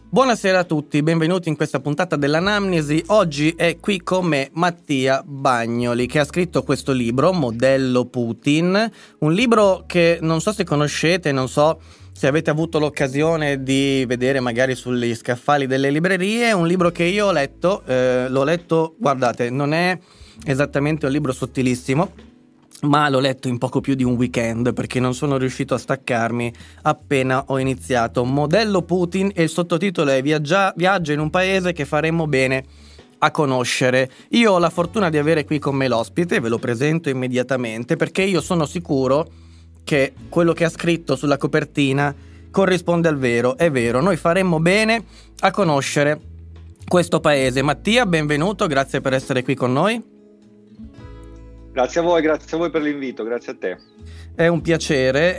Buonasera a tutti, benvenuti in questa puntata dell'Anamnesi. Oggi è qui con me Mattia Bagnoli, che ha scritto questo libro, Modello Putin, un libro che non so se conoscete, non so se avete avuto l'occasione di vedere magari sugli scaffali delle librerie. È un libro che io l'ho letto, guardate, non è esattamente un libro sottilissimo, ma l'ho letto in poco più di un weekend perché non sono riuscito a staccarmi appena ho iniziato. Modello Putin, e il sottotitolo è Viaggio in un paese che faremmo bene a conoscere. Io ho la fortuna di avere qui con me l'ospite, ve lo presento immediatamente perché io sono sicuro che quello che ha scritto sulla copertina corrisponde al vero. È vero, noi faremmo bene a conoscere questo paese. Mattia, benvenuto, grazie per essere qui con noi. Grazie a voi per l'invito, grazie a te. È un piacere.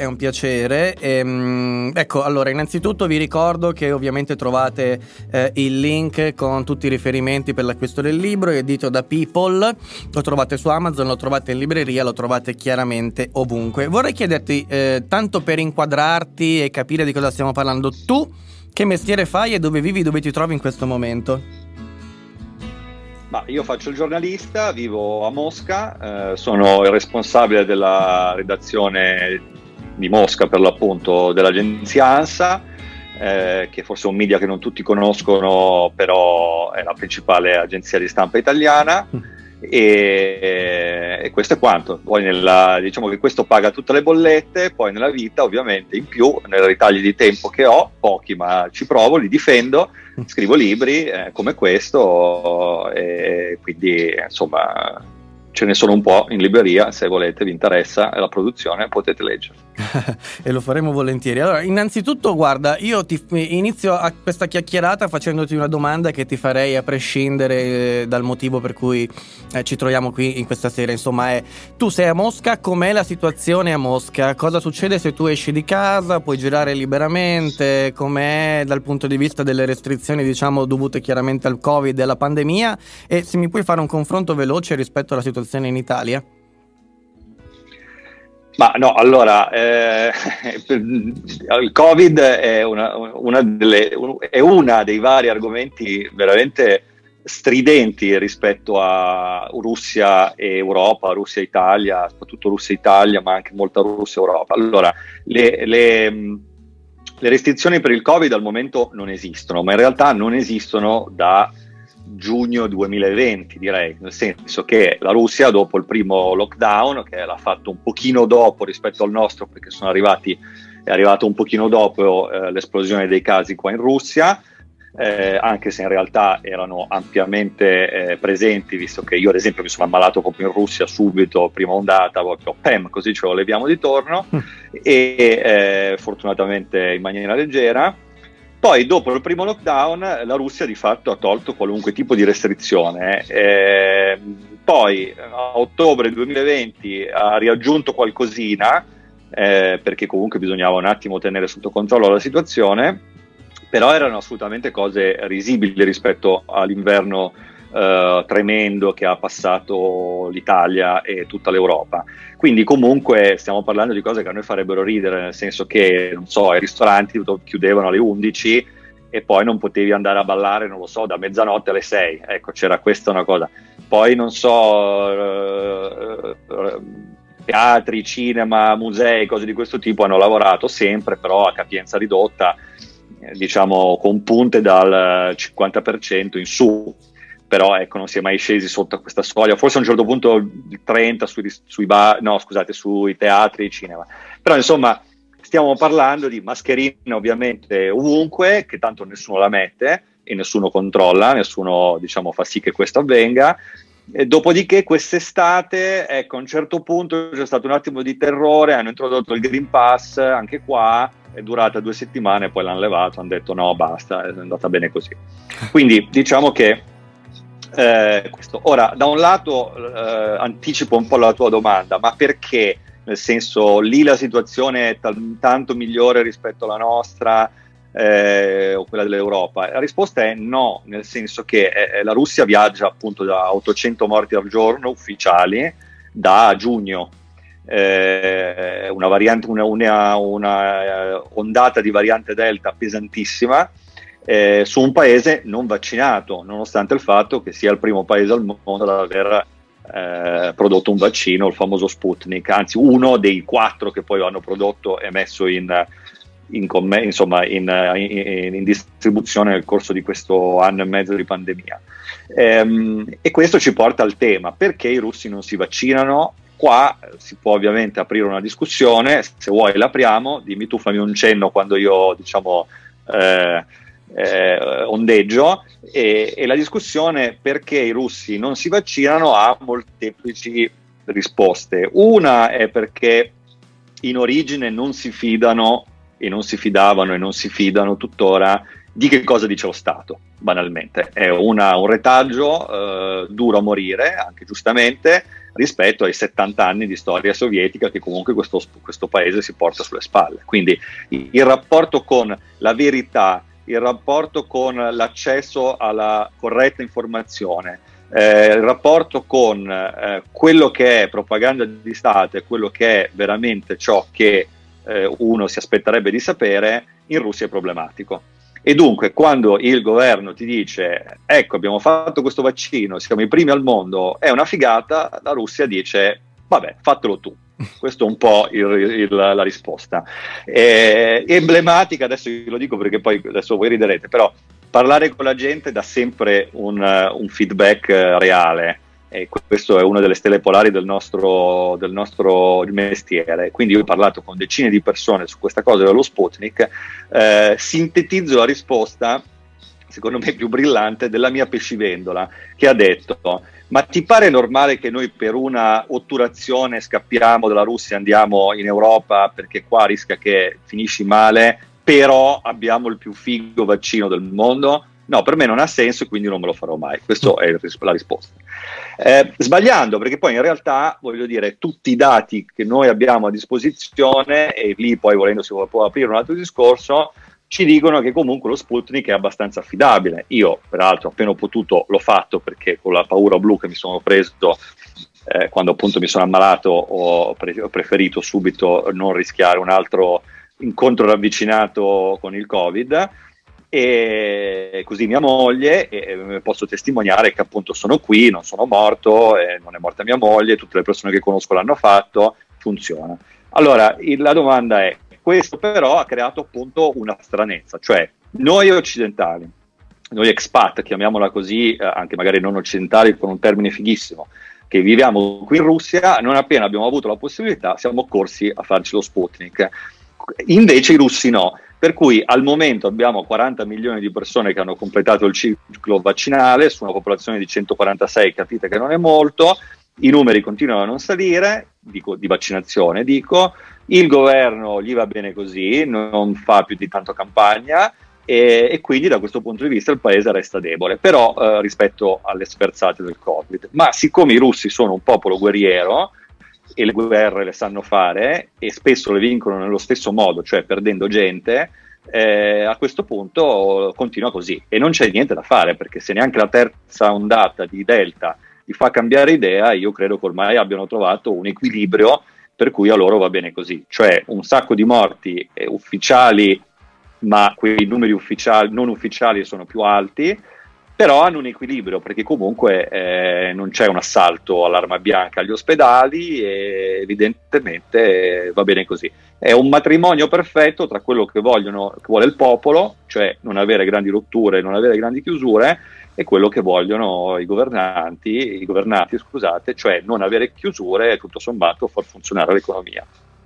Ecco, allora, innanzitutto vi ricordo che ovviamente trovate il link con tutti i riferimenti per l'acquisto del libro, edito da People, lo trovate su Amazon, lo trovate in libreria, lo trovate chiaramente ovunque. Vorrei chiederti, tanto per inquadrarti e capire di cosa stiamo parlando, tu che mestiere fai e dove vivi, dove ti trovi in questo momento? Ma io faccio il giornalista, vivo a Mosca, sono il responsabile della redazione di Mosca, per l'appunto, dell'agenzia ANSA, che forse è un media che non tutti conoscono, però è la principale agenzia di stampa italiana. E questo è quanto. Poi diciamo che questo paga tutte le bollette, poi nella vita ovviamente in più, nei ritagli di tempo che ho, pochi ma ci provo, li difendo, scrivo libri come questo, e quindi insomma ce ne sono un po' in libreria, se volete, vi interessa la produzione, potete leggere. E lo faremo volentieri. Allora, innanzitutto, guarda, io inizio a questa chiacchierata facendoti una domanda che ti farei a prescindere dal motivo per cui ci troviamo qui in questa sera. Insomma, tu sei a Mosca, com'è la situazione a Mosca? Cosa succede se tu esci di casa? Puoi girare liberamente? Com'è dal punto di vista delle restrizioni, diciamo, dovute chiaramente al Covid e alla pandemia? E se mi puoi fare un confronto veloce rispetto alla situazione in Italia? Ma no, allora, il Covid è una dei vari argomenti veramente stridenti rispetto a Russia e Europa, Russia e Italia, soprattutto Russia e Italia, ma anche molta Russia e Europa. Allora, le restrizioni per il Covid al momento non esistono, ma in realtà non esistono da giugno 2020, direi, nel senso che la Russia, dopo il primo lockdown, che l'ha fatto un pochino dopo rispetto al nostro, perché è arrivato un pochino dopo l'esplosione dei casi qua in Russia, anche se in realtà erano ampiamente presenti, visto che io ad esempio mi sono ammalato proprio in Russia subito, prima ondata, proprio così ce lo leviamo di torno, e fortunatamente in maniera leggera. Poi dopo il primo lockdown la Russia di fatto ha tolto qualunque tipo di restrizione, poi a ottobre 2020 ha riaggiunto qualcosina, perché comunque bisognava un attimo tenere sotto controllo la situazione, però erano assolutamente cose risibili rispetto all'inverno tremendo che ha passato l'Italia e tutta l'Europa. Quindi comunque stiamo parlando di cose che a noi farebbero ridere, nel senso che, non so, i ristoranti chiudevano alle 11 e poi non potevi andare a ballare, non lo so, da mezzanotte alle 6. Ecco, c'era questa una cosa. Poi, non so, teatri, cinema, musei, cose di questo tipo hanno lavorato sempre, però a capienza ridotta, diciamo con punte dal 50% in su. Però ecco, non si è mai scesi sotto a questa soglia, forse a un certo punto il 30 sui teatri e cinema. Però insomma stiamo parlando di mascherine ovviamente ovunque, che tanto nessuno la mette e nessuno controlla, nessuno, diciamo, fa sì che questo avvenga. E dopodiché quest'estate, ecco, a un certo punto c'è stato un attimo di terrore, hanno introdotto il Green Pass anche qua, è durata 2 settimane, poi l'hanno levato, hanno detto no, basta, è andata bene così. Quindi diciamo che questo. Ora, da un lato anticipo un po' la tua domanda, ma perché? Nel senso, lì la situazione è tanto migliore rispetto alla nostra o quella dell'Europa? La risposta è no, nel senso che la Russia viaggia appunto da 800 morti al giorno ufficiali da giugno, una ondata di variante Delta pesantissima. su un paese non vaccinato, nonostante il fatto che sia il primo paese al mondo ad aver prodotto un vaccino, il famoso Sputnik, anzi uno dei 4 che poi hanno prodotto e messo in distribuzione nel corso di questo anno e mezzo di pandemia. E questo ci porta al tema: perché i russi non si vaccinano? Qua si può ovviamente aprire una discussione, se vuoi l'apriamo, dimmi tu, fammi un cenno quando io ondeggio, e la discussione perché i russi non si vaccinano ha molteplici risposte. Una è perché in origine non si fidano e non si fidavano e non si fidano tuttora di che cosa dice lo Stato, banalmente. È un retaggio duro a morire, anche giustamente, rispetto ai 70 anni di storia sovietica che comunque questo paese si porta sulle spalle. Quindi il rapporto con la verità, il rapporto con l'accesso alla corretta informazione, il rapporto con quello che è propaganda di Stato e quello che è veramente ciò che uno si aspetterebbe di sapere, in Russia è problematico. E dunque quando il governo ti dice ecco, abbiamo fatto questo vaccino, siamo i primi al mondo, è una figata, la Russia dice vabbè, fatelo tu. Questo è un po' la risposta. Emblematica, adesso io lo dico perché poi adesso voi riderete, però parlare con la gente dà sempre un feedback reale, e questo è una delle stelle polari del nostro mestiere. Quindi io ho parlato con decine di persone su questa cosa dello Sputnik, sintetizzo la risposta, secondo me più brillante, della mia pescivendola, che ha detto: ma ti pare normale che noi per una otturazione scappiamo dalla Russia e andiamo in Europa perché qua rischia che finisci male, però abbiamo il più figo vaccino del mondo? No, per me non ha senso e quindi non me lo farò mai. Questa è la risposta. Sbagliando, perché poi in realtà, voglio dire, tutti i dati che noi abbiamo a disposizione, e lì poi volendo si può aprire un altro discorso, ci dicono che comunque lo Sputnik è abbastanza affidabile. Io, peraltro, appena ho potuto l'ho fatto, perché con la paura blu che mi sono preso quando appunto mi sono ammalato ho preferito subito non rischiare un altro incontro ravvicinato con il Covid. E così mia moglie, e posso testimoniare che appunto sono qui, non sono morto, non è morta mia moglie, tutte le persone che conosco l'hanno fatto, funziona. Allora la domanda è: questo però ha creato appunto una stranezza, cioè noi occidentali, noi expat, chiamiamola così, anche magari non occidentali con un termine fighissimo, che viviamo qui in Russia, non appena abbiamo avuto la possibilità siamo corsi a farci lo Sputnik. Invece i russi no, per cui al momento abbiamo 40 milioni di persone che hanno completato il ciclo vaccinale su una popolazione di 146, capite che non è molto, i numeri continuano a non salire, di vaccinazione, il governo gli va bene così, non fa più di tanto campagna, e quindi da questo punto di vista il paese resta debole, però rispetto alle sferzate del Covid. Ma siccome i russi sono un popolo guerriero, e le guerre le sanno fare e spesso le vincono nello stesso modo, cioè perdendo gente, a questo punto continua così e non c'è niente da fare, perché se neanche la terza ondata di Delta li fa cambiare idea, io credo che ormai abbiano trovato un equilibrio per cui a loro va bene così, cioè un sacco di morti ufficiali, ma quei numeri non ufficiali sono più alti, però hanno un equilibrio, perché comunque non c'è un assalto all'arma bianca agli ospedali e evidentemente va bene così. È un matrimonio perfetto tra quello che vuole il popolo, cioè non avere grandi rotture, non avere grandi chiusure, e quello che vogliono i governati, scusate, cioè non avere chiusure e tutto sommato far funzionare l'economia.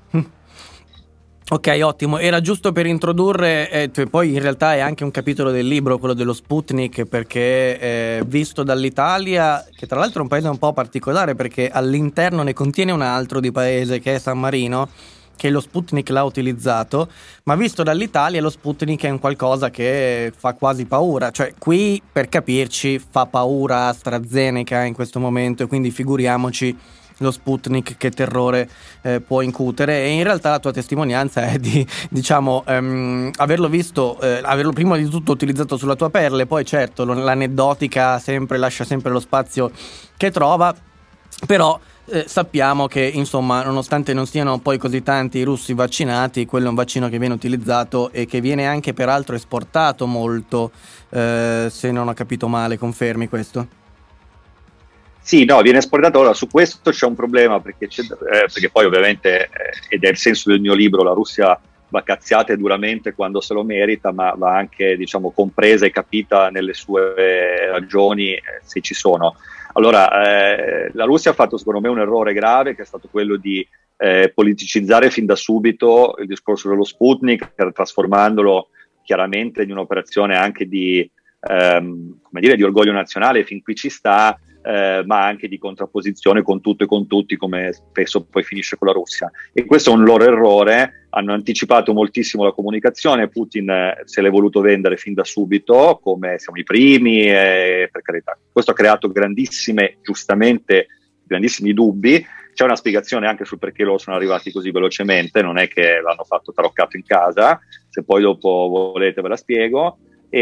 Ok, ottimo. Era giusto per introdurre, poi in realtà è anche un capitolo del libro, quello dello Sputnik, perché visto dall'Italia, che tra l'altro è un paese un po' particolare perché all'interno ne contiene un altro di paese che è San Marino, che lo Sputnik l'ha utilizzato, ma visto dall'Italia lo Sputnik è un qualcosa che fa quasi paura, cioè qui, per capirci, fa paura AstraZeneca in questo momento, e quindi figuriamoci lo Sputnik che terrore può incutere. E in realtà la tua testimonianza è di, diciamo, averlo visto, averlo prima di tutto utilizzato sulla tua pelle, poi certo l'aneddotica lascia sempre lo spazio che trova. Però sappiamo che, insomma, nonostante non siano poi così tanti i russi vaccinati, quello è un vaccino che viene utilizzato e che viene anche peraltro esportato molto, se non ho capito male. Confermi questo? Sì, no, viene esportato. Ora, su questo c'è un problema, perché poi ovviamente, ed è il senso del mio libro, la Russia va cazziata e duramente quando se lo merita, ma va anche, diciamo, compresa e capita nelle sue ragioni, se ci sono. Allora, la Russia ha fatto secondo me un errore grave, che è stato quello di politicizzare fin da subito il discorso dello Sputnik, trasformandolo chiaramente in un'operazione anche di, come dire, di orgoglio nazionale, fin qui ci sta, ma anche di contrapposizione con tutto e con tutti, come spesso poi finisce con la Russia. E questo è un loro errore. Hanno anticipato moltissimo la comunicazione. Putin se l'è voluto vendere fin da subito come siamo i primi, per carità. Questo ha creato giustamente grandissimi dubbi. C'è una spiegazione anche sul perché loro sono arrivati così velocemente, non è che l'hanno fatto taroccato in casa, se poi dopo volete ve la spiego.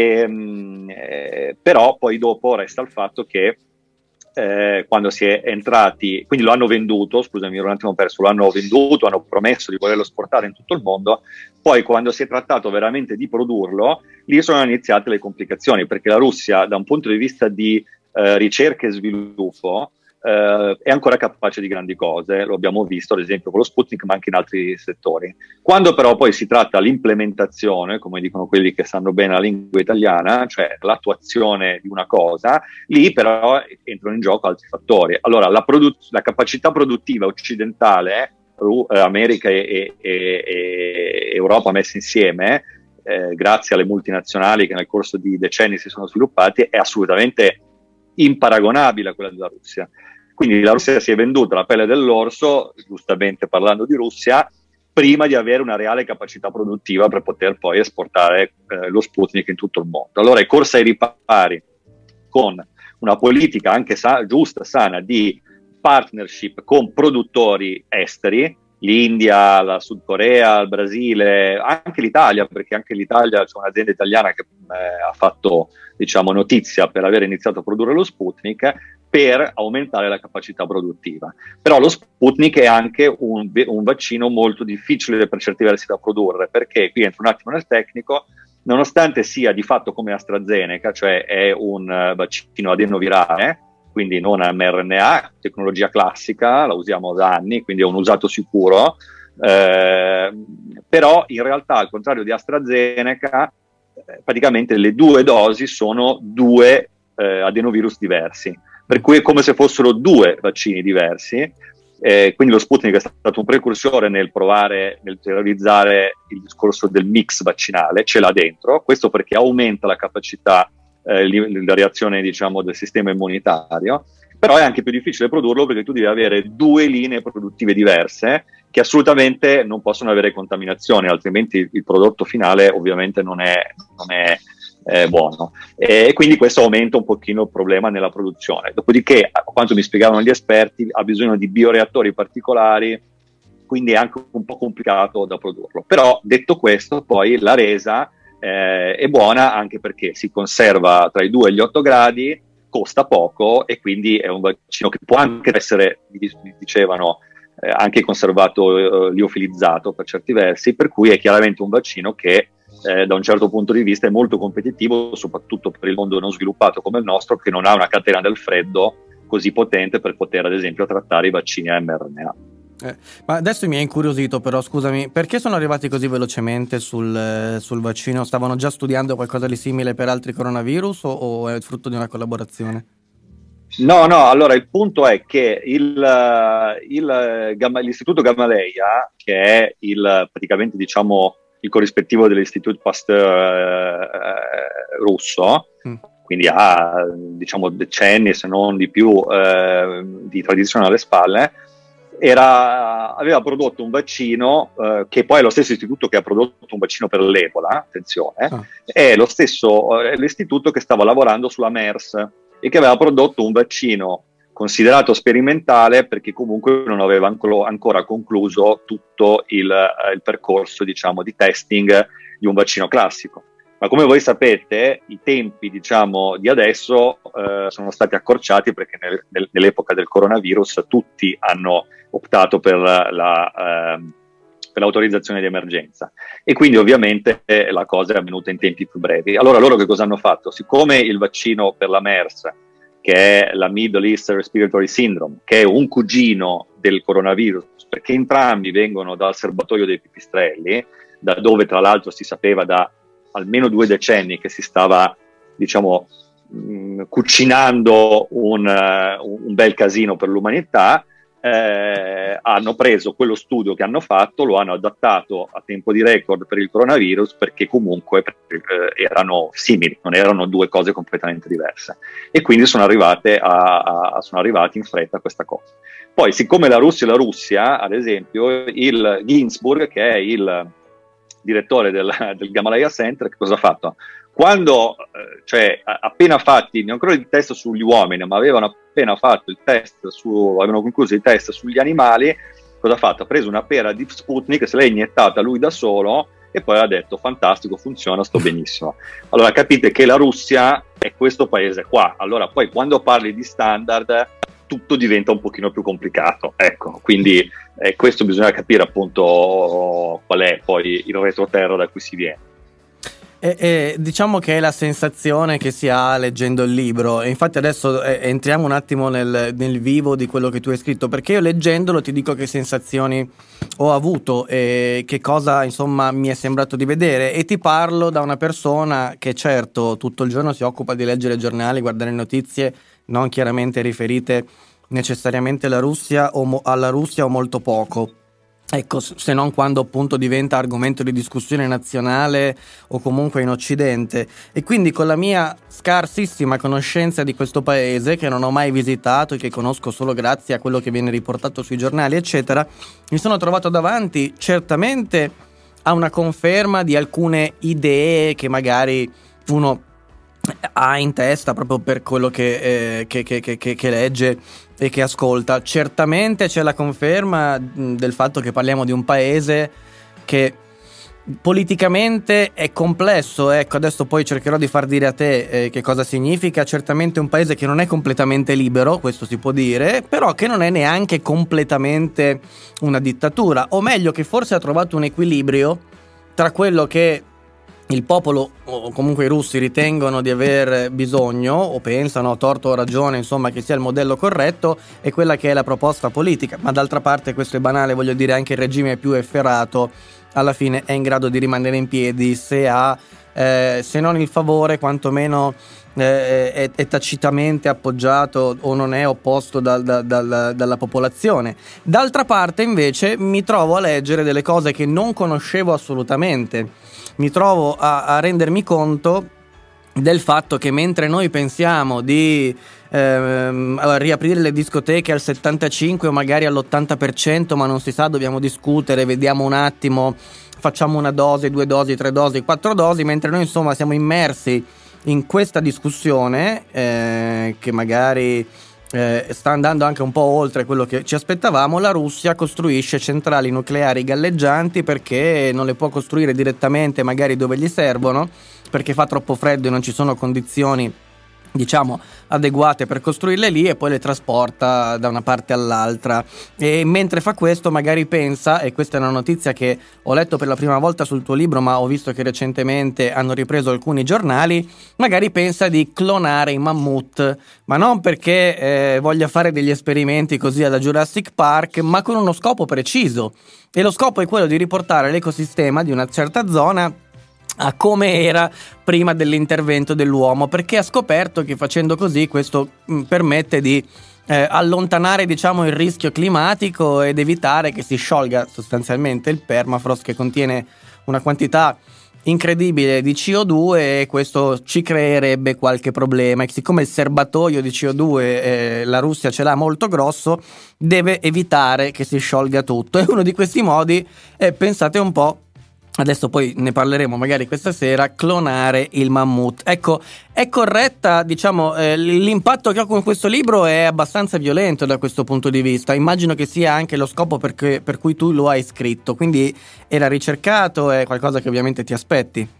Però poi dopo resta il fatto che quando si è entrati, quindi lo hanno venduto, scusami, ero un attimo perso, lo hanno venduto, hanno promesso di volerlo esportare in tutto il mondo, poi quando si è trattato veramente di produrlo, lì sono iniziate le complicazioni, perché la Russia, da un punto di vista di ricerca e sviluppo, è ancora capace di grandi cose, lo abbiamo visto ad esempio con lo Sputnik, ma anche in altri settori. Quando però poi si tratta dell'implementazione, come dicono quelli che sanno bene la lingua italiana, cioè l'attuazione di una cosa, lì però entrano in gioco altri fattori. Allora, la capacità produttiva occidentale, America e Europa messe insieme, grazie alle multinazionali che nel corso di decenni si sono sviluppate, è assolutamente imparagonabile a quella della Russia. Quindi la Russia si è venduta la pelle dell'orso, giustamente parlando di Russia, prima di avere una reale capacità produttiva per poter poi esportare lo Sputnik in tutto il mondo. Allora è corsa ai ripari con una politica anche giusta, sana, di partnership con produttori esteri, l'India, la Sud Corea, il Brasile, anche l'Italia, perché anche l'Italia c'è un'azienda italiana che ha fatto, diciamo, notizia per aver iniziato a produrre lo Sputnik, per aumentare la capacità produttiva. Però lo Sputnik è anche un vaccino molto difficile per certi versi da produrre, perché qui entro un attimo nel tecnico, nonostante sia di fatto come AstraZeneca, cioè è un vaccino adenovirale, quindi non mRNA, tecnologia classica, la usiamo da anni, quindi è un usato sicuro, però in realtà al contrario di AstraZeneca, praticamente le due dosi sono due adenovirus diversi, per cui è come se fossero due vaccini diversi. Quindi lo Sputnik è stato un precursore nel realizzare il discorso del mix vaccinale, ce l'ha dentro, questo perché aumenta la capacità, la reazione, diciamo, del sistema immunitario, però è anche più difficile produrlo perché tu devi avere due linee produttive diverse che assolutamente non possono avere contaminazione, altrimenti il prodotto finale ovviamente non è buono, e quindi questo aumenta un pochino il problema nella produzione. Dopodiché, a quanto mi spiegavano gli esperti, ha bisogno di bioreattori particolari, quindi è anche un po' complicato da produrlo. Però detto questo, poi la resa è buona anche perché si conserva tra i 2 e gli 8 gradi, costa poco e quindi è un vaccino che può anche essere, dicevano, anche conservato, liofilizzato per certi versi, per cui è chiaramente un vaccino che da un certo punto di vista è molto competitivo, soprattutto per il mondo non sviluppato come il nostro, che non ha una catena del freddo così potente per poter ad esempio trattare i vaccini a mRNA. Ma adesso mi è incuriosito, però scusami, perché sono arrivati così velocemente sul vaccino? Stavano già studiando qualcosa di simile per altri coronavirus o è frutto di una collaborazione? No, allora il punto è che l'istituto Gamaleya, che è praticamente, diciamo, il corrispettivo dell'Istituto Pasteur russo, quindi ha, diciamo, decenni, se non di più, di tradizione alle spalle, aveva prodotto un vaccino che poi è lo stesso istituto che ha prodotto un vaccino per l'Ebola, attenzione, è lo stesso l'istituto che stava lavorando sulla MERS e che aveva prodotto un vaccino considerato sperimentale perché comunque non aveva ancora concluso tutto il percorso, diciamo, di testing di un vaccino classico. Ma come voi sapete, i tempi, diciamo, di adesso sono stati accorciati perché nell'epoca del coronavirus tutti hanno optato per l'autorizzazione di emergenza, e quindi ovviamente la cosa è avvenuta in tempi più brevi. Allora loro che cosa hanno fatto? Siccome il vaccino per la MERS, che è la Middle East Respiratory Syndrome, che è un cugino del coronavirus, perché entrambi vengono dal serbatoio dei pipistrelli, da dove tra l'altro si sapeva da almeno 2 decenni che si stava, diciamo, cucinando un bel casino per l'umanità, hanno preso quello studio che hanno fatto, lo hanno adattato a tempo di record per il coronavirus, perché comunque erano simili, non erano 2 cose completamente diverse, e quindi sono arrivati in fretta a questa cosa. Poi, siccome la Russia, ad esempio, il Ginsburg, che è il direttore del Gamaleya Center, che cosa ha fatto? Quando, appena fatti, non ancora il test sugli uomini, ma avevano appena fatto il test avevano concluso i test sugli animali, cosa ha fatto? Ha preso una pera di Sputnik, se l'è iniettata lui da solo, e poi ha detto: fantastico, funziona, sto benissimo. Allora capite che la Russia è questo paese qua. Allora poi quando parli di standard tutto diventa un pochino più complicato, ecco, quindi questo bisogna capire appunto qual è poi il retroterra da cui si viene. Diciamo che è la sensazione che si ha leggendo il libro, e infatti adesso entriamo un attimo nel vivo di quello che tu hai scritto, perché io leggendolo ti dico che sensazioni ho avuto e che cosa insomma mi è sembrato di vedere, e ti parlo da una persona che certo tutto il giorno si occupa di leggere giornali, guardare notizie non chiaramente riferite necessariamente alla Russia o molto poco. Ecco, se non quando appunto diventa argomento di discussione nazionale o comunque in Occidente. E quindi con la mia scarsissima conoscenza di questo paese, che non ho mai visitato e che conosco solo grazie a quello che viene riportato sui giornali eccetera, mi sono trovato davanti certamente a una conferma di alcune idee che magari uno ha in testa proprio per quello che legge e che ascolta. Certamente c'è la conferma del fatto che parliamo di un paese che politicamente è complesso. Ecco, adesso poi cercherò di far dire a te che cosa significa. Certamente un paese che non è completamente libero, questo si può dire, però che non è neanche completamente una dittatura, o meglio che forse ha trovato un equilibrio tra quello che il popolo o comunque i russi ritengono di aver bisogno, o pensano, a torto o ragione, insomma, che sia il modello corretto, e quella che è la proposta politica. Ma d'altra parte, questo è banale, voglio dire, anche il regime più efferato alla fine è in grado di rimanere in piedi se ha, se non il favore, quantomeno è tacitamente appoggiato o non è opposto dalla popolazione. D'altra parte invece mi trovo a leggere delle cose che non conoscevo assolutamente. Mi trovo a rendermi conto del fatto che mentre noi pensiamo di riaprire le discoteche al 75% o magari all'80%, ma non si sa, dobbiamo discutere, vediamo un attimo, facciamo una dose, 2 dosi, 3 dosi, 4 dosi, mentre noi insomma siamo immersi in questa discussione che magari sta andando anche un po' oltre quello che ci aspettavamo. La Russia costruisce centrali nucleari galleggianti perché non le può costruire direttamente magari dove gli servono, perché fa troppo freddo e non ci sono condizioni, diciamo, adeguate per costruirle lì, e poi le trasporta da una parte all'altra. E mentre fa questo magari pensa, e questa è una notizia che ho letto per la prima volta sul tuo libro, ma ho visto che recentemente hanno ripreso alcuni giornali, magari pensa di clonare i mammut, ma non perché voglia fare degli esperimenti così alla Jurassic Park, ma con uno scopo preciso, e lo scopo è quello di riportare l'ecosistema di una certa zona a come era prima dell'intervento dell'uomo, perché ha scoperto che facendo così questo permette di allontanare, diciamo, il rischio climatico ed evitare che si sciolga sostanzialmente il permafrost, che contiene una quantità incredibile di CO2, e questo ci creerebbe qualche problema. E siccome il serbatoio di CO2 la Russia ce l'ha molto grosso, deve evitare che si sciolga tutto, e uno di questi modi è, pensate un po', adesso poi ne parleremo magari questa sera, clonare il mammut. Ecco, è corretta, diciamo, l'impatto che ho con questo libro è abbastanza violento da questo punto di vista. Immagino che sia anche lo scopo per cui tu lo hai scritto, quindi era ricercato, è qualcosa che ovviamente ti aspetti.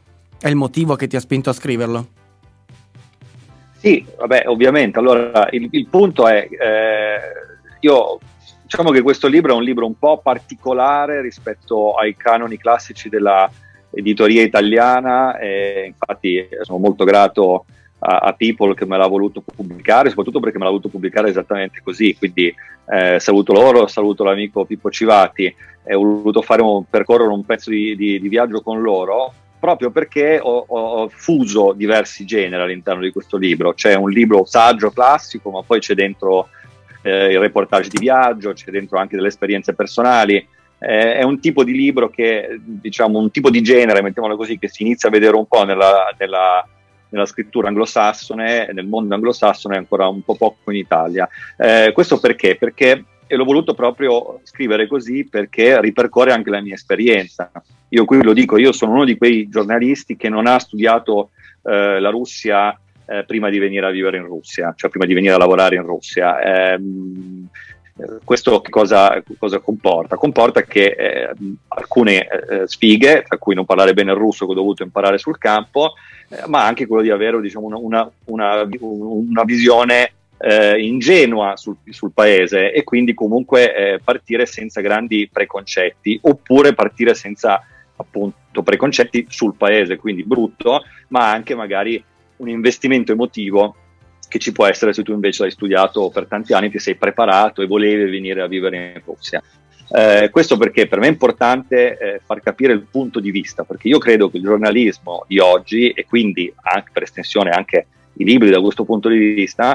È il motivo che ti ha spinto a scriverlo? Sì, vabbè, ovviamente. Allora, il punto è, io diciamo che questo libro è un libro un po' particolare rispetto ai canoni classici della editoria italiana, e infatti sono molto grato a People che me l'ha voluto pubblicare, soprattutto perché me l'ha voluto pubblicare esattamente così, quindi saluto loro, saluto l'amico Pippo Civati, ho voluto percorrere un pezzo di viaggio con loro, proprio perché ho fuso diversi generi all'interno di questo libro. C'è un libro saggio classico, ma poi c'è dentro il reportage di viaggio, c'è dentro anche delle esperienze personali. È un tipo di libro che, diciamo, un tipo di genere, mettiamolo così, che si inizia a vedere un po' nella scrittura anglosassone, nel mondo anglosassone, ancora un po' poco in Italia. Questo perché? Perché e l'ho voluto proprio scrivere così, perché ripercorre anche la mia esperienza. Io qui lo dico, io sono uno di quei giornalisti che non ha studiato la Russia prima di venire a vivere in Russia, cioè prima di venire a lavorare in Russia. Questo che cosa comporta? Comporta che alcune sfighe, tra cui non parlare bene il russo che ho dovuto imparare sul campo, ma anche quello di avere, diciamo, una visione ingenua sul paese, e quindi comunque partire senza grandi preconcetti, oppure partire senza appunto preconcetti sul paese, quindi brutto, ma anche magari un investimento emotivo che ci può essere se tu invece hai studiato per tanti anni, ti sei preparato e volevi venire a vivere in Russia. Questo perché per me è importante far capire il punto di vista, perché io credo che il giornalismo di oggi, e quindi anche per estensione anche i libri da questo punto di vista,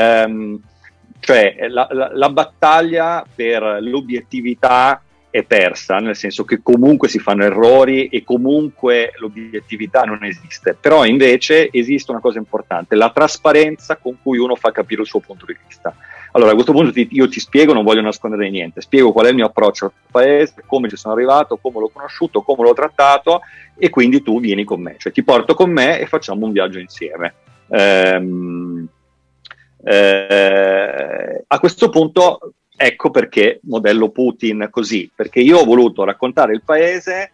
cioè la battaglia per l'obiettività è persa, nel senso che comunque si fanno errori e comunque l'obiettività non esiste, però invece esiste una cosa importante, la trasparenza con cui uno fa capire il suo punto di vista. Allora, a questo punto io ti spiego, non voglio nascondere niente, spiego qual è il mio approccio al paese, come ci sono arrivato, come l'ho conosciuto, come l'ho trattato, e quindi tu vieni con me, cioè ti porto con me e facciamo un viaggio insieme. A questo punto ecco perché modello Putin così, perché io ho voluto raccontare il paese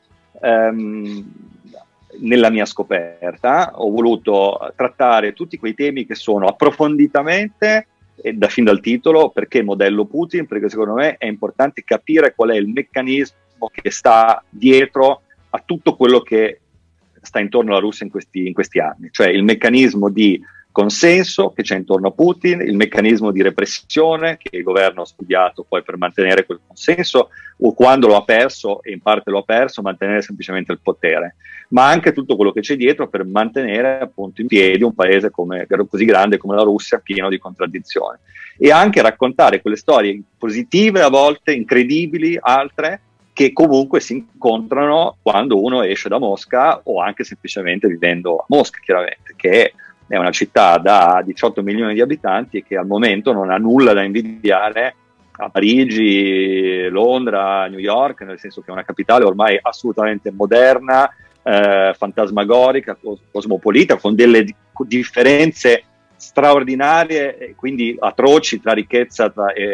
nella mia scoperta, ho voluto trattare tutti quei temi che sono approfonditamente, fin dal titolo, perché modello Putin, perché secondo me è importante capire qual è il meccanismo che sta dietro a tutto quello che sta intorno alla Russia in questi anni, cioè il meccanismo di consenso che c'è intorno a Putin, il meccanismo di repressione che il governo ha studiato poi per mantenere quel consenso, o quando lo ha perso, e in parte lo ha perso, mantenere semplicemente il potere, ma anche tutto quello che c'è dietro per mantenere appunto in piedi un paese così grande come la Russia, pieno di contraddizioni, e anche raccontare quelle storie positive, a volte incredibili, altre che comunque si incontrano quando uno esce da Mosca, o anche semplicemente vivendo a Mosca, chiaramente, che è una città da 18 milioni di abitanti e che al momento non ha nulla da invidiare a Parigi, Londra, New York, nel senso che è una capitale ormai assolutamente moderna, fantasmagorica, cosmopolita, con delle differenze straordinarie e quindi atroci tra ricchezza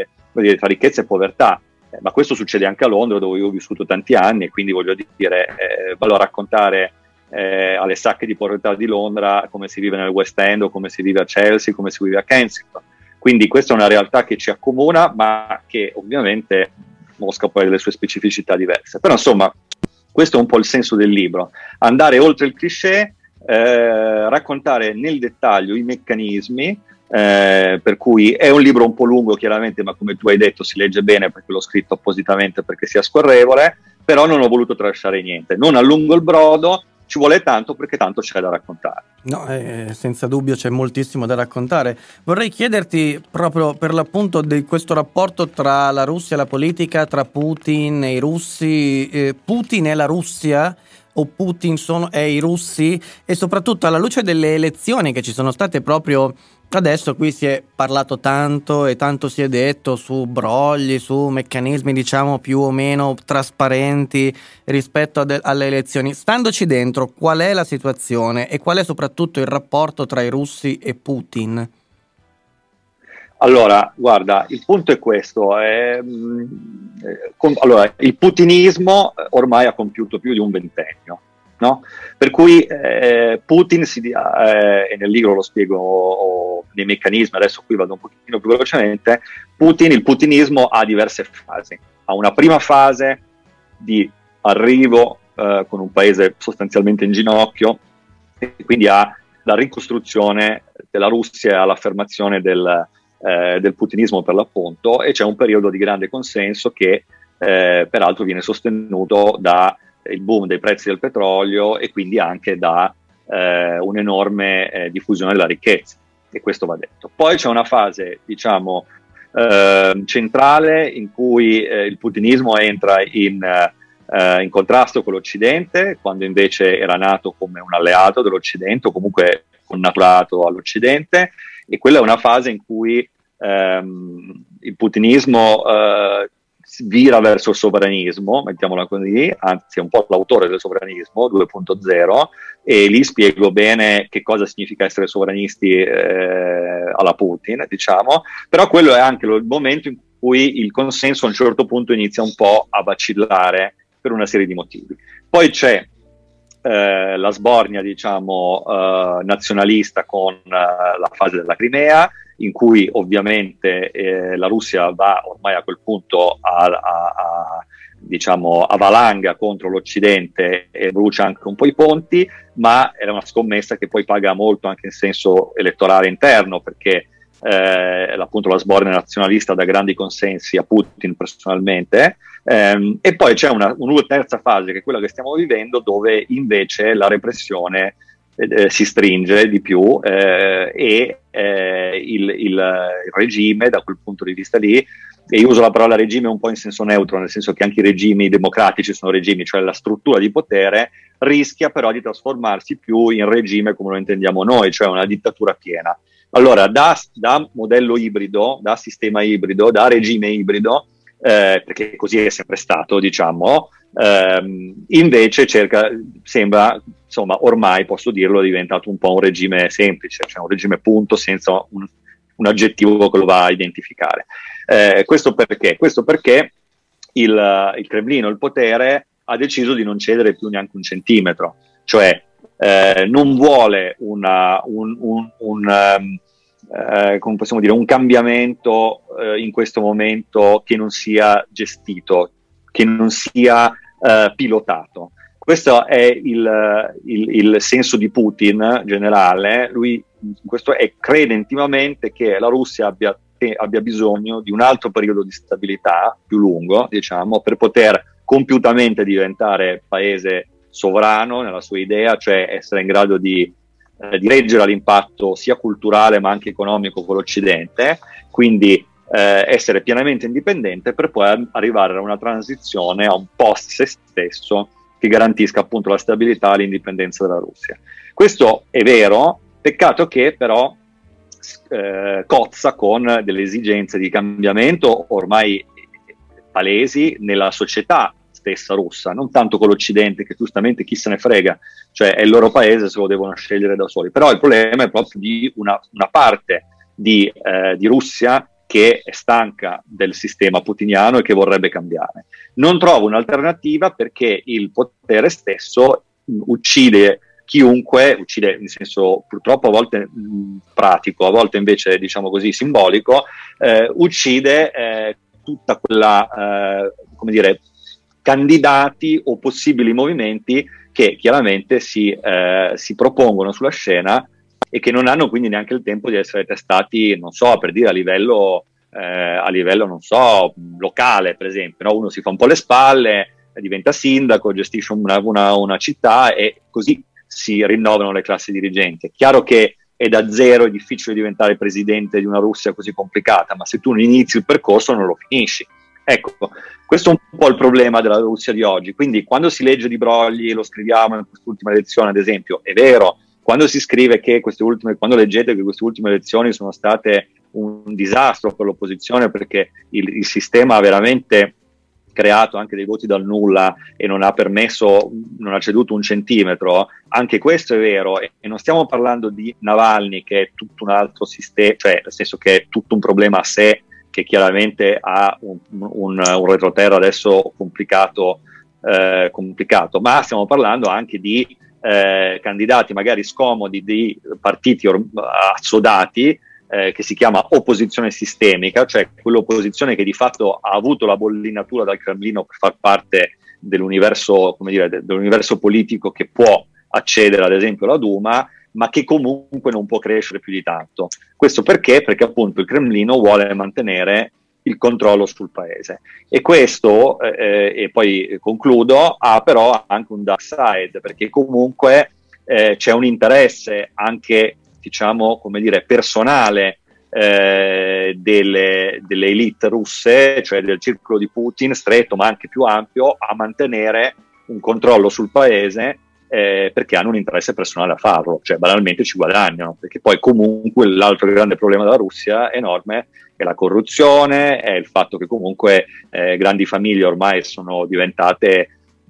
e povertà. Ma questo succede anche a Londra, dove io ho vissuto tanti anni, e quindi voglio dire, vado a raccontare alle sacche di povertà di Londra come si vive nel West End, o come si vive a Chelsea, come si vive a Kensington. Quindi questa è una realtà che ci accomuna, ma che ovviamente Mosca poi ha le sue specificità diverse. Però insomma, questo è un po' il senso del libro: andare oltre il cliché, raccontare nel dettaglio i meccanismi, per cui è un libro un po' lungo chiaramente, ma come tu hai detto si legge bene perché l'ho scritto appositamente perché sia scorrevole, però non ho voluto tralasciare niente, non allungo il brodo, ci vuole tanto perché tanto c'è da raccontare. No, senza dubbio c'è moltissimo da raccontare. Vorrei chiederti proprio per l'appunto di questo rapporto tra la Russia e la politica, tra Putin e i russi. Putin è la Russia o Putin è i russi? E soprattutto alla luce delle elezioni che ci sono state proprio adesso, qui si è parlato tanto e tanto si è detto su brogli, su meccanismi diciamo più o meno trasparenti rispetto alle elezioni. Standoci dentro, qual è la situazione e qual è soprattutto il rapporto tra i russi e Putin? Allora, guarda, il punto è questo. Allora, il putinismo ormai ha compiuto più di un ventennio. no? Per cui Putin, e nel libro lo spiego nei meccanismi, adesso qui vado un pochino più velocemente, il putinismo ha diverse fasi. Ha una prima fase di arrivo con un paese sostanzialmente in ginocchio, e quindi ha la ricostruzione della Russia e all'affermazione del putinismo per l'appunto, e c'è un periodo di grande consenso che peraltro viene sostenuto da il boom dei prezzi del petrolio e quindi anche da un'enorme diffusione della ricchezza, e questo va detto. Poi c'è una fase, diciamo, centrale in cui il putinismo entra in contrasto con l'Occidente, quando invece era nato come un alleato dell'Occidente o comunque connaturato all'Occidente, e quella è una fase in cui il putinismo vira verso il sovranismo, mettiamola così, anzi è un po' l'autore del sovranismo 2.0, e lì spiego bene che cosa significa essere sovranisti alla Putin, diciamo, però quello è anche il momento in cui il consenso a un certo punto inizia un po' a vacillare per una serie di motivi. Poi c'è la sbornia, diciamo, nazionalista con la fase della Crimea, in cui ovviamente la Russia va ormai a quel punto diciamo, a valanga contro l'Occidente e brucia anche un po' i ponti, ma è una scommessa che poi paga molto anche in senso elettorale interno, perché appunto la sbornia nazionalista dà grandi consensi a Putin personalmente, e poi c'è una terza fase che è quella che stiamo vivendo, dove invece la repressione si stringe di più e il regime, da quel punto di vista lì, e io uso la parola regime un po' in senso neutro, nel senso che anche i regimi democratici sono regimi, cioè la struttura di potere rischia però di trasformarsi più in regime come lo intendiamo noi, cioè una dittatura piena. Allora, da modello ibrido, da sistema ibrido, da regime ibrido, perché così è sempre stato, diciamo, invece sembra, insomma, ormai posso dirlo, è diventato un po' un regime semplice, cioè un regime punto, senza un aggettivo che lo va a identificare. Questo perché? Questo perché il Cremlino, il potere, ha deciso di non cedere più neanche un centimetro, cioè non vuole come possiamo dire, un cambiamento in questo momento che non sia gestito, che non sia pilotato. Questo è il senso di Putin generale. Lui crede intimamente che la Russia abbia bisogno di un altro periodo di stabilità più lungo, diciamo, per poter compiutamente diventare paese sovrano nella sua idea, cioè essere in grado di reggere all'impatto sia culturale ma anche economico con l'Occidente, quindi essere pienamente indipendente per poi arrivare a una transizione, a un post se stesso che garantisca appunto la stabilità e l'indipendenza della Russia. Questo è vero, peccato che però cozza con delle esigenze di cambiamento ormai palesi nella società stessa russa, non tanto con l'Occidente, che giustamente chi se ne frega, cioè è il loro paese, se lo devono scegliere da soli. Però il problema è proprio di una parte di Russia che è stanca del sistema putiniano e che vorrebbe cambiare. Non trova un'alternativa perché il potere stesso uccide chiunque, uccide in senso purtroppo a volte pratico, a volte invece diciamo così simbolico, uccide tutta quella, come dire, candidati o possibili movimenti che chiaramente si propongono sulla scena e che non hanno quindi neanche il tempo di essere testati, non so, per dire a livello non so, locale, per esempio, no? Uno si fa un po' le spalle, diventa sindaco, gestisce una città e così si rinnovano le classi dirigenti. È chiaro che è da zero, è difficile diventare presidente di una Russia così complicata, ma se tu non inizi il percorso non lo finisci. Ecco, questo è un po' il problema della Russia di oggi. Quindi quando si legge di brogli, lo scriviamo in quest'ultima elezione ad esempio, è vero, quando si scrive che quando leggete che queste ultime elezioni sono state un disastro per l'opposizione perché il sistema ha veramente creato anche dei voti dal nulla e non ha ceduto un centimetro, anche questo è vero, e non stiamo parlando di Navalny che è tutto un altro sistema, cioè nel senso che è tutto un problema a sé, che chiaramente ha un retroterra adesso complicato complicato, ma stiamo parlando anche di candidati magari scomodi di partiti assodati, che si chiama opposizione sistemica, cioè quell'opposizione che di fatto ha avuto la bollinatura dal Cremlino per far parte dell'universo, come dire, dell'universo politico che può accedere ad esempio alla Duma, ma che comunque non può crescere più di tanto. Questo perché? Perché appunto il Cremlino vuole mantenere il controllo sul paese, e questo, e poi concludo, ha però anche un dark side, perché comunque c'è un interesse anche, diciamo, come dire, personale delle elite russe, cioè del circolo di Putin, stretto ma anche più ampio, a mantenere un controllo sul paese, perché hanno un interesse personale a farlo, cioè banalmente ci guadagnano, perché poi comunque l'altro grande problema della Russia enorme è la corruzione, è il fatto che comunque grandi famiglie ormai sono diventate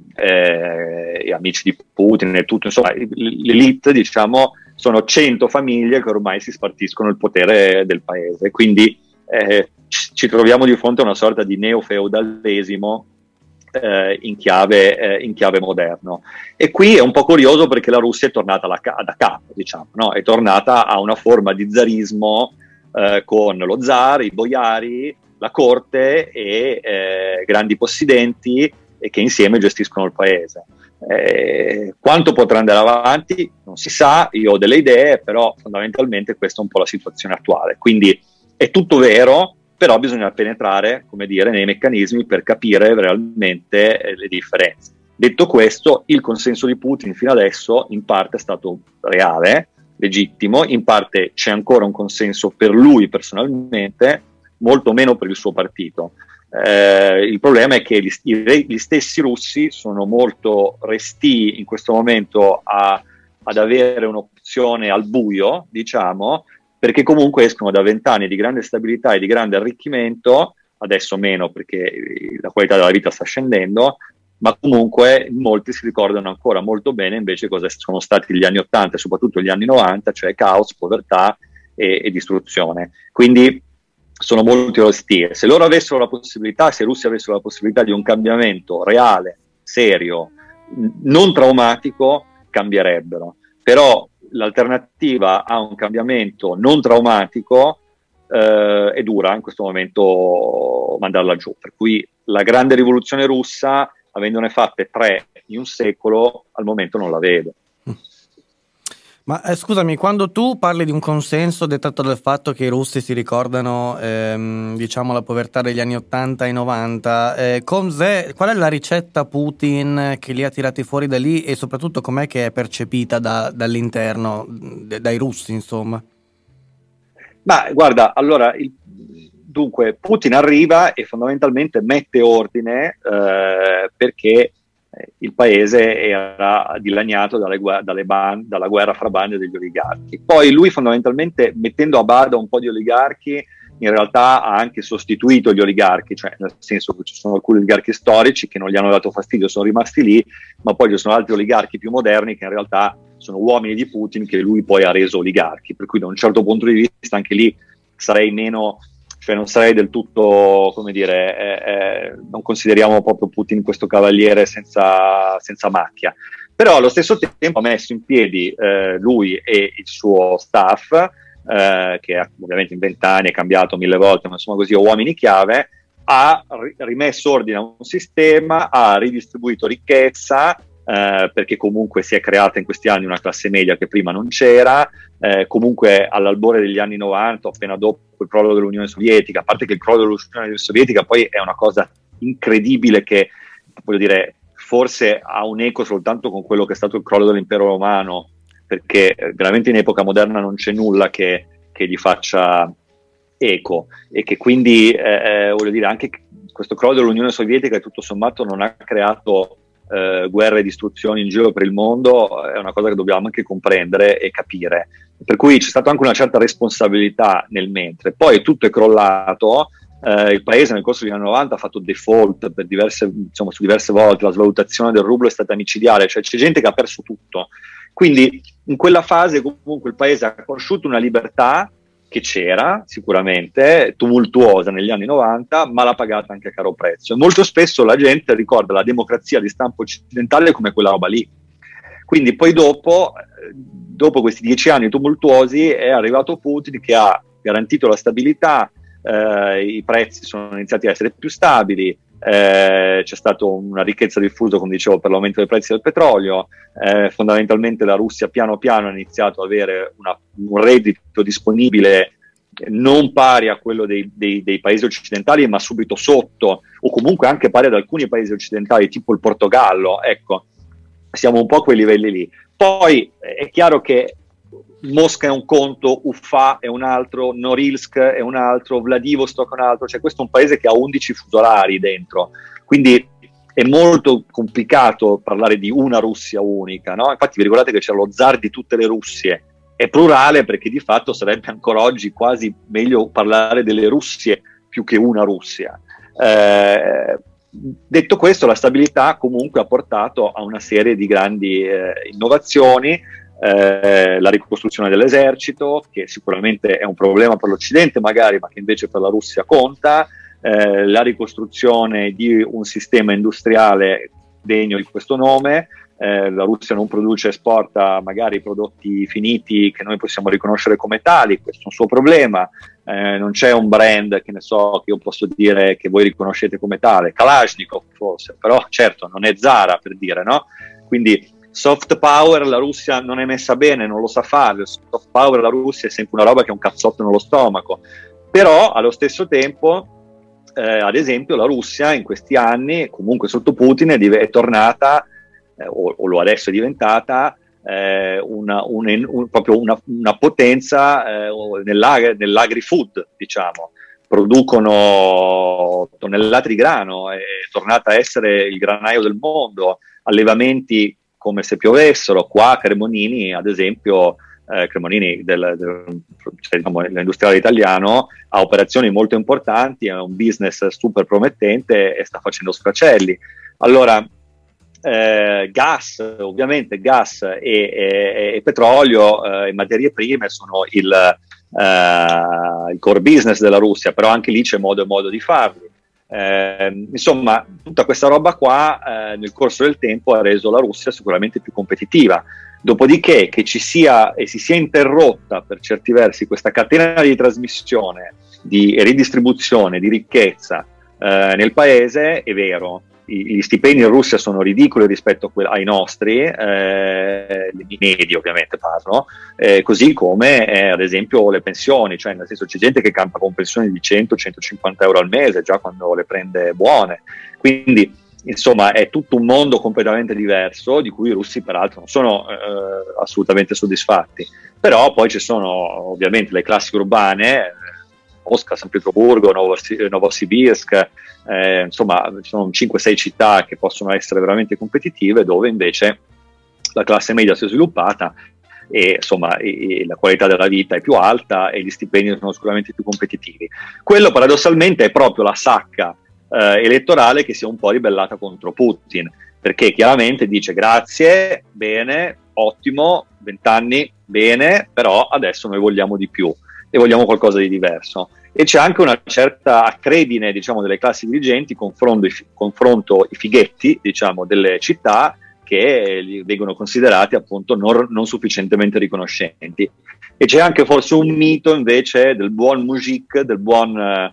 amici di Putin e tutto, insomma l'elite, diciamo, sono 100 famiglie che ormai si spartiscono il potere del paese, quindi ci troviamo di fronte a una sorta di neofeudalesimo in chiave moderno. E qui è un po' curioso perché la Russia è tornata da capo, diciamo, no? È tornata a una forma di zarismo con lo zar, i boiari, la corte e grandi possidenti, e che insieme gestiscono il paese. Quanto potrà andare avanti non si sa, io ho delle idee, però fondamentalmente questa è un po' la situazione attuale. Quindi è tutto vero, però bisogna penetrare, come dire, nei meccanismi per capire realmente le differenze. Detto questo, il consenso di Putin fino adesso in parte è stato reale, legittimo, in parte c'è ancora un consenso per lui personalmente, molto meno per il suo partito. Il problema è che gli stessi russi sono molto restii in questo momento ad avere un'opzione al buio, diciamo, perché comunque escono da 20 anni di grande stabilità e di grande arricchimento, adesso meno perché la qualità della vita sta scendendo, ma comunque molti si ricordano ancora molto bene invece cosa sono stati gli anni 80 e soprattutto gli anni 90, cioè caos, povertà e distruzione. Quindi sono molto restii. Se loro avessero la possibilità, se i russi avessero la possibilità di un cambiamento reale, serio, non traumatico, cambierebbero. Però l'alternativa a un cambiamento non traumatico è dura in questo momento mandarla giù. Per cui la grande rivoluzione russa, avendone fatte 3 in un secolo, al momento non la vedo. Ma scusami, quando tu parli di un consenso dettato dal fatto che i russi si ricordano, diciamo, la povertà degli anni 80 e 90, qual è la ricetta Putin che li ha tirati fuori da lì, e soprattutto com'è che è percepita dall'interno, dai russi, insomma? Ma guarda, allora, dunque, Putin arriva e fondamentalmente mette ordine perché il paese era dilaniato dalla guerra fra bande degli oligarchi. Poi lui fondamentalmente, mettendo a bada un po' di oligarchi, in realtà ha anche sostituito gli oligarchi, cioè nel senso che ci sono alcuni oligarchi storici che non gli hanno dato fastidio, sono rimasti lì, ma poi ci sono altri oligarchi più moderni che in realtà sono uomini di Putin che lui poi ha reso oligarchi, per cui da un certo punto di vista anche lì sarei meno... cioè non sarei del tutto, come dire, non consideriamo proprio Putin questo cavaliere senza macchia. Però allo stesso tempo ha messo in piedi lui e il suo staff, che ovviamente in 20 anni è cambiato 1000 volte, ma insomma così, uomini chiave, ha rimesso ordine a un sistema, ha ridistribuito ricchezza, perché comunque si è creata in questi anni una classe media che prima non c'era, comunque all'albore degli anni 90, appena dopo il crollo dell'Unione Sovietica, a parte che il crollo dell'Unione Sovietica poi è una cosa incredibile che, voglio dire, forse ha un eco soltanto con quello che è stato il crollo dell'impero romano, perché veramente in epoca moderna non c'è nulla che gli faccia eco, e che quindi, voglio dire, anche questo crollo dell'Unione Sovietica tutto sommato non ha creato guerre e distruzioni in giro per il mondo, è una cosa che dobbiamo anche comprendere e capire, per cui c'è stata anche una certa responsabilità nel mentre. Poi tutto è crollato, il paese nel corso degli anni 90 ha fatto default per su diverse volte, la svalutazione del rublo è stata micidiale, cioè c'è gente che ha perso tutto, quindi in quella fase comunque il paese ha conosciuto una libertà che c'era sicuramente, tumultuosa negli anni 90, ma l'ha pagata anche a caro prezzo. E molto spesso la gente ricorda la democrazia di stampo occidentale come quella roba lì. Quindi poi dopo questi 10 anni tumultuosi è arrivato Putin che ha garantito la stabilità, i prezzi sono iniziati a essere più stabili, c'è stata una ricchezza diffusa, come dicevo, per l'aumento dei prezzi del petrolio, fondamentalmente la Russia piano piano ha iniziato ad avere un reddito disponibile non pari a quello dei paesi occidentali, ma subito sotto, o comunque anche pari ad alcuni paesi occidentali, tipo il Portogallo, ecco, siamo un po' a quei livelli lì. Poi è chiaro che Mosca è un conto, Ufa è un altro, Norilsk è un altro, Vladivostok è un altro, cioè questo è un paese che ha 11 fusi orari dentro, quindi è molto complicato parlare di una Russia unica, no? Infatti vi ricordate che c'era lo zar di tutte le Russie, è plurale perché di fatto sarebbe ancora oggi quasi meglio parlare delle Russie più che una Russia. Detto questo, la stabilità comunque ha portato a una serie di grandi innovazioni, la ricostruzione dell'esercito, che sicuramente è un problema per l'Occidente magari, ma che invece per la Russia conta, la ricostruzione di un sistema industriale degno di questo nome. La Russia non produce e esporta magari prodotti finiti che noi possiamo riconoscere come tali, questo è un suo problema. Non c'è un brand, che ne so, che io posso dire che voi riconoscete come tale, Kalashnikov forse, però certo non è Zara, per dire, no? Quindi soft power la Russia non è messa bene, non lo sa fare. Soft power la Russia è sempre una roba che è un cazzotto nello stomaco, però allo stesso tempo ad esempio la Russia in questi anni, comunque sotto Putin, è tornata o lo adesso è diventata proprio una potenza nell'agri-food, diciamo. Producono tonnellate di grano, è tornata a essere il granaio del mondo, allevamenti come se piovessero. Qua a Cremonini, ad esempio, Cremonini cioè, diciamo, l'industriale italiano ha operazioni molto importanti, è un business super promettente e sta facendo sfracelli. Allora gas, ovviamente gas e petrolio e materie prime sono il core business della Russia, però anche lì c'è modo e modo di farli. Insomma, tutta questa roba qua nel corso del tempo ha reso la Russia sicuramente più competitiva. Dopodiché che ci sia e si sia interrotta per certi versi questa catena di trasmissione e ridistribuzione di ricchezza nel paese, è vero. Gli stipendi in Russia sono ridicoli rispetto ai nostri, i medi ovviamente parlo, così come ad esempio le pensioni, cioè nel senso c'è gente che campa con pensioni di 100-150 euro al mese già quando le prende buone, quindi insomma è tutto un mondo completamente diverso di cui i russi peraltro non sono assolutamente soddisfatti, però poi ci sono ovviamente le classi urbane, Mosca, San Pietroburgo, Novosibirsk, insomma ci sono 5-6 città che possono essere veramente competitive, dove invece la classe media si è sviluppata e insomma la qualità della vita è più alta e gli stipendi sono sicuramente più competitivi. Quello paradossalmente è proprio la sacca elettorale che si è un po' ribellata contro Putin, perché chiaramente dice grazie, bene, ottimo, 20 anni, bene, però adesso noi vogliamo di più e vogliamo qualcosa di diverso. E c'è anche una certa accredine, diciamo, delle classi dirigenti confronto i fighetti, diciamo, delle città che vengono considerati appunto non sufficientemente riconoscenti. E c'è anche forse un mito invece del buon mujik, del buon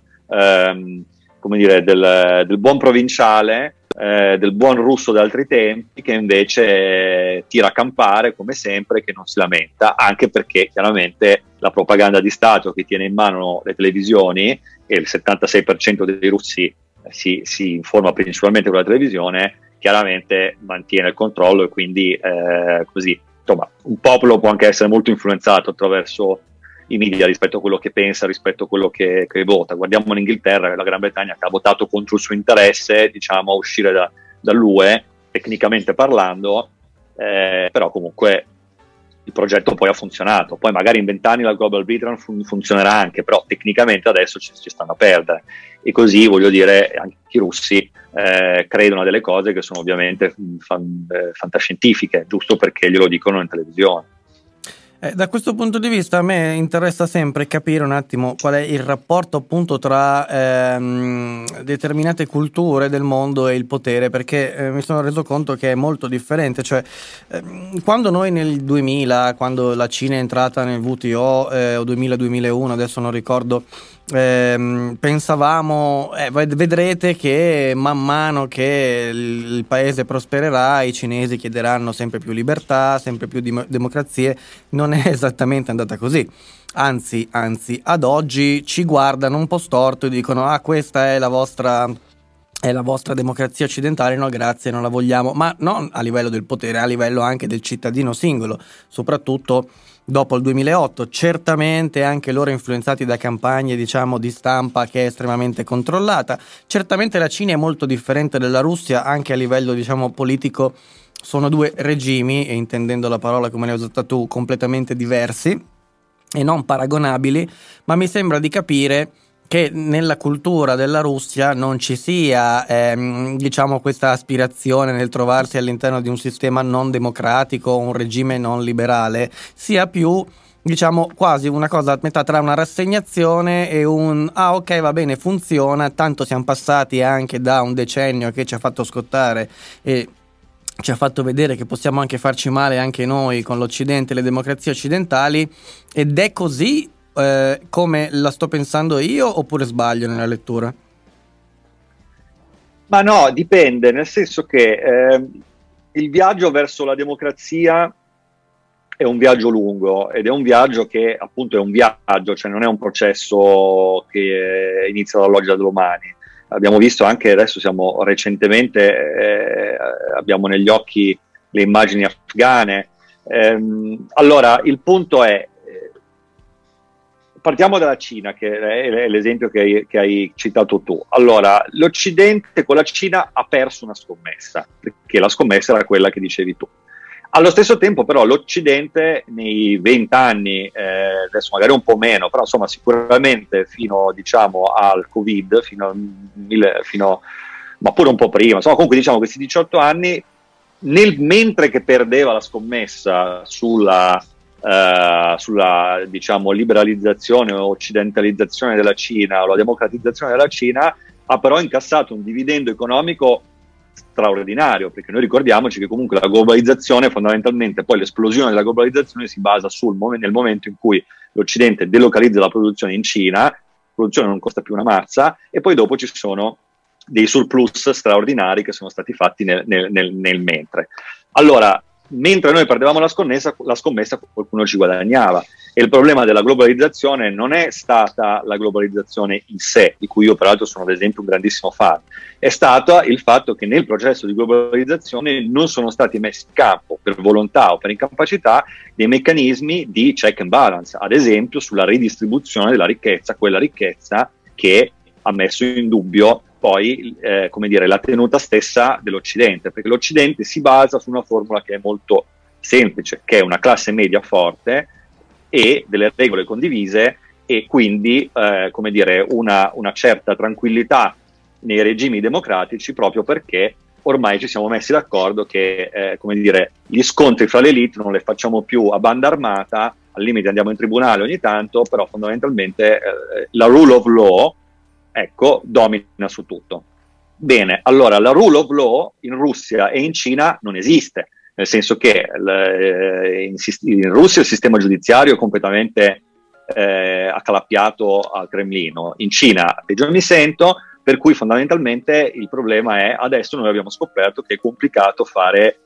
come dire, del buon provinciale, del buon russo d'altri tempi, che invece tira a campare come sempre, che non si lamenta, anche perché chiaramente la propaganda di Stato che tiene in mano le televisioni, e il 76% dei russi si informa principalmente con la televisione, chiaramente mantiene il controllo, e quindi così insomma un popolo può anche essere molto influenzato attraverso i media rispetto a quello che pensa, rispetto a quello che vota. Guardiamo l'Inghilterra, la Gran Bretagna, che ha votato contro il suo interesse, diciamo, a uscire dall'UE, tecnicamente parlando, però comunque il progetto poi ha funzionato. Poi magari in 20 anni la Global Britain funzionerà anche, però tecnicamente adesso ci stanno a perdere. E così, voglio dire, anche i russi credono a delle cose che sono ovviamente fantascientifiche, giusto perché glielo dicono in televisione. Da questo punto di vista a me interessa sempre capire un attimo qual è il rapporto appunto tra determinate culture del mondo e il potere, perché mi sono reso conto che è molto differente, cioè quando noi nel 2000, quando la Cina è entrata nel WTO o 2000-2001, adesso non ricordo, pensavamo, vedrete che man mano che il paese prospererà i cinesi chiederanno sempre più libertà, sempre più democrazie. Non è esattamente andata così, anzi, ad oggi ci guardano un po' storto e dicono: ah, questa è la vostra democrazia occidentale, no grazie, non la vogliamo, ma non a livello del potere, a livello anche del cittadino singolo, soprattutto dopo il 2008, certamente anche loro influenzati da campagne, diciamo, di stampa che è estremamente controllata. Certamente la Cina è molto differente dalla Russia anche a livello, diciamo, politico. Sono due regimi, e intendendo la parola come l'hai usata tu, completamente diversi e non paragonabili, ma mi sembra di capire che nella cultura della Russia non ci sia, diciamo, questa aspirazione nel trovarsi all'interno di un sistema non democratico, un regime non liberale, sia più, diciamo, quasi una cosa a metà tra una rassegnazione e un ah ok, va bene, funziona, tanto siamo passati anche da un decennio che ci ha fatto scottare e ci ha fatto vedere che possiamo anche farci male anche noi con l'Occidente e le democrazie occidentali, ed è così come la sto pensando io, oppure sbaglio nella lettura? Ma no, dipende, nel senso che il viaggio verso la democrazia è un viaggio lungo ed è un viaggio che appunto è un viaggio, cioè non è un processo che inizia dall'oggi al domani. Abbiamo visto anche adesso, siamo recentemente, abbiamo negli occhi le immagini afghane. Allora, il punto è, partiamo dalla Cina, che è l'esempio che hai citato tu. Allora, l'Occidente con la Cina ha perso una scommessa, perché la scommessa era quella che dicevi tu. Allo stesso tempo però l'Occidente nei 20 anni, adesso magari un po' meno, però insomma sicuramente fino, diciamo, al Covid, ma pure un po' prima, insomma comunque diciamo questi 18 anni, mentre che perdeva la scommessa sulla diciamo liberalizzazione o occidentalizzazione della Cina o la democratizzazione della Cina, ha però incassato un dividendo economico straordinario, perché noi ricordiamoci che comunque la globalizzazione, fondamentalmente poi l'esplosione della globalizzazione si basa nel momento in cui l'Occidente delocalizza la produzione in Cina, la produzione non costa più una mazza, e poi dopo ci sono dei surplus straordinari che sono stati fatti nel mentre. Allora, mentre noi perdevamo la scommessa qualcuno ci guadagnava, e il problema della globalizzazione non è stata la globalizzazione in sé, di cui io peraltro sono ad esempio un grandissimo fan, è stato il fatto che nel processo di globalizzazione non sono stati messi in campo, per volontà o per incapacità, dei meccanismi di check and balance, ad esempio sulla ridistribuzione della ricchezza, quella ricchezza che ha messo in dubbio poi come dire, la tenuta stessa dell'Occidente, perché l'Occidente si basa su una formula che è molto semplice, che è una classe media forte e delle regole condivise, e quindi come dire, una certa tranquillità nei regimi democratici, proprio perché ormai ci siamo messi d'accordo che come dire, gli scontri fra le elite non le facciamo più a banda armata, al limite andiamo in tribunale ogni tanto, però fondamentalmente la rule of law, ecco, domina su tutto. Bene, allora la rule of law in Russia e in Cina non esiste, nel senso che in Russia il sistema giudiziario è completamente accalappiato al Cremlino, in Cina peggio mi sento, per cui fondamentalmente il problema è, adesso noi abbiamo scoperto che è complicato fare,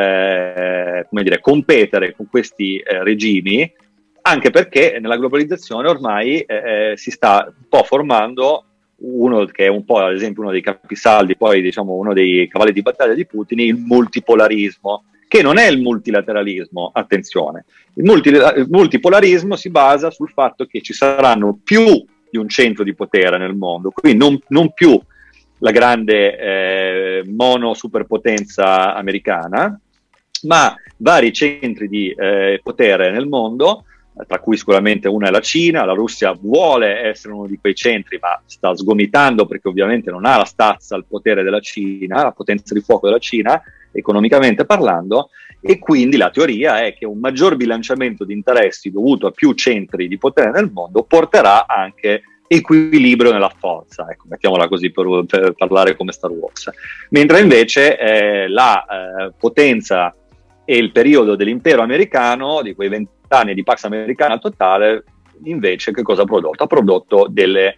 come dire, competere con questi regimi, anche perché nella globalizzazione ormai si sta un po' formando uno che è un po' ad esempio uno dei capisaldi, poi diciamo uno dei cavalli di battaglia di Putin, il multipolarismo, che non è il multilateralismo, attenzione. Il multipolarismo si basa sul fatto che ci saranno più di un centro di potere nel mondo, quindi non più la grande mono superpotenza americana, ma vari centri di potere nel mondo, tra cui sicuramente una è la Cina. La Russia vuole essere uno di quei centri, ma sta sgomitando perché ovviamente non ha la stazza, il potere della Cina, la potenza di fuoco della Cina, economicamente parlando, e quindi la teoria è che un maggior bilanciamento di interessi dovuto a più centri di potere nel mondo porterà anche equilibrio nella forza, ecco, mettiamola così per parlare come Star Wars. Mentre invece la potenza e il periodo dell'impero americano, di quei 20 anni di Pax Americana totale, invece che cosa ha prodotto? Ha prodotto delle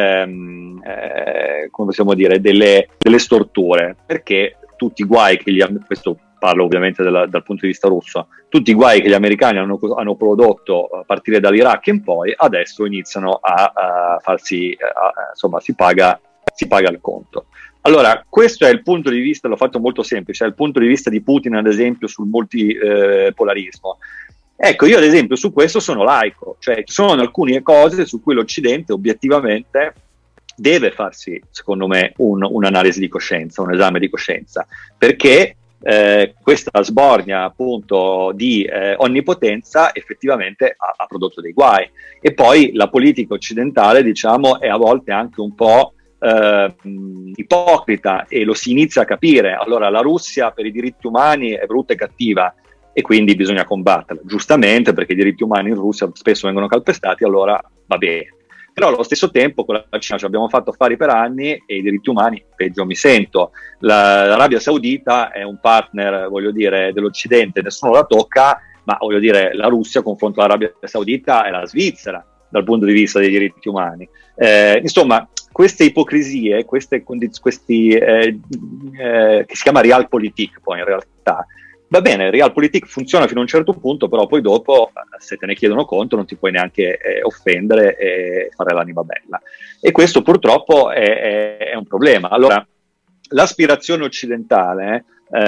come possiamo dire, delle storture, perché tutti i guai che questo parlo ovviamente dal punto di vista russo, tutti i guai che gli americani hanno prodotto a partire dall'Iraq in poi, adesso iniziano a farsi, insomma, si paga il conto. Allora, questo è il punto di vista, l'ho fatto molto semplice, è il punto di vista di Putin, ad esempio, sul multipolarismo. Ecco, io ad esempio su questo sono laico, cioè ci sono alcune cose su cui l'Occidente obiettivamente deve farsi, secondo me, un'analisi di coscienza, un esame di coscienza, perché questa sbornia appunto di onnipotenza effettivamente ha prodotto dei guai. E poi la politica occidentale, diciamo, è a volte anche un po' ipocrita, e lo si inizia a capire. Allora, la Russia per i diritti umani è brutta e cattiva e quindi bisogna combatterla, giustamente, perché i diritti umani in Russia spesso vengono calpestati, allora va bene. Però allo stesso tempo con la Cina ci abbiamo fatto affari per anni e i diritti umani, peggio mi sento. L'Arabia Saudita è un partner, voglio dire, dell'Occidente, nessuno la tocca, ma voglio dire, la Russia confronto all'Arabia Saudita è la Svizzera dal punto di vista dei diritti umani. Insomma, queste ipocrisie, che si chiama realpolitik poi in realtà, va bene, realpolitik funziona fino a un certo punto, però poi dopo, se te ne chiedono conto, non ti puoi neanche offendere e fare l'anima bella. E questo purtroppo è un problema. Allora, l'aspirazione occidentale,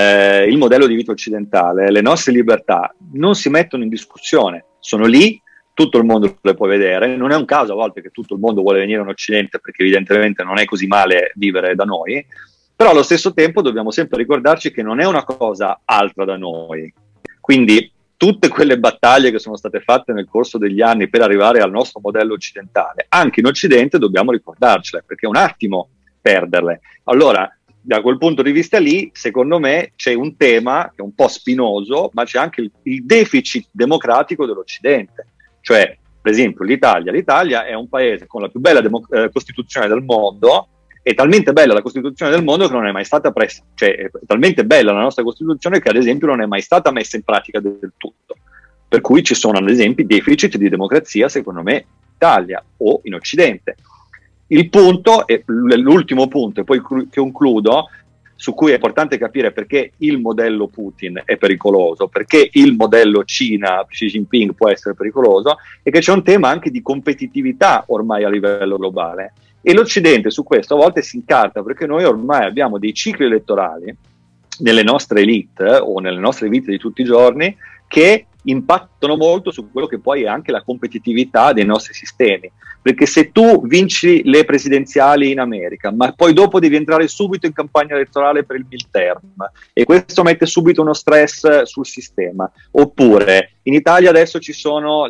il modello di vita occidentale, le nostre libertà non si mettono in discussione, sono lì, tutto il mondo le può vedere. Non è un caso a volte che tutto il mondo vuole venire in Occidente, perché evidentemente non è così male vivere da noi. Però allo stesso tempo dobbiamo sempre ricordarci che non è una cosa altra da noi. Quindi tutte quelle battaglie che sono state fatte nel corso degli anni per arrivare al nostro modello occidentale, anche in Occidente dobbiamo ricordarcele, perché è un attimo perderle. Allora, da quel punto di vista lì, secondo me, c'è un tema che è un po' spinoso, ma c'è anche il deficit democratico dell'Occidente. Cioè, per esempio, l'Italia è un paese con la più bella Costituzione del mondo. È talmente bella la Costituzione del mondo che non è mai stata cioè è talmente bella la nostra Costituzione che ad esempio non è mai stata messa in pratica del tutto. Per cui ci sono ad esempio deficit di democrazia, secondo me, in Italia o in Occidente. Il punto, e l'ultimo punto, e poi concludo, su cui è importante capire perché il modello Putin è pericoloso, perché il modello Cina, Xi Jinping può essere pericoloso, è che c'è un tema anche di competitività ormai a livello globale. E l'Occidente su questo a volte si incarta, perché noi ormai abbiamo dei cicli elettorali nelle nostre elite o nelle nostre vite di tutti i giorni che impattano molto su quello che poi è anche la competitività dei nostri sistemi. Perché se tu vinci le presidenziali in America, ma poi dopo devi entrare subito in campagna elettorale per il midterm, e questo mette subito uno stress sul sistema. Oppure in Italia adesso ci sono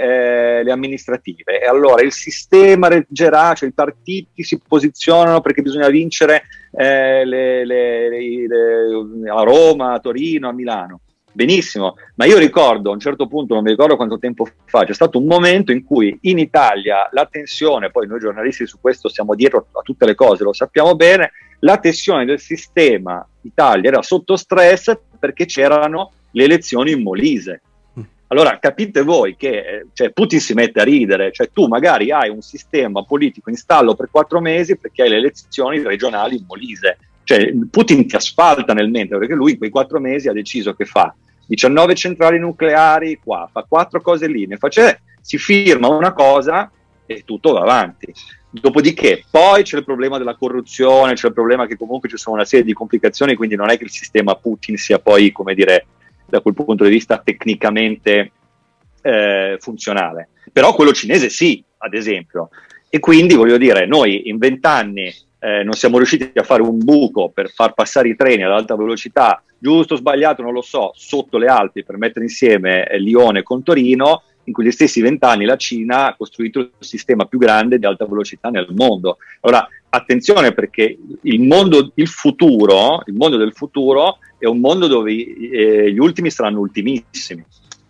le amministrative, e allora il sistema reggerà, cioè i partiti si posizionano perché bisogna vincere a Roma, a Torino, a Milano. Benissimo, ma io ricordo a un certo punto, non mi ricordo quanto tempo fa, c'è stato un momento in cui in Italia la tensione, poi noi giornalisti su questo siamo dietro a tutte le cose, lo sappiamo bene, la tensione del sistema Italia era sotto stress perché c'erano le elezioni in Molise. Allora capite voi che Putin si mette a ridere, cioè tu magari hai un sistema politico in stallo per 4 mesi perché hai le elezioni regionali in Molise. Cioè Putin ti asfalta nel mente, perché lui in quei 4 mesi ha deciso che fa 19 centrali nucleari qua, fa 4 cose lì, si firma una cosa e tutto va avanti. Dopodiché poi c'è il problema della corruzione, c'è il problema che comunque ci sono una serie di complicazioni, quindi non è che il sistema Putin sia poi, come dire, da quel punto di vista tecnicamente funzionale. Però quello cinese sì, ad esempio. E quindi voglio dire, noi in 20 anni non siamo riusciti a fare un buco per far passare i treni ad alta velocità, giusto o sbagliato non lo so, sotto le Alpi, per mettere insieme Lione con Torino. In quegli stessi 20 anni la Cina ha costruito il sistema più grande di alta velocità nel mondo. Allora, attenzione, perché il mondo del futuro è un mondo dove gli ultimi saranno ultimissimi.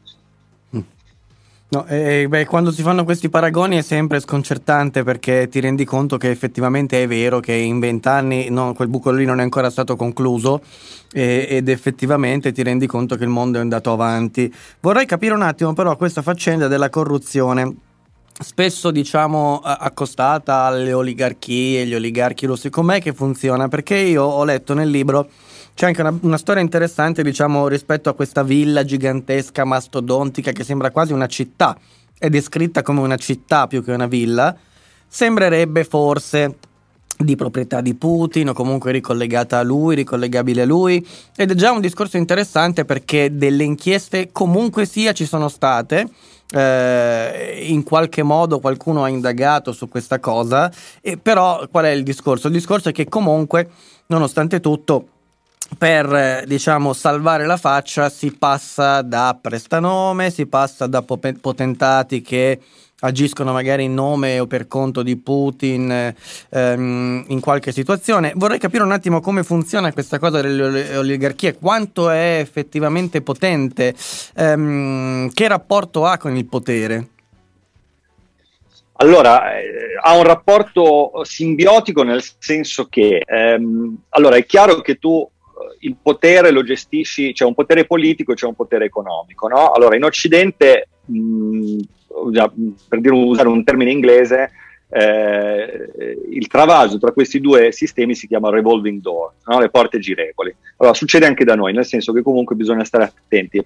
No, quando si fanno questi paragoni è sempre sconcertante, perché ti rendi conto che effettivamente è vero che in 20 anni quel buco lì non è ancora stato concluso, ed effettivamente ti rendi conto che il mondo è andato avanti. Vorrei capire un attimo però questa faccenda della corruzione, spesso diciamo accostata alle oligarchie, gli oligarchi russi. Com'è che funziona? Perché io ho letto nel libro, c'è anche una storia interessante, diciamo, rispetto a questa villa gigantesca, mastodontica, che sembra quasi una città, è descritta come una città più che una villa, sembrerebbe forse di proprietà di Putin o comunque ricollegata a lui, ricollegabile a lui, ed è già un discorso interessante, perché delle inchieste comunque sia ci sono state, in qualche modo qualcuno ha indagato su questa cosa, però qual è il discorso? Il discorso è che comunque, nonostante tutto, per diciamo salvare la faccia si passa da prestanome, si passa da potentati che agiscono magari in nome o per conto di Putin, in qualche situazione. Vorrei capire un attimo come funziona questa cosa delle oligarchie, quanto è effettivamente potente, che rapporto ha con il potere? Allora, ha un rapporto simbiotico, nel senso che allora è chiaro che tu il potere lo gestisci, c'è un potere politico e c'è un potere economico, no? Allora, in Occidente, per usare un termine inglese, il travaso tra questi due sistemi si chiama revolving door, no? Le porte girevoli. Allora, succede anche da noi, nel senso che comunque bisogna stare attenti,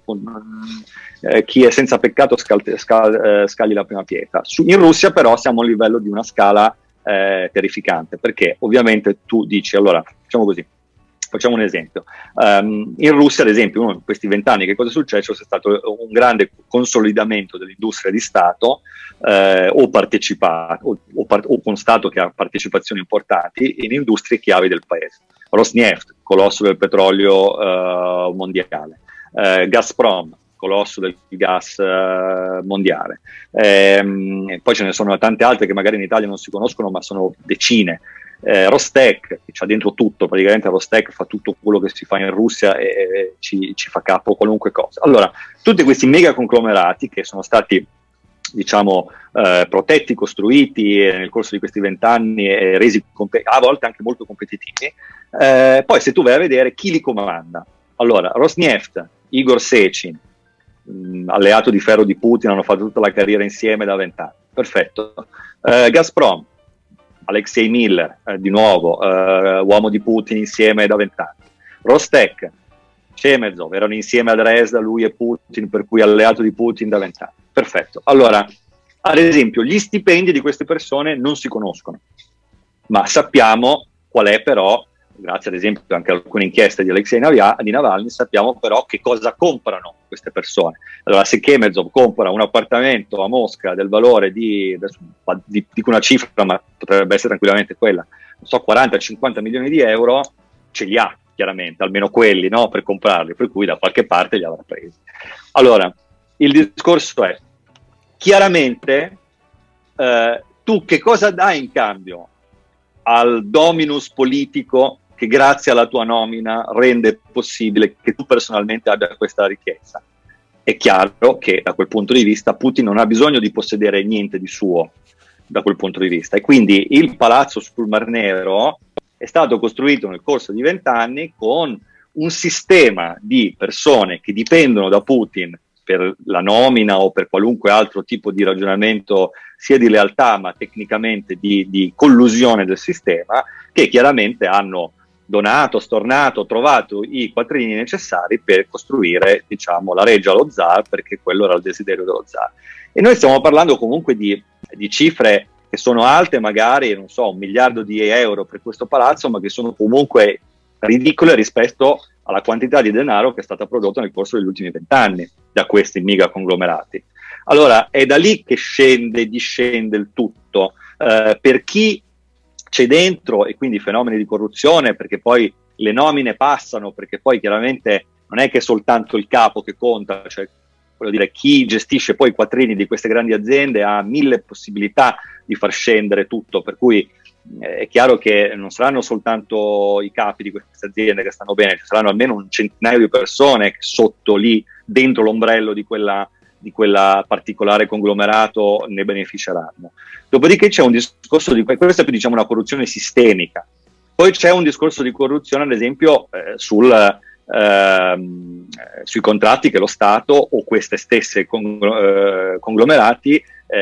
chi è senza peccato scagli la prima pietra. In Russia però siamo a un livello di una scala terrificante, perché ovviamente tu dici, allora, facciamo così. Facciamo un esempio. In Russia, ad esempio, in questi 20 anni, che cosa è successo? C'è stato un grande consolidamento dell'industria di Stato, o partecipato, o con Stato che ha partecipazioni importanti in industrie chiavi del paese. Rosneft, colosso del petrolio mondiale. Gazprom, colosso del gas mondiale. Poi ce ne sono tante altre che magari in Italia non si conoscono, ma sono decine. Rostec, che c'ha dentro tutto, praticamente Rostec fa tutto quello che si fa in Russia e ci fa capo qualunque cosa. Allora, tutti questi mega conglomerati che sono stati, diciamo, protetti, costruiti nel corso di questi 20 anni e resi a volte anche molto competitivi, poi se tu vai a vedere chi li comanda, allora Rosneft, Igor Sechin, alleato di ferro di Putin, hanno fatto tutta la carriera insieme da 20 anni, perfetto. Gazprom, Alexei Miller, di nuovo, uomo di Putin insieme da 20 anni. Rostec, Chemezov, erano insieme a Dresda, lui e Putin, per cui alleato di Putin da 20 anni. Perfetto. Allora, ad esempio, gli stipendi di queste persone non si conoscono, ma sappiamo qual è però, grazie ad esempio anche a alcune inchieste di Alexei Navalny, sappiamo però che cosa comprano queste persone. Allora, se Chemezov compra un appartamento a Mosca del valore di una cifra, ma potrebbe essere tranquillamente quella, non so, 40-50 milioni di euro, ce li ha chiaramente, almeno quelli, no, per comprarli, per cui da qualche parte li avrà presi. Allora, il discorso è, chiaramente, tu che cosa dai in cambio al dominus politico che grazie alla tua nomina rende possibile che tu personalmente abbia questa ricchezza? È chiaro che da quel punto di vista Putin non ha bisogno di possedere niente di suo da quel punto di vista, e quindi il palazzo sul Mar Nero è stato costruito nel corso di 20 anni con un sistema di persone che dipendono da Putin per la nomina o per qualunque altro tipo di ragionamento, sia di lealtà ma tecnicamente di collusione del sistema, che chiaramente hanno donato, stornato, trovato i quattrini necessari per costruire, diciamo, la reggia allo zar, perché quello era il desiderio dello zar. E noi stiamo parlando comunque di cifre che sono alte, magari, non so, 1 miliardo di euro per questo palazzo, ma che sono comunque ridicole rispetto alla quantità di denaro che è stata prodotta nel corso degli ultimi 20 anni da questi mega conglomerati. Allora, è da lì che discende il tutto. Per chi c'è dentro, e quindi fenomeni di corruzione, perché poi le nomine passano, perché poi chiaramente non è che è soltanto il capo che conta, cioè, voglio dire, chi gestisce poi i quattrini di queste grandi aziende ha 1000 possibilità di far scendere tutto, per cui è chiaro che non saranno soltanto i capi di queste aziende che stanno bene, ci saranno almeno un centinaio di persone che sotto lì, dentro l'ombrello di quella particolare conglomerato, ne beneficeranno. Dopodiché c'è un discorso di questa è più, diciamo, una corruzione sistemica. Poi c'è un discorso di corruzione, ad esempio, sui contratti che lo Stato o queste stesse conglomerati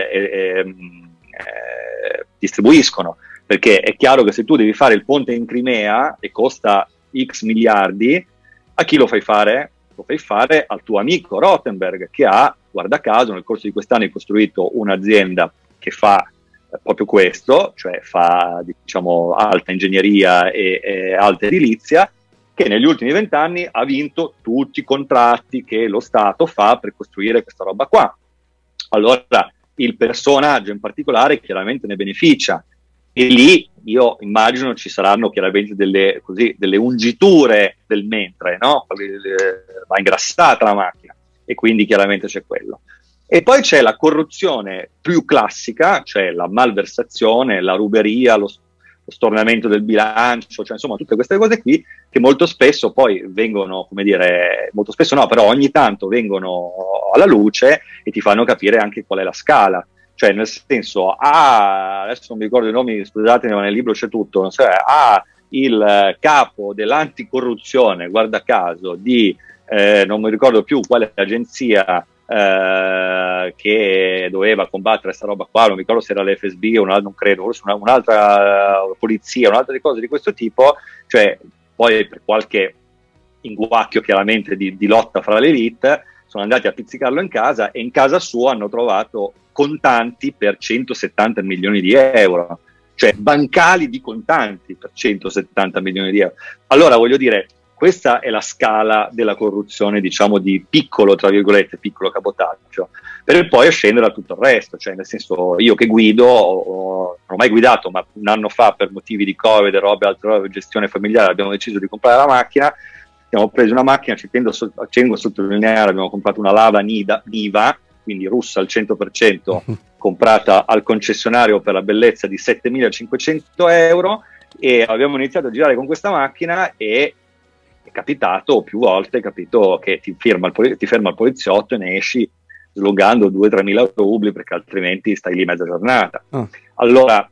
distribuiscono, perché è chiaro che se tu devi fare il ponte in Crimea e costa X miliardi, a chi lo fai fare? Lo fai fare al tuo amico Rothenberg, che ha, guarda caso, nel corso di quest'anno costruito un'azienda che fa proprio questo, cioè fa, diciamo, alta ingegneria e alta edilizia, che negli ultimi 20 anni ha vinto tutti i contratti che lo Stato fa per costruire questa roba qua. Allora il personaggio in particolare chiaramente ne beneficia, e lì io immagino ci saranno chiaramente delle ungiture del mentre, no? Va ingrassata la macchina, e quindi chiaramente c'è quello. E poi c'è la corruzione più classica, cioè la malversazione, la ruberia, lo stornamento del bilancio, cioè insomma tutte queste cose qui che molto spesso poi vengono, come dire, molto spesso no, però ogni tanto vengono alla luce e ti fanno capire anche qual è la scala. Cioè, nel senso, adesso non mi ricordo i nomi, scusatemi, ma nel libro c'è tutto, non so, il capo dell'anticorruzione, guarda caso, non mi ricordo più quale agenzia che doveva combattere questa roba qua, non mi ricordo se era l'FSB o non credo, forse un'altra polizia, un'altra cosa di questo tipo, cioè poi per qualche inguacchio chiaramente di lotta fra le elite sono andati a pizzicarlo in casa, e in casa sua hanno trovato contanti per 170 milioni di euro, cioè bancali di contanti per 170 milioni di euro. Allora voglio dire, questa è la scala della corruzione, diciamo, di piccolo, tra virgolette, piccolo cabotaggio, per poi scendere a tutto il resto. Cioè, nel senso, io che guido, non ho mai guidato, ma un anno fa per motivi di Covid e altre robe, gestione familiare, abbiamo deciso di comprare la macchina. Abbiamo preso una macchina, ci tengo a sottolineare, abbiamo comprato una Lada Niva, quindi russa al 100%, comprata al concessionario per la bellezza di 7.500 euro, e abbiamo iniziato a girare con questa macchina, e è capitato più volte, capito, che ti ferma il poliziotto e ne esci slogando 2-3 mila rubli, perché altrimenti stai lì mezza giornata. Allora,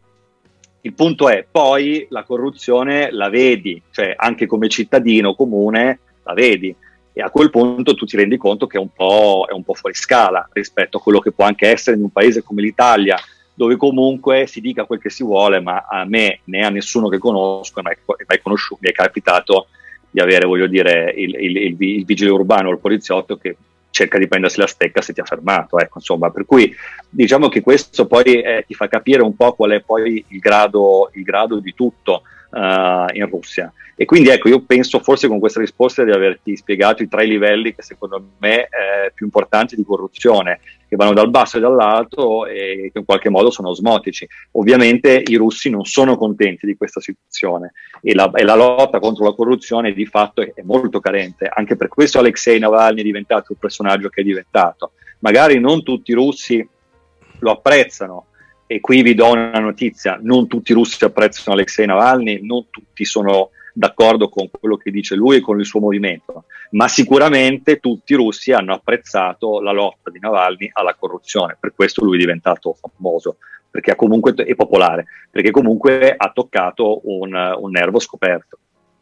il punto è, poi la corruzione la vedi, cioè anche come cittadino comune la vedi, e a quel punto tu ti rendi conto che è un po' fuori scala rispetto a quello che può anche essere in un paese come l'Italia, dove comunque si dica quel che si vuole, ma a me né a nessuno che conosco mai conosciuto, mi è capitato di avere, voglio dire, il vigile urbano o il poliziotto che cerca di prendersi la stecca se ti ha fermato, ecco, insomma, per cui diciamo che questo poi ti fa capire un po' qual è poi il grado di tutto in Russia. E quindi ecco, io penso forse con questa risposta di averti spiegato i 3 livelli che secondo me più importanti di corruzione, che vanno dal basso e dall'alto, e che in qualche modo sono osmotici. Ovviamente i russi non sono contenti di questa situazione, e la lotta contro la corruzione di fatto è molto carente. Anche per questo Alexei Navalny è diventato il personaggio che è diventato. Magari non tutti i russi lo apprezzano, e qui vi do una notizia: non tutti i russi apprezzano Alexei Navalny, non tutti sono d'accordo con quello che dice lui e con il suo movimento, ma sicuramente tutti i russi hanno apprezzato la lotta di Navalny alla corruzione. Per questo lui è diventato famoso, perché comunque è popolare, perché comunque ha toccato un nervo scoperto.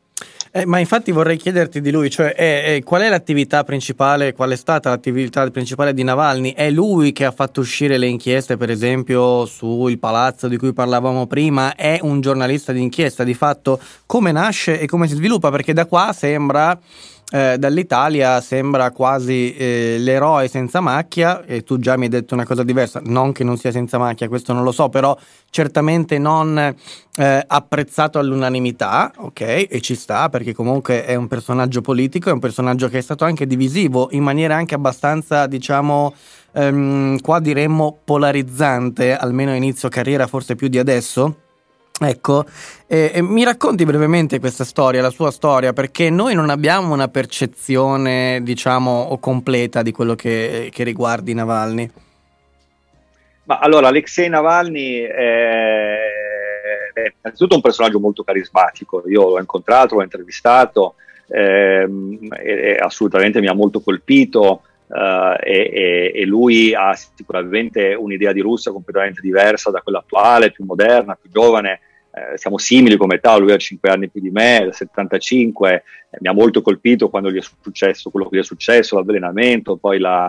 Ma infatti vorrei chiederti di lui, cioè qual è l'attività principale, qual è stata l'attività principale di Navalny? È lui che ha fatto uscire le inchieste, per esempio, sul palazzo di cui parlavamo prima? È un giornalista di inchiesta? Di fatto, come nasce e come si sviluppa? Perché da qua sembra, dall'Italia sembra quasi l'eroe senza macchia, e tu già mi hai detto una cosa diversa, non che non sia senza macchia, questo non lo so, però certamente non apprezzato all'unanimità, ok? E ci sta, perché comunque è un personaggio politico, è un personaggio che è stato anche divisivo in maniera anche abbastanza, diciamo, qua diremmo polarizzante, almeno a inizio carriera, forse più di adesso. Ecco, mi racconti brevemente questa storia, la sua storia, perché noi non abbiamo una percezione, diciamo, completa di quello che riguardi Navalny. Ma allora, Alexei Navalny è innanzitutto un personaggio molto carismatico. Io l'ho incontrato, l'ho intervistato, e assolutamente mi ha molto colpito, e lui ha sicuramente un'idea di Russia completamente diversa da quella attuale, più moderna, più giovane. Siamo simili come età, lui ha 5 anni più di me, del 75, mi ha molto colpito quando gli è successo quello che gli è successo, l'avvelenamento, poi la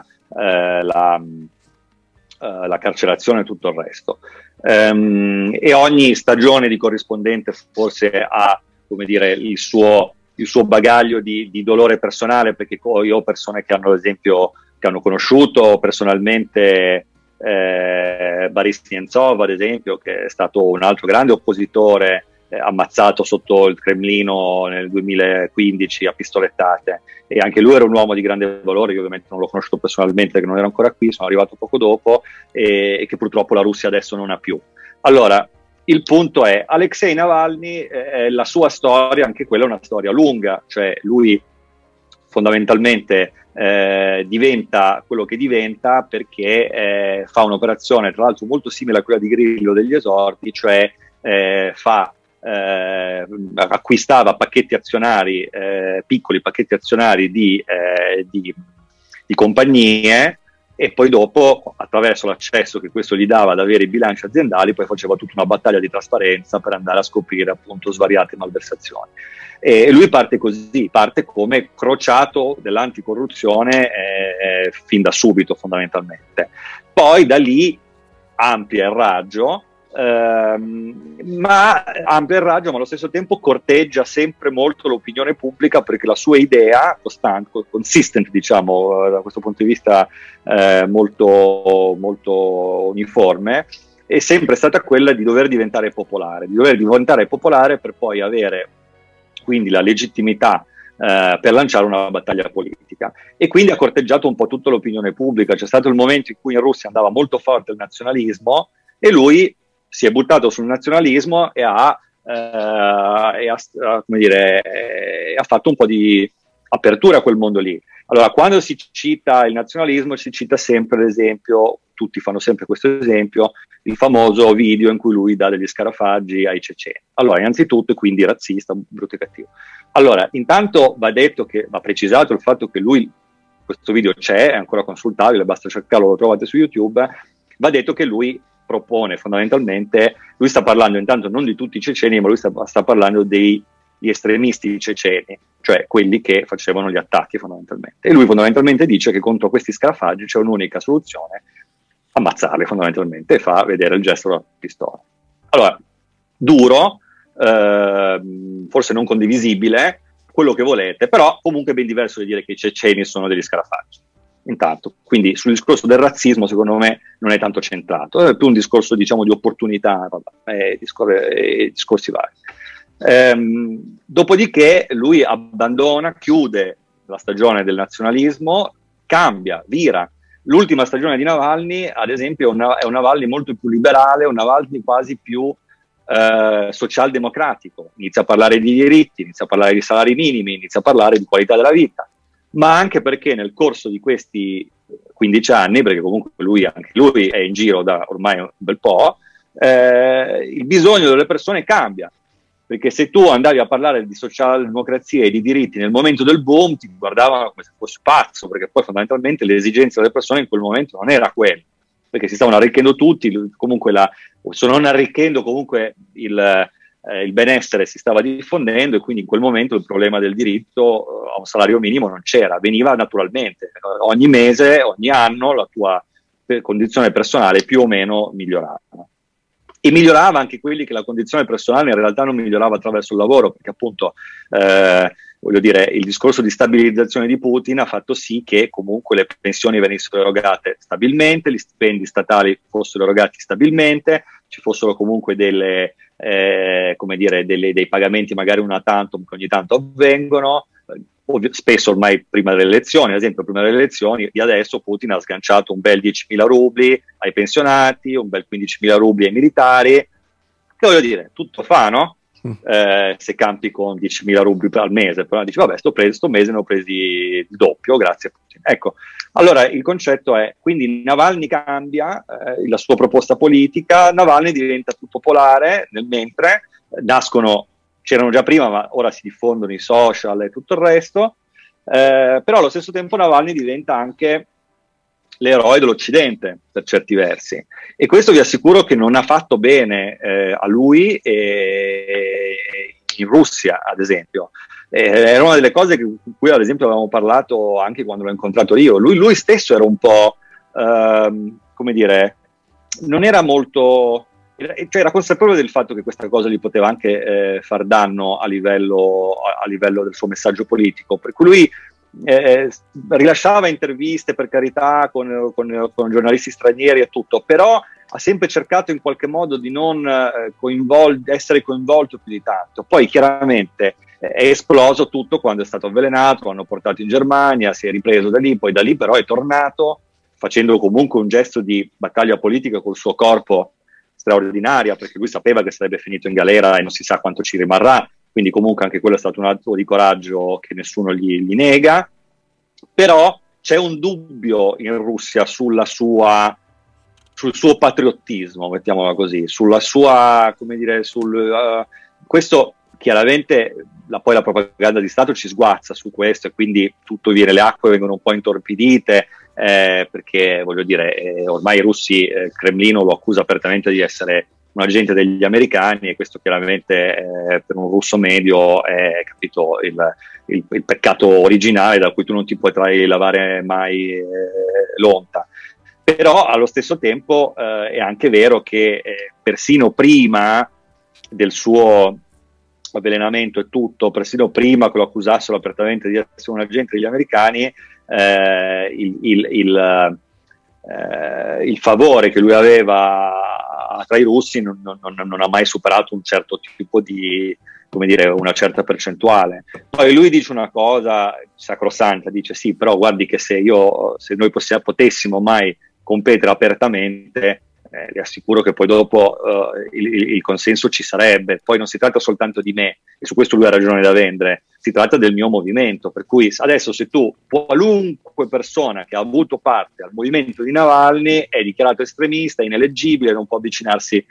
carcerazione e tutto il resto. E ogni stagione di corrispondente forse ha, come dire, il suo bagaglio di dolore personale, perché io ho persone che hanno, ad esempio, che hanno conosciuto personalmente Boris Nemtsov, ad esempio, che è stato un altro grande oppositore, ammazzato sotto il Cremlino nel 2015 a pistolettate, e anche lui era un uomo di grande valore. Io ovviamente non l'ho conosciuto personalmente perché non era ancora qui, sono arrivato poco dopo, e che purtroppo la Russia adesso non ha più. Allora, il punto è, Alexei Navalny, la sua storia, anche quella è una storia lunga, cioè lui fondamentalmente diventa quello che diventa perché fa un'operazione, tra l'altro molto simile a quella di Grillo degli esordi, cioè acquistava pacchetti azionari, piccoli pacchetti azionari di compagnie, e poi dopo, attraverso l'accesso che questo gli dava ad avere i bilanci aziendali, poi faceva tutta una battaglia di trasparenza per andare a scoprire appunto svariate malversazioni. E lui parte così, parte come crociato dell'anticorruzione fin da subito, fondamentalmente. Poi da lì amplia il raggio, ma allo stesso tempo corteggia sempre molto l'opinione pubblica, perché la sua idea consistent, diciamo, da questo punto di vista molto, molto uniforme, è sempre stata quella di dover diventare popolare per poi avere quindi la legittimità per lanciare una battaglia politica. E quindi ha corteggiato un po' tutta l'opinione pubblica. C'è stato il momento in cui in Russia andava molto forte il nazionalismo, e lui si è buttato sul nazionalismo e ha fatto un po' di apertura a quel mondo lì. Allora, quando si cita il nazionalismo, si cita sempre l'esempio, tutti fanno sempre questo esempio, il famoso video in cui lui dà degli scarafaggi ai ceceni. Allora, innanzitutto, quindi razzista, brutto e cattivo. Allora, intanto va precisato il fatto che lui, questo video c'è, è ancora consultabile, basta cercarlo, lo trovate su YouTube. Va detto che lui propone fondamentalmente, lui sta parlando intanto non di tutti i ceceni, ma lui sta parlando degli estremisti ceceni, cioè quelli che facevano gli attacchi fondamentalmente. E lui fondamentalmente dice che contro questi scarafaggi c'è un'unica soluzione: ammazzarli fondamentalmente, e fa vedere il gesto della pistola. Allora, duro, forse non condivisibile, quello che volete, però comunque è ben diverso di dire che i ceceni sono degli scarafaggi. Intanto, quindi sul discorso del razzismo secondo me non è tanto centrato, è più un discorso, diciamo, di opportunità, discorsi vari. Dopodiché lui chiude la stagione del nazionalismo, vira. L'ultima stagione di Navalny, ad esempio, è un Navalny molto più liberale, un Navalny quasi più socialdemocratico. Inizia a parlare di diritti, inizia a parlare di salari minimi, inizia a parlare di qualità della vita, ma anche perché nel corso di questi 15 anni, perché comunque anche lui è in giro da ormai un bel po', il bisogno delle persone cambia. Perché se tu andavi a parlare di socialdemocrazia e di diritti nel momento del boom, ti guardavano come se fossi pazzo, perché poi fondamentalmente l'esigenza delle persone in quel momento non era quella, perché si stavano arricchendo tutti, comunque se non arricchendo, comunque il benessere si stava diffondendo, e quindi in quel momento il problema del diritto a un salario minimo non c'era, veniva naturalmente. Ogni mese, ogni anno la tua condizione personale più o meno migliorava. E migliorava anche quelli che la condizione personale in realtà non migliorava attraverso il lavoro, perché appunto voglio dire, il discorso di stabilizzazione di Putin ha fatto sì che comunque le pensioni venissero erogate stabilmente, gli stipendi statali fossero erogati stabilmente, ci fossero comunque dei pagamenti magari una tantum che ogni tanto avvengono, spesso ormai prima delle elezioni. Ad esempio, prima delle elezioni di adesso Putin ha sganciato un bel 10.000 rubli ai pensionati, un bel 15.000 rubli ai militari, che voglio dire, tutto fa, no? se campi con 10.000 rubli al mese, però dici vabbè, sto mese ne ho presi il doppio, grazie a Putin. Ecco, allora il concetto è, quindi Navalny cambia la sua proposta politica, Navalny diventa più popolare, nel mentre c'erano già prima, ma ora si diffondono i social e tutto il resto, però allo stesso tempo Navalny diventa anche l'eroe dell'Occidente per certi versi, e questo vi assicuro che non ha fatto bene a lui in Russia, ad esempio. Era una delle cose con cui ad esempio avevamo parlato anche quando l'ho incontrato io. Lui stesso era un po' come dire, non era molto, cioè era consapevole del fatto che questa cosa gli poteva anche far danno a livello del suo messaggio politico, per cui lui rilasciava interviste, per carità, con giornalisti stranieri e tutto, però ha sempre cercato in qualche modo di non essere coinvolto più di tanto. Poi chiaramente è esploso tutto quando è stato avvelenato, lo hanno portato in Germania, si è ripreso da lì, poi da lì però è tornato facendo comunque un gesto di battaglia politica col suo corpo straordinaria, perché lui sapeva che sarebbe finito in galera e non si sa quanto ci rimarrà, quindi comunque anche quello è stato un atto di coraggio che nessuno gli nega. Però c'è un dubbio in Russia sul suo patriottismo, mettiamola così, sulla sua, come dire, questo chiaramente poi la propaganda di Stato ci sguazza su questo, e quindi le acque vengono un po' intorpidite, perché voglio dire, ormai i russi, il Cremlino lo accusa apertamente di essere un agente degli americani, e questo chiaramente per un russo medio è, capito, il peccato originale da cui tu non ti potrai lavare mai l'onta. Però allo stesso tempo è anche vero che persino prima del suo avvelenamento e tutto, persino prima che lo accusassero apertamente di essere un agente degli americani, il favore che lui aveva tra i russi non ha mai superato un certo tipo di, come dire, una certa percentuale. Poi lui dice una cosa sacrosanta, dice sì, però guardi che se noi potessimo mai competere apertamente, le assicuro che poi dopo il consenso ci sarebbe. Poi non si tratta soltanto di me, e su questo lui ha ragione da vendere, si tratta del mio movimento, per cui adesso se qualunque persona che ha avuto parte al movimento di Navalny è dichiarato estremista, ineleggibile, non può avvicinarsi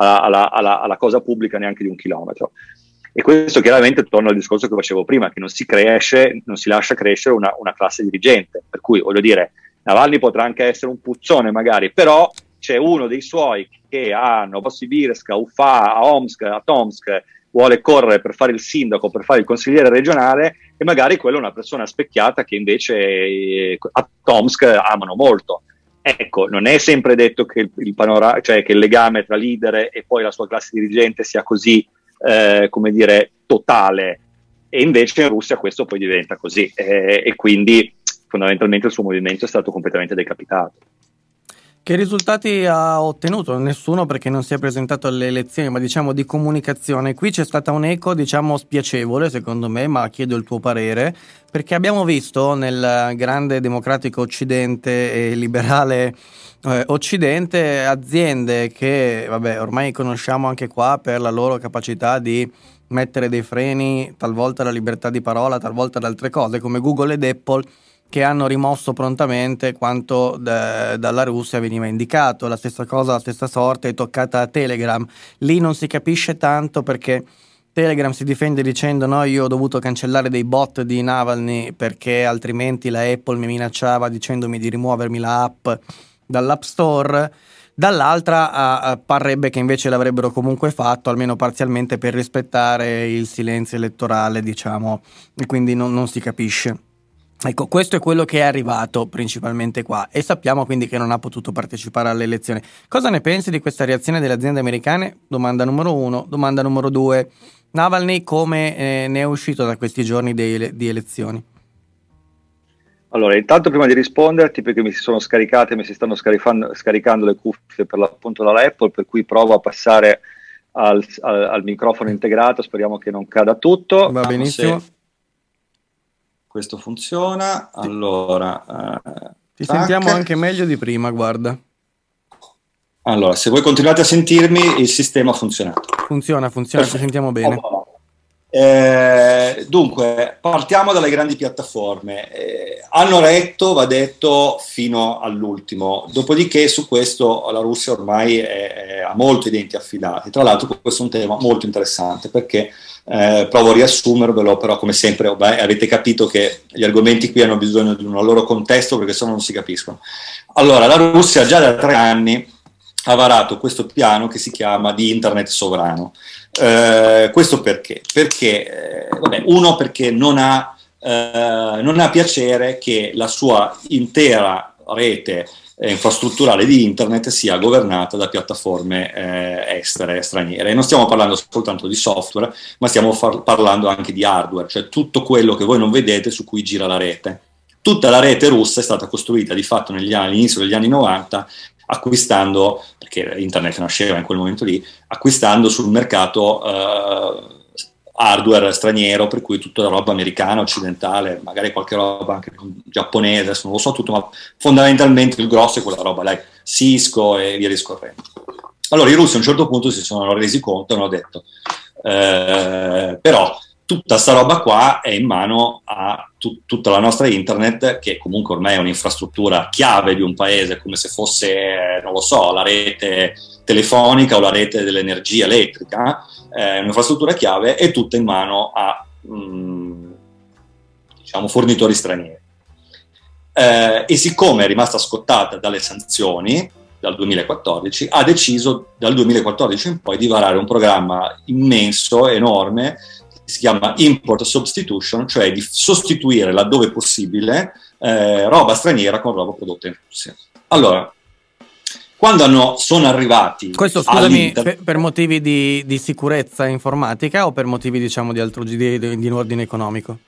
alla cosa pubblica neanche di 1 chilometro. E questo chiaramente torna al discorso che facevo prima, che non si lascia crescere una classe dirigente, per cui voglio dire, Navalny potrà anche essere un puzzone magari, però c'è uno dei suoi che a Novosibirsk, a Ufa, a Omsk, a Tomsk vuole correre per fare il sindaco, per fare il consigliere regionale, e magari quella è una persona specchiata che invece a Tomsk amano molto. Ecco, non è sempre detto che cioè che il legame tra leader e poi la sua classe dirigente sia così, come dire, totale, e invece in Russia questo poi diventa così, e quindi fondamentalmente il suo movimento è stato completamente decapitato. Che risultati ha ottenuto? Nessuno, perché non si è presentato alle elezioni, ma diciamo di comunicazione. Qui c'è stata un'eco, diciamo, spiacevole secondo me, ma chiedo il tuo parere, perché abbiamo visto nel grande democratico occidente e liberale occidente aziende che, vabbè, ormai conosciamo anche qua per la loro capacità di mettere dei freni talvolta alla libertà di parola, talvolta ad altre cose, come Google ed Apple, che hanno rimosso prontamente quanto dalla Russia veniva indicato. La stessa cosa, la stessa sorte è toccata a Telegram. Lì non si capisce tanto, perché Telegram si difende dicendo no, io ho dovuto cancellare dei bot di Navalny perché altrimenti la Apple mi minacciava dicendomi di rimuovermi la app dall'App Store. Dall'altra parrebbe che invece l'avrebbero comunque fatto, almeno parzialmente, per rispettare il silenzio elettorale, diciamo, e quindi non si capisce. Ecco, questo è quello che è arrivato principalmente qua, e sappiamo quindi che non ha potuto partecipare alle elezioni. Cosa ne pensi di questa reazione delle aziende americane? Domanda numero 1. Domanda numero 2. Navalny come ne è uscito da questi giorni di elezioni? Allora, intanto prima di risponderti, perché mi si stanno scaricando le cuffie per l'appunto dalla Apple, per cui provo a passare al microfono integrato, speriamo che non cada tutto. Va benissimo. Questo funziona, allora ti sentiamo anche meglio di prima, guarda. Allora, se voi continuate a sentirmi, il sistema ha funzionato. Funziona, ci sentiamo bene. Dunque, partiamo dalle grandi piattaforme. Hanno retto, va detto, fino all'ultimo. Dopodiché su questo la Russia ormai ha molto i denti affilati. Tra l'altro questo è un tema molto interessante perché provo a riassumervelo, però come sempre avete capito che gli argomenti qui hanno bisogno di un loro contesto perché sennò non si capiscono. Allora, la Russia già da 3 anni ha varato questo piano che si chiama di internet sovrano. Questo perché? Perché non ha piacere che la sua intera rete infrastrutturale di internet sia governata da piattaforme estere, straniere. E non stiamo parlando soltanto di software, ma stiamo parlando anche di hardware, cioè tutto quello che voi non vedete su cui gira la rete. Tutta la rete russa è stata costruita di fatto all'inizio degli anni 90 acquistando, perché internet nasceva in quel momento lì, acquistando sul mercato hardware straniero, per cui tutta la roba americana, occidentale, magari qualche roba anche giapponese, adesso non lo so tutto, ma fondamentalmente il grosso è quella roba là, Cisco e via discorrendo. Allora i russi a un certo punto si sono resi conto e hanno detto però tutta sta roba qua è in mano a tutta la nostra internet, che comunque ormai è un'infrastruttura chiave di un paese, come se fosse, non lo so, la rete telefonica o la rete dell'energia elettrica, un'infrastruttura chiave, è tutta in mano a diciamo fornitori stranieri. E siccome è rimasta scottata dalle sanzioni dal 2014, ha deciso dal 2014 in poi di varare un programma immenso, enorme, si chiama Import Substitution, cioè di sostituire laddove possibile roba straniera con roba prodotta in Russia. Allora, quando sono arrivati... Questo, scusami, per motivi di sicurezza informatica o per motivi, diciamo, di ordine economico?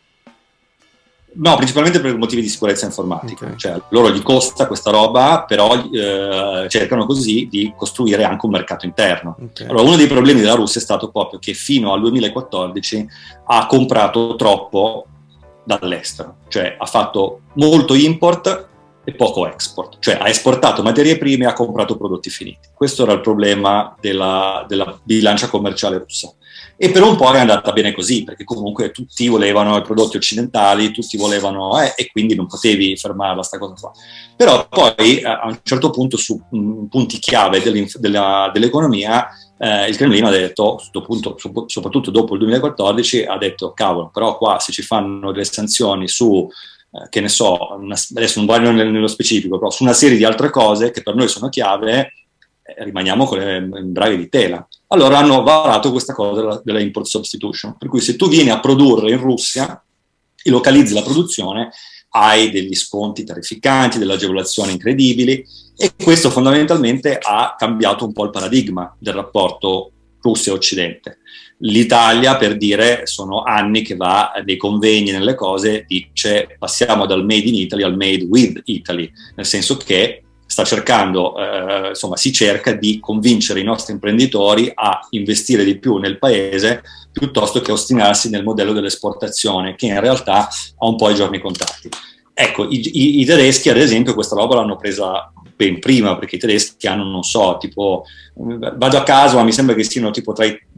No, principalmente per motivi di sicurezza informatica. Okay. Cioè, loro gli costa questa roba, però cercano così di costruire anche un mercato interno. Okay. Allora, uno dei problemi della Russia è stato proprio che fino al 2014 ha comprato troppo dall'estero, cioè ha fatto molto import e poco export, cioè ha esportato materie prime e ha comprato prodotti finiti. Questo era il problema della bilancia commerciale russa. E per un po' è andata bene così, perché comunque tutti volevano i prodotti occidentali, tutti volevano, e quindi non potevi fermarla sta cosa qua. Però poi a un certo punto, su punti chiave dell'economia, il Cremlino ha detto, a questo punto, soprattutto dopo il 2014, ha detto, cavolo, però qua se ci fanno delle sanzioni su, che ne so, adesso non voglio nello specifico, però su una serie di altre cose che per noi sono chiave, rimaniamo con le braghe di tela. Allora hanno varato questa cosa della import substitution, per cui se tu vieni a produrre in Russia e localizzi la produzione, hai degli sconti terrificanti, delle agevolazioni incredibili, e questo fondamentalmente ha cambiato un po' il paradigma del rapporto Russia-Occidente. L'Italia, per dire, sono anni che va nei convegni, nelle cose, dice passiamo dal made in Italy al made with Italy, nel senso che sta cercando, insomma, si cerca di convincere i nostri imprenditori a investire di più nel paese piuttosto che ostinarsi nel modello dell'esportazione, che in realtà ha un po' i giorni contati. Ecco, i tedeschi, ad esempio, questa roba l'hanno presa ben prima, perché i tedeschi hanno, non so, tipo, vado a caso, ma mi sembra che siano tipo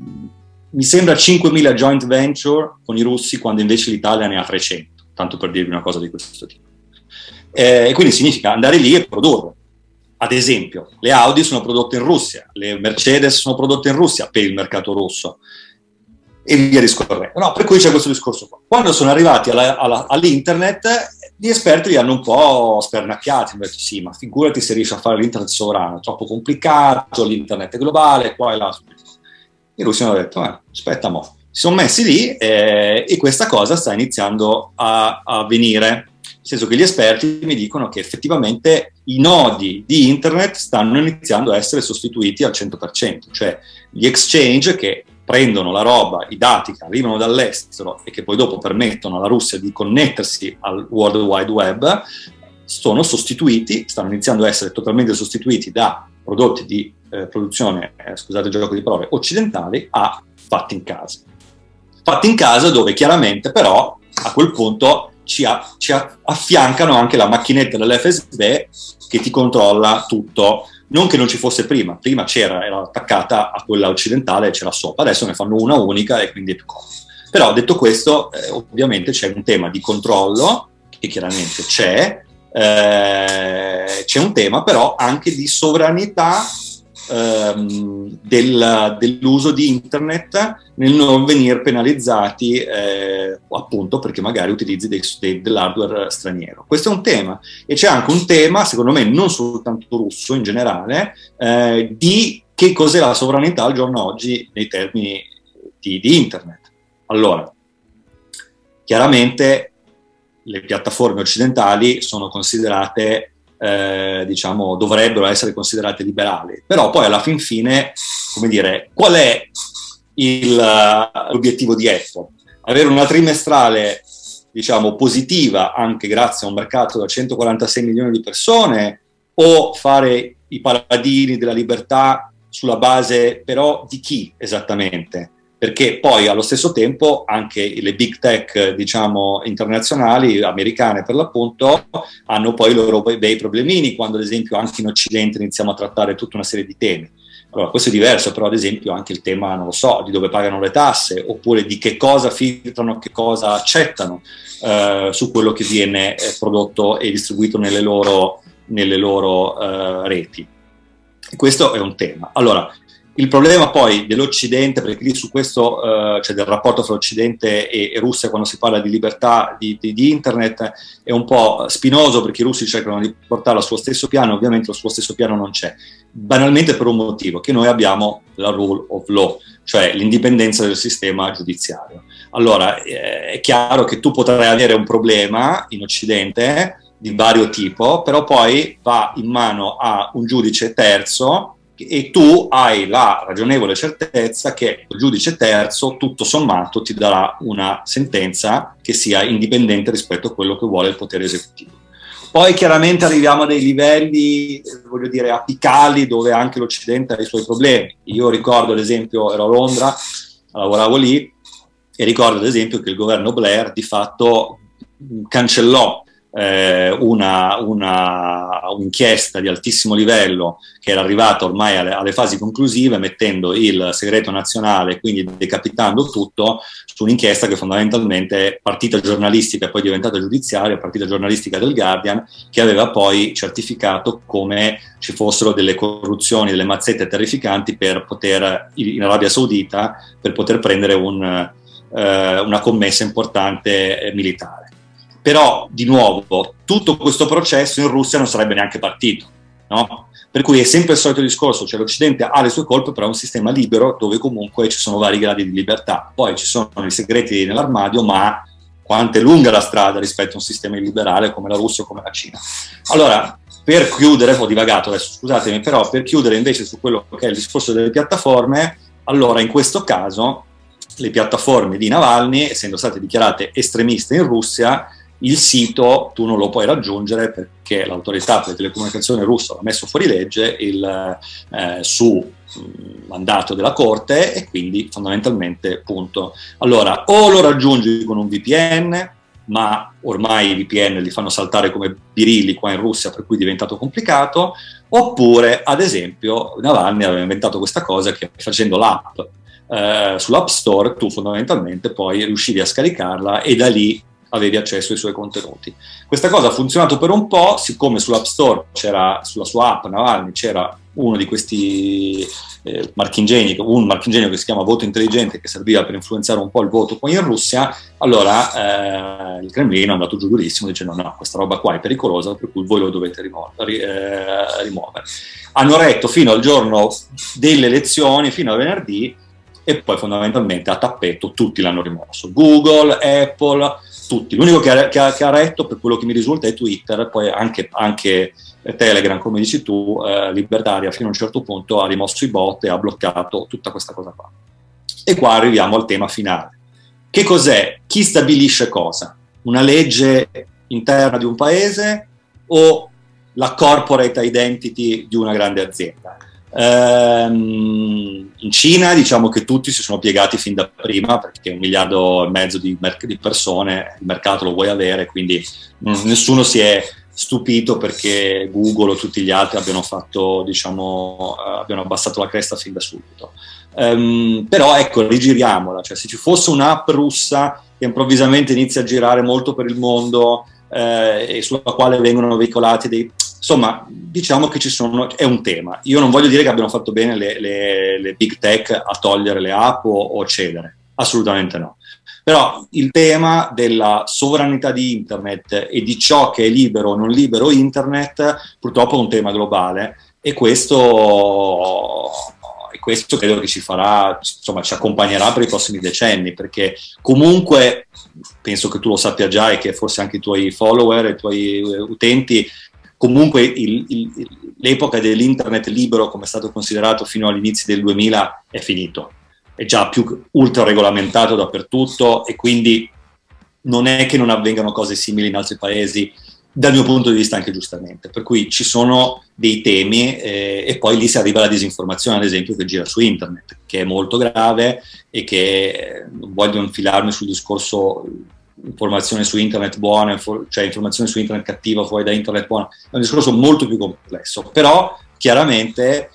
mi sembra 5.000 joint venture con i russi, quando invece l'Italia ne ha 300, tanto per dirvi una cosa di questo tipo. E quindi significa andare lì e produrre. Ad esempio, le Audi sono prodotte in Russia, le Mercedes sono prodotte in Russia per il mercato russo e via discorrendo. No, per cui c'è questo discorso qua. Quando sono arrivati all'internet, gli esperti li hanno un po' spernacchiati, hanno detto sì, ma figurati se riesci a fare l'internet sovrano, è troppo complicato, l'internet è globale, qua e là. I russi hanno detto, aspetta mo'. Si sono messi lì e questa cosa sta iniziando a avvenire. Nel senso che gli esperti mi dicono che effettivamente i nodi di internet stanno iniziando a essere sostituiti al 100%, cioè gli exchange che prendono la roba, i dati che arrivano dall'estero e che poi dopo permettono alla Russia di connettersi al World Wide Web, stanno iniziando a essere totalmente sostituiti da prodotti di produzione, scusate il gioco di parole, occidentali a fatti in casa. Fatti in casa dove chiaramente però a quel punto ci affiancano anche la macchinetta dell'FSB che ti controlla tutto Non che non ci fosse prima c'era, era attaccata a quella occidentale, c'era sopra, adesso ne fanno una unica e quindi è più comodo. Però detto questo, ovviamente c'è un tema di controllo, che chiaramente c'è un tema però anche di sovranità dell'uso di internet nel non venire penalizzati appunto perché magari utilizzi dell'hardware straniero. Questo è un tema, e c'è anche un tema, secondo me non soltanto russo in generale, di che cos'è la sovranità al giorno oggi nei termini di internet. Allora, chiaramente le piattaforme occidentali sono considerate diciamo, dovrebbero essere considerate liberali, però poi alla fin fine, come dire, qual è l'obiettivo di Apple? Avere una trimestrale, diciamo, positiva, anche grazie a un mercato da 146 milioni di persone, o fare i paladini della libertà sulla base però di chi esattamente? Perché poi allo stesso tempo anche le big tech, diciamo, internazionali, americane per l'appunto, hanno poi i loro bei problemini quando ad esempio anche in Occidente iniziamo a trattare tutta una serie di temi. Allora questo è diverso, però ad esempio anche il tema, non lo so, di dove pagano le tasse, oppure di che cosa filtrano, che cosa accettano su quello che viene prodotto e distribuito nelle loro reti. E questo è un tema. Allora, il problema poi dell'Occidente, perché lì su questo, cioè del rapporto fra Occidente e Russia quando si parla di libertà di internet, è un po' spinoso, perché i russi cercano di portarlo al suo stesso piano, ovviamente lo suo stesso piano non c'è, banalmente per un motivo, che noi abbiamo la rule of law, cioè l'indipendenza del sistema giudiziario. Allora, è chiaro che tu potrai avere un problema in Occidente di vario tipo, però poi va in mano a un giudice terzo e tu hai la ragionevole certezza che il giudice terzo, tutto sommato, ti darà una sentenza che sia indipendente rispetto a quello che vuole il potere esecutivo. Poi chiaramente arriviamo a dei livelli, voglio dire, apicali, dove anche l'Occidente ha i suoi problemi. Io ricordo, ad esempio, ero a Londra, lavoravo lì, e ricordo, ad esempio, che il governo Blair di fatto cancellò un'inchiesta di altissimo livello che era arrivata ormai alle fasi conclusive, mettendo il segreto nazionale, quindi decapitando tutto, su un'inchiesta che fondamentalmente è partita giornalistica e poi diventata giudiziaria, partita giornalistica del Guardian, che aveva poi certificato come ci fossero delle corruzioni, delle mazzette terrificanti per poter, in Arabia Saudita, per poter prendere una commessa importante militare. Però, di nuovo, tutto questo processo in Russia non sarebbe neanche partito, no? Per cui è sempre il solito discorso, cioè l'Occidente ha le sue colpe, però è un sistema libero dove comunque ci sono vari gradi di libertà. Poi ci sono i segreti nell'armadio, ma quanto è lunga la strada rispetto a un sistema illiberale come la Russia o come la Cina. Allora, per chiudere, ho divagato adesso, scusatemi, però per chiudere invece su quello che è il discorso delle piattaforme, allora in questo caso le piattaforme di Navalny, essendo state dichiarate estremiste in Russia, il sito tu non lo puoi raggiungere perché l'autorità per le telecomunicazioni russa l'ha messo fuori legge su mandato della corte, e quindi fondamentalmente punto. Allora, o lo raggiungi con un VPN, ma ormai i VPN li fanno saltare come birilli qua in Russia, per cui è diventato complicato, oppure ad esempio Navalny aveva inventato questa cosa che facendo l'app sull'App Store tu fondamentalmente poi riuscivi a scaricarla e da lì avevi accesso ai suoi contenuti. Questa cosa ha funzionato per un po', siccome sull'App Store c'era, sulla sua app Navalny c'era uno di questi marchingegni, un marchingegno che si chiama voto intelligente, che serviva per influenzare un po' il voto poi in Russia. Allora il Cremlino è andato giù durissimo dicendo no, questa roba qua è pericolosa, per cui voi lo dovete rimuovere. Hanno retto fino al giorno delle elezioni, fino a venerdì, e poi fondamentalmente a tappeto tutti l'hanno rimosso, Google, Apple, tutti. L'unico che ha retto, per quello che mi risulta, è Twitter, poi anche Telegram, come dici tu, libertaria, fino a un certo punto ha rimosso i bot e ha bloccato tutta questa cosa qua. E qua arriviamo al tema finale. Che cos'è? Chi stabilisce cosa? Una legge interna di un paese o la corporate identity di una grande azienda? In Cina diciamo che tutti si sono piegati fin da prima, perché 1,5 miliardi di persone, il mercato lo vuoi avere, quindi nessuno si è stupito perché Google o tutti gli altri abbiano fatto, diciamo, abbiano abbassato la cresta fin da subito. Però ecco, rigiriamola, cioè se ci fosse un'app russa che improvvisamente inizia a girare molto per il mondo e sulla quale vengono veicolati dei... Insomma, diciamo che è un tema. Io non voglio dire che abbiano fatto bene le big tech a togliere le app o cedere, assolutamente no. Però il tema della sovranità di internet e di ciò che è libero o non libero internet purtroppo è un tema globale e questo credo che ci farà, insomma, ci accompagnerà per i prossimi decenni, perché comunque penso che tu lo sappia già e che forse anche i tuoi follower e i tuoi utenti, comunque l'epoca dell'internet libero come è stato considerato fino agli inizi del 2000 è finito, è già più ultra regolamentato dappertutto e quindi non è che non avvengano cose simili in altri paesi, dal mio punto di vista anche giustamente, per cui ci sono dei temi e poi lì si arriva alla disinformazione, ad esempio, che gira su internet, che è molto grave e che non voglio infilarmi sul discorso informazione su internet buona, cioè informazione su internet cattiva fuori da internet buona, è un discorso molto più complesso, però chiaramente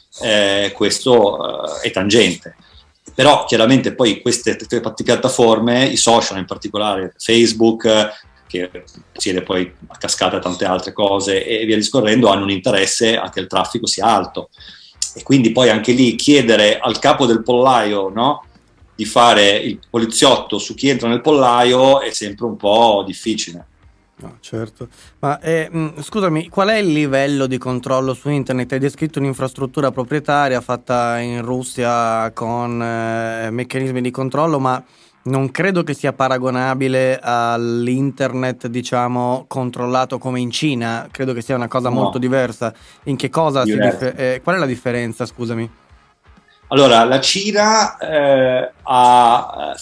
questo è tangente. Però chiaramente poi queste piattaforme, i social in particolare, Facebook, che possiede poi a cascata tante altre cose e via discorrendo, hanno un interesse a che il traffico sia alto. E quindi poi anche lì chiedere al capo del pollaio, no, di fare il poliziotto su chi entra nel pollaio è sempre un po' difficile. No, certo. Ma scusami, qual è il livello di controllo su internet? Hai descritto un'infrastruttura proprietaria fatta in Russia con meccanismi di controllo, ma non credo che sia paragonabile all'internet, diciamo, controllato come in Cina. Credo che sia una cosa molto diversa. In che cosa qual è la differenza, scusami? Allora, la Cina ha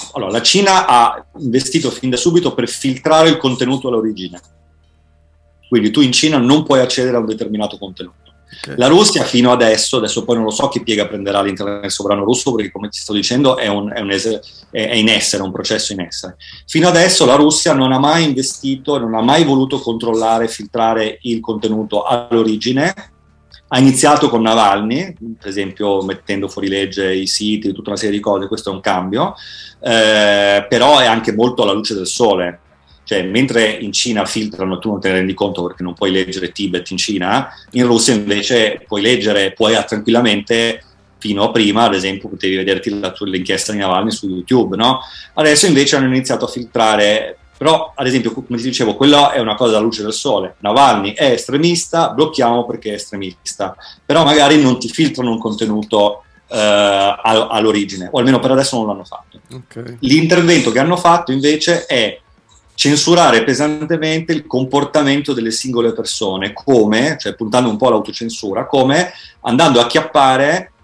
investito fin da subito per filtrare il contenuto all'origine. Quindi tu in Cina non puoi accedere a un determinato contenuto. Okay. La Russia fino adesso poi non lo so chi piega prenderà l'internet sovrano russo, perché come ti sto dicendo è in essere, un processo in essere. Fino adesso la Russia non ha mai investito, non ha mai voluto controllare, filtrare il contenuto all'origine. Ha iniziato con Navalny, per esempio mettendo fuori legge i siti, tutta una serie di cose, questo è un cambio, però è anche molto alla luce del sole. Cioè, mentre in Cina filtrano, tu non te ne rendi conto perché non puoi leggere Tibet in Cina, in Russia invece puoi leggere, tranquillamente, fino a prima, ad esempio, potevi vederti l'inchiesta di Navalny su YouTube, no? Adesso invece hanno iniziato a filtrare, però, ad esempio, come ti dicevo, quella è una cosa alla luce del sole. Navalny è estremista, blocchiamo perché è estremista, però magari non ti filtrano un contenuto all'origine, o almeno per adesso non l'hanno fatto. Okay. L'intervento che hanno fatto invece è censurare pesantemente il comportamento delle singole persone, come, cioè puntando un po' all'autocensura, come andando a acchiappare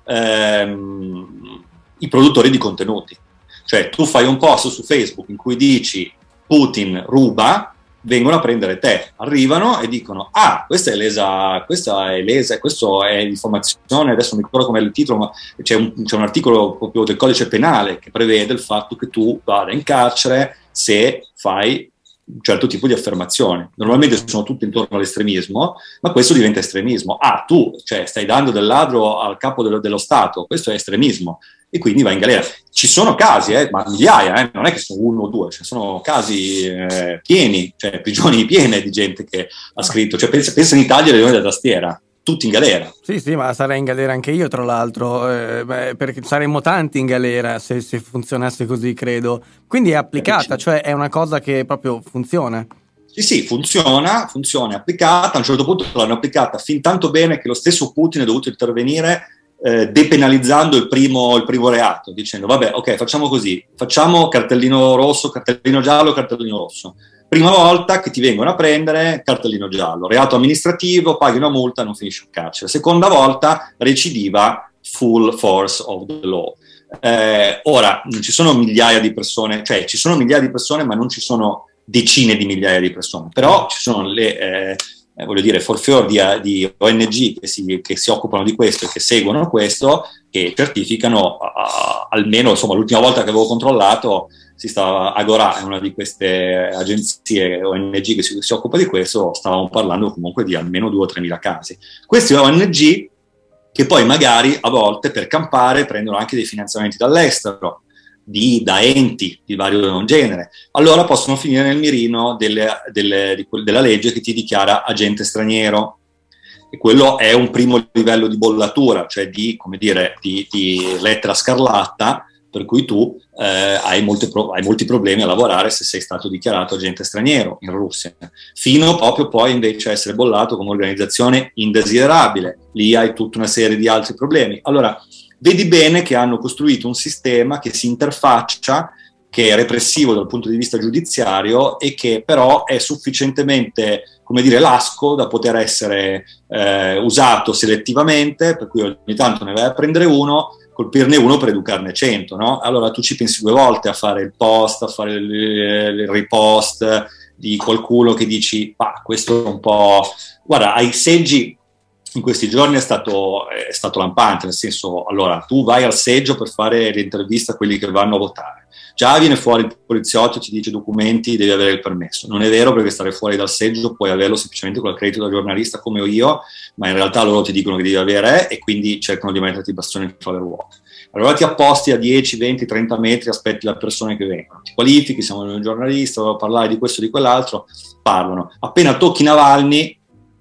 i produttori di contenuti. Cioè tu fai un post su Facebook in cui dici Putin ruba, vengono a prendere te, arrivano e dicono questa è lesa, questa è informazione, adesso non mi ricordo com'è il titolo, ma c'è un articolo proprio del codice penale che prevede il fatto che tu vada in carcere se fai un certo tipo di affermazione. Normalmente sono tutte intorno all'estremismo, ma questo diventa estremismo. Tu stai dando del ladro al capo dello Stato, questo è estremismo, e quindi va in galera. Ci sono casi, ma migliaia, non è che sono uno o due, sono casi pieni, cioè prigioni piene di gente che ha scritto, cioè pensa in Italia alle leoni da tastiera, tutti in galera. Sì, ma sarei in galera anche io, tra l'altro, perché saremmo tanti in galera se funzionasse così, credo. Quindi è applicata, cioè è una cosa che proprio funziona. Sì, funziona, è applicata. A un certo punto l'hanno applicata fin tanto bene che lo stesso Putin è dovuto intervenire depenalizzando il primo reato, dicendo vabbè, ok, facciamo così, facciamo cartellino rosso, cartellino giallo, cartellino rosso. Prima volta che ti vengono a prendere, cartellino giallo, reato amministrativo, paghi una multa, non finisci in carcere. Seconda volta, recidiva, full force of the law. Ora, non ci sono migliaia di persone, cioè ci sono migliaia di persone, ma non ci sono decine di migliaia di persone, però ci sono voglio dire, forfior di ONG che si occupano di questo e che seguono questo, che certificano, almeno insomma l'ultima volta che avevo controllato, Agora è una di queste agenzie ONG che si occupa di questo, stavamo parlando comunque di almeno 2 o 3 mila casi. Questi ONG che poi magari a volte per campare prendono anche dei finanziamenti dall'estero, da enti di vario genere, allora possono finire nel mirino della legge che ti dichiara agente straniero, e quello è un primo livello di bollatura, cioè di lettera scarlatta, per cui tu hai molti problemi a lavorare se sei stato dichiarato agente straniero in Russia, fino proprio poi invece a essere bollato come organizzazione indesiderabile. Lì hai tutta una serie di altri problemi. Allora, vedi bene che hanno costruito un sistema che si interfaccia, che è repressivo dal punto di vista giudiziario e che però è sufficientemente, come dire, lasco da poter essere usato selettivamente, per cui ogni tanto ne vai a prendere uno, colpirne uno per educarne 100, no? Allora tu ci pensi 2 volte a fare il post, a fare il repost di qualcuno che dici, questo è un po'... Guarda, ai seggi in questi giorni è stato lampante, nel senso, allora tu vai al seggio per fare l'intervista a quelli che vanno a votare, già viene fuori il poliziotto e ti dice documenti, devi avere il permesso. Non è vero, perché stare fuori dal seggio puoi averlo semplicemente con il credito da giornalista come ho io, ma in realtà loro ti dicono che devi avere e quindi cercano di metterti i bastoni fra le ruote. Allora ti apposti a 10, 20, 30 metri, aspetti le persone che vengono, ti qualifichi, siamo un giornalista, voglio parlare di questo o di quell'altro, parlano. Appena tocchi Navalny,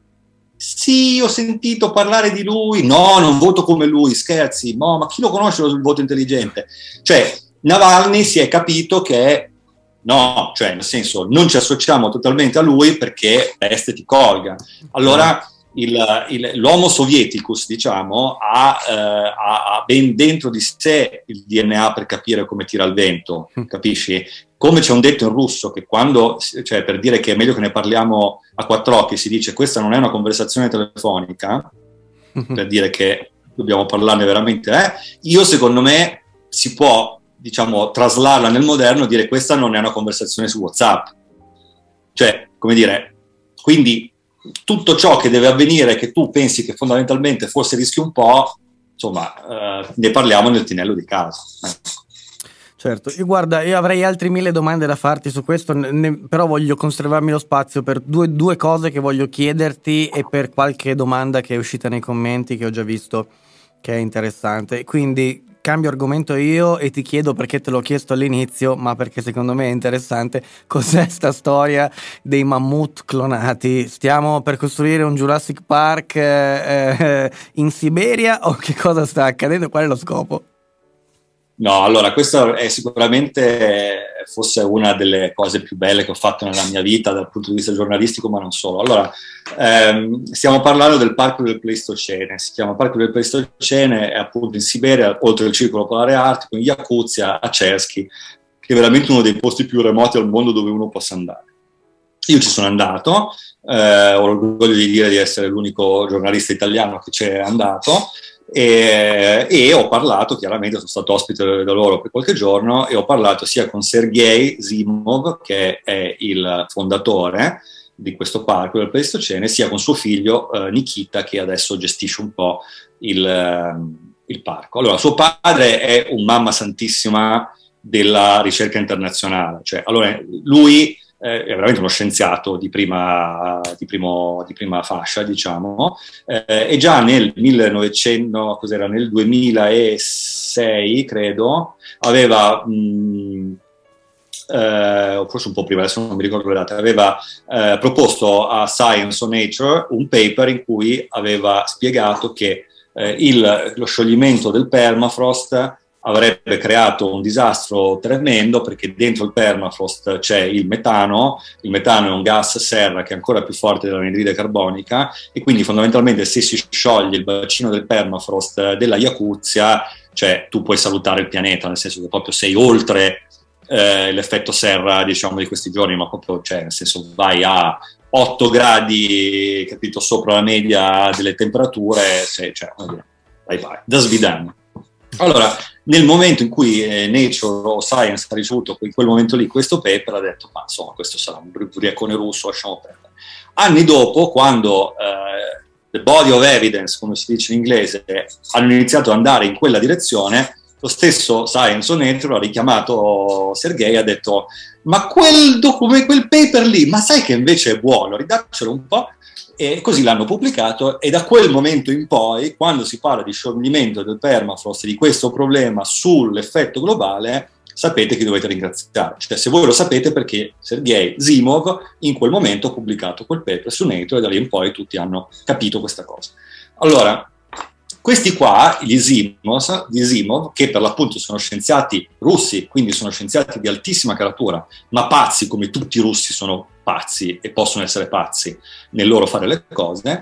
sì, ho sentito parlare di lui, no, non voto come lui, scherzi, no, ma chi lo conosce il voto intelligente? Cioè, Navalny si è capito che no, cioè nel senso non ci associamo totalmente a lui perché peste ti colga. Allora l'Homo Sovieticus, diciamo, ha ben dentro di sé il DNA per capire come tira il vento, capisci? Come c'è un detto in russo che cioè per dire che è meglio che ne parliamo a 4 occhi, si dice questa non è una conversazione telefonica, per dire che dobbiamo parlarne veramente, io secondo me si può, diciamo, traslarla nel moderno e dire questa non è una conversazione su WhatsApp. Cioè, come dire, quindi tutto ciò che deve avvenire, che tu pensi che fondamentalmente forse rischi un po', insomma, ne parliamo nel tinello di casa. Certo, guarda, io avrei altri 1000 domande da farti su questo, però voglio conservarmi lo spazio per due cose che voglio chiederti e per qualche domanda che è uscita nei commenti che ho già visto che è interessante. Quindi cambio argomento io e ti chiedo, perché te l'ho chiesto all'inizio, ma perché secondo me è interessante, cos'è sta storia dei mammut clonati? Stiamo per costruire un Jurassic Park in Siberia o che cosa sta accadendo? Qual è lo scopo? No, allora, questa è sicuramente forse una delle cose più belle che ho fatto nella mia vita dal punto di vista giornalistico, ma non solo. Allora, stiamo parlando del Parco del Pleistocene, si chiama Parco del Pleistocene, è appunto in Siberia, oltre il Circolo Polare Artico, in Yakuzia, a Chersky, che è veramente uno dei posti più remoti al mondo dove uno possa andare. Io ci sono andato, ho l'orgoglio di dire di essere l'unico giornalista italiano che c'è andato, e ho parlato, chiaramente sono stato ospite da loro per qualche giorno e ho parlato sia con Sergei Zimov, che è il fondatore di questo parco del Pleistocene, sia con suo figlio Nikita, che adesso gestisce un po' il parco. Allora, suo padre è un mamma santissima della ricerca internazionale, cioè, allora, lui è veramente uno scienziato di prima fascia, diciamo, e già nel 2006, credo, aveva, forse un po' prima, adesso non mi ricordo le date, aveva proposto a Science o Nature un paper in cui aveva spiegato che lo scioglimento del permafrost avrebbe creato un disastro tremendo, perché dentro il permafrost c'è il metano è un gas serra che è ancora più forte dell'anidride carbonica, e quindi fondamentalmente se si scioglie il bacino del permafrost della Yakuzia, cioè tu puoi salutare il pianeta, nel senso che proprio sei oltre l'effetto serra, diciamo, di questi giorni, ma proprio, cioè, nel senso, vai a 8 gradi, capito, sopra la media delle temperature, cioè, vai, da svidano. Allora, Nel momento in cui Nature o Science ha ricevuto in quel momento lì questo paper, ha detto ma insomma questo sarà un briccone russo, lasciamo perdere. Anni dopo, quando the body of evidence, come si dice in inglese, hanno iniziato ad andare in quella direzione, lo stesso Science o Nature ha richiamato Sergei e ha detto ma quel paper lì, ma sai che invece è buono, ridaccelo un po'. E così l'hanno pubblicato, e da quel momento in poi, quando si parla di scioglimento del permafrost e di questo problema sull'effetto globale, sapete che dovete ringraziare. Cioè, se voi lo sapete, perché Sergei Simov in quel momento ha pubblicato quel paper su Nature, e da lì in poi tutti hanno capito questa cosa. Allora, questi qua, gli Simov, che per l'appunto sono scienziati russi, quindi sono scienziati di altissima caratura, ma pazzi come tutti i russi sono pazzi e possono essere pazzi nel loro fare le cose,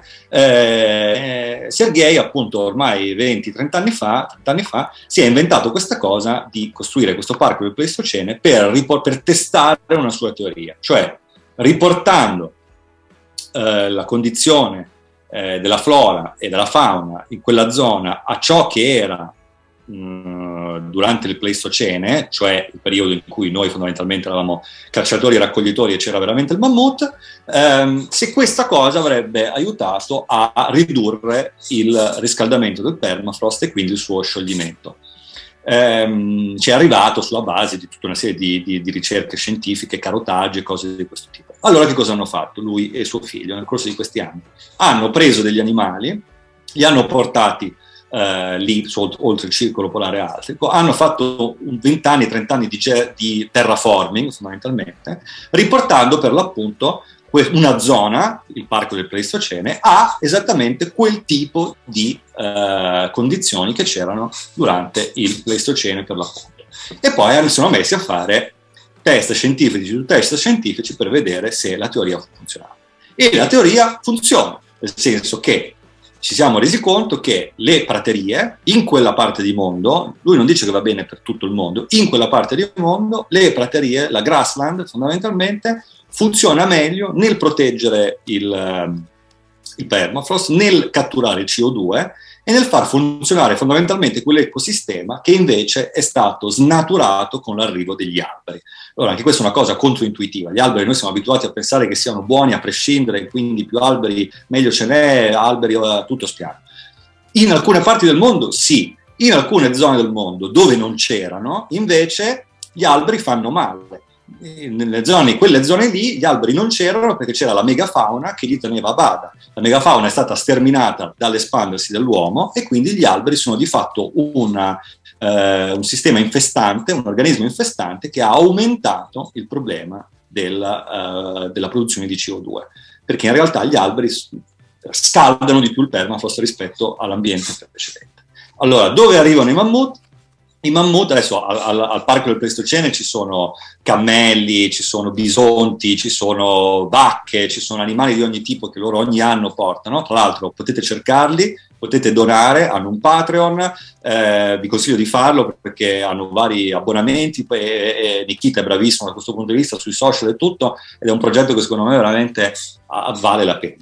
Sergei appunto ormai 20-30 anni fa si è inventato questa cosa di costruire questo parco del Pleistocene per testare una sua teoria, cioè riportando la condizione della flora e della fauna in quella zona a ciò che era durante il Pleistocene, cioè il periodo in cui noi fondamentalmente eravamo cacciatori e raccoglitori e c'era veramente il mammut, se questa cosa avrebbe aiutato a ridurre il riscaldamento del permafrost e quindi il suo scioglimento. Ci è arrivato sulla base di tutta una serie di ricerche scientifiche, carotaggi e cose di questo tipo. Allora che cosa hanno fatto lui e suo figlio nel corso di questi anni? Hanno preso degli animali, li hanno portati lì oltre il circolo polare artico, hanno fatto 20 anni, 30 anni di terraforming fondamentalmente, riportando per l'appunto una zona, il parco del Pleistocene, ha esattamente quel tipo di condizioni che c'erano durante il Pleistocene per l'appunto. E poi si sono messi a fare test scientifici per vedere se la teoria funzionava. E la teoria funziona, nel senso che ci siamo resi conto che le praterie in quella parte di mondo, lui non dice che va bene per tutto il mondo, in quella parte di mondo le praterie, la grassland fondamentalmente, funziona meglio nel proteggere il permafrost, nel catturare il CO2 e nel far funzionare fondamentalmente quell'ecosistema che invece è stato snaturato con l'arrivo degli alberi. Allora, anche questa è una cosa controintuitiva. Gli alberi, noi siamo abituati a pensare che siano buoni a prescindere, quindi più alberi meglio ce n'è, alberi tutto spiano. In alcune parti del mondo sì, in alcune zone del mondo dove non c'erano, invece gli alberi fanno male. Quelle zone lì gli alberi non c'erano perché c'era la megafauna che li teneva a bada. La megafauna è stata sterminata dall'espandersi dell'uomo e quindi gli alberi sono di fatto un sistema infestante, un organismo infestante che ha aumentato il problema della produzione di CO2, perché in realtà gli alberi scaldano di più il permafrost rispetto all'ambiente precedente. Allora, dove arrivano i mammut? I mammut, adesso al parco del Pleistocene ci sono cammelli, ci sono bisonti, ci sono vacche, ci sono animali di ogni tipo che loro ogni anno portano. Tra l'altro potete cercarli, potete donare, hanno un Patreon, vi consiglio di farlo perché hanno vari abbonamenti e Nikita è bravissimo da questo punto di vista sui social e tutto, ed è un progetto che secondo me veramente vale la pena.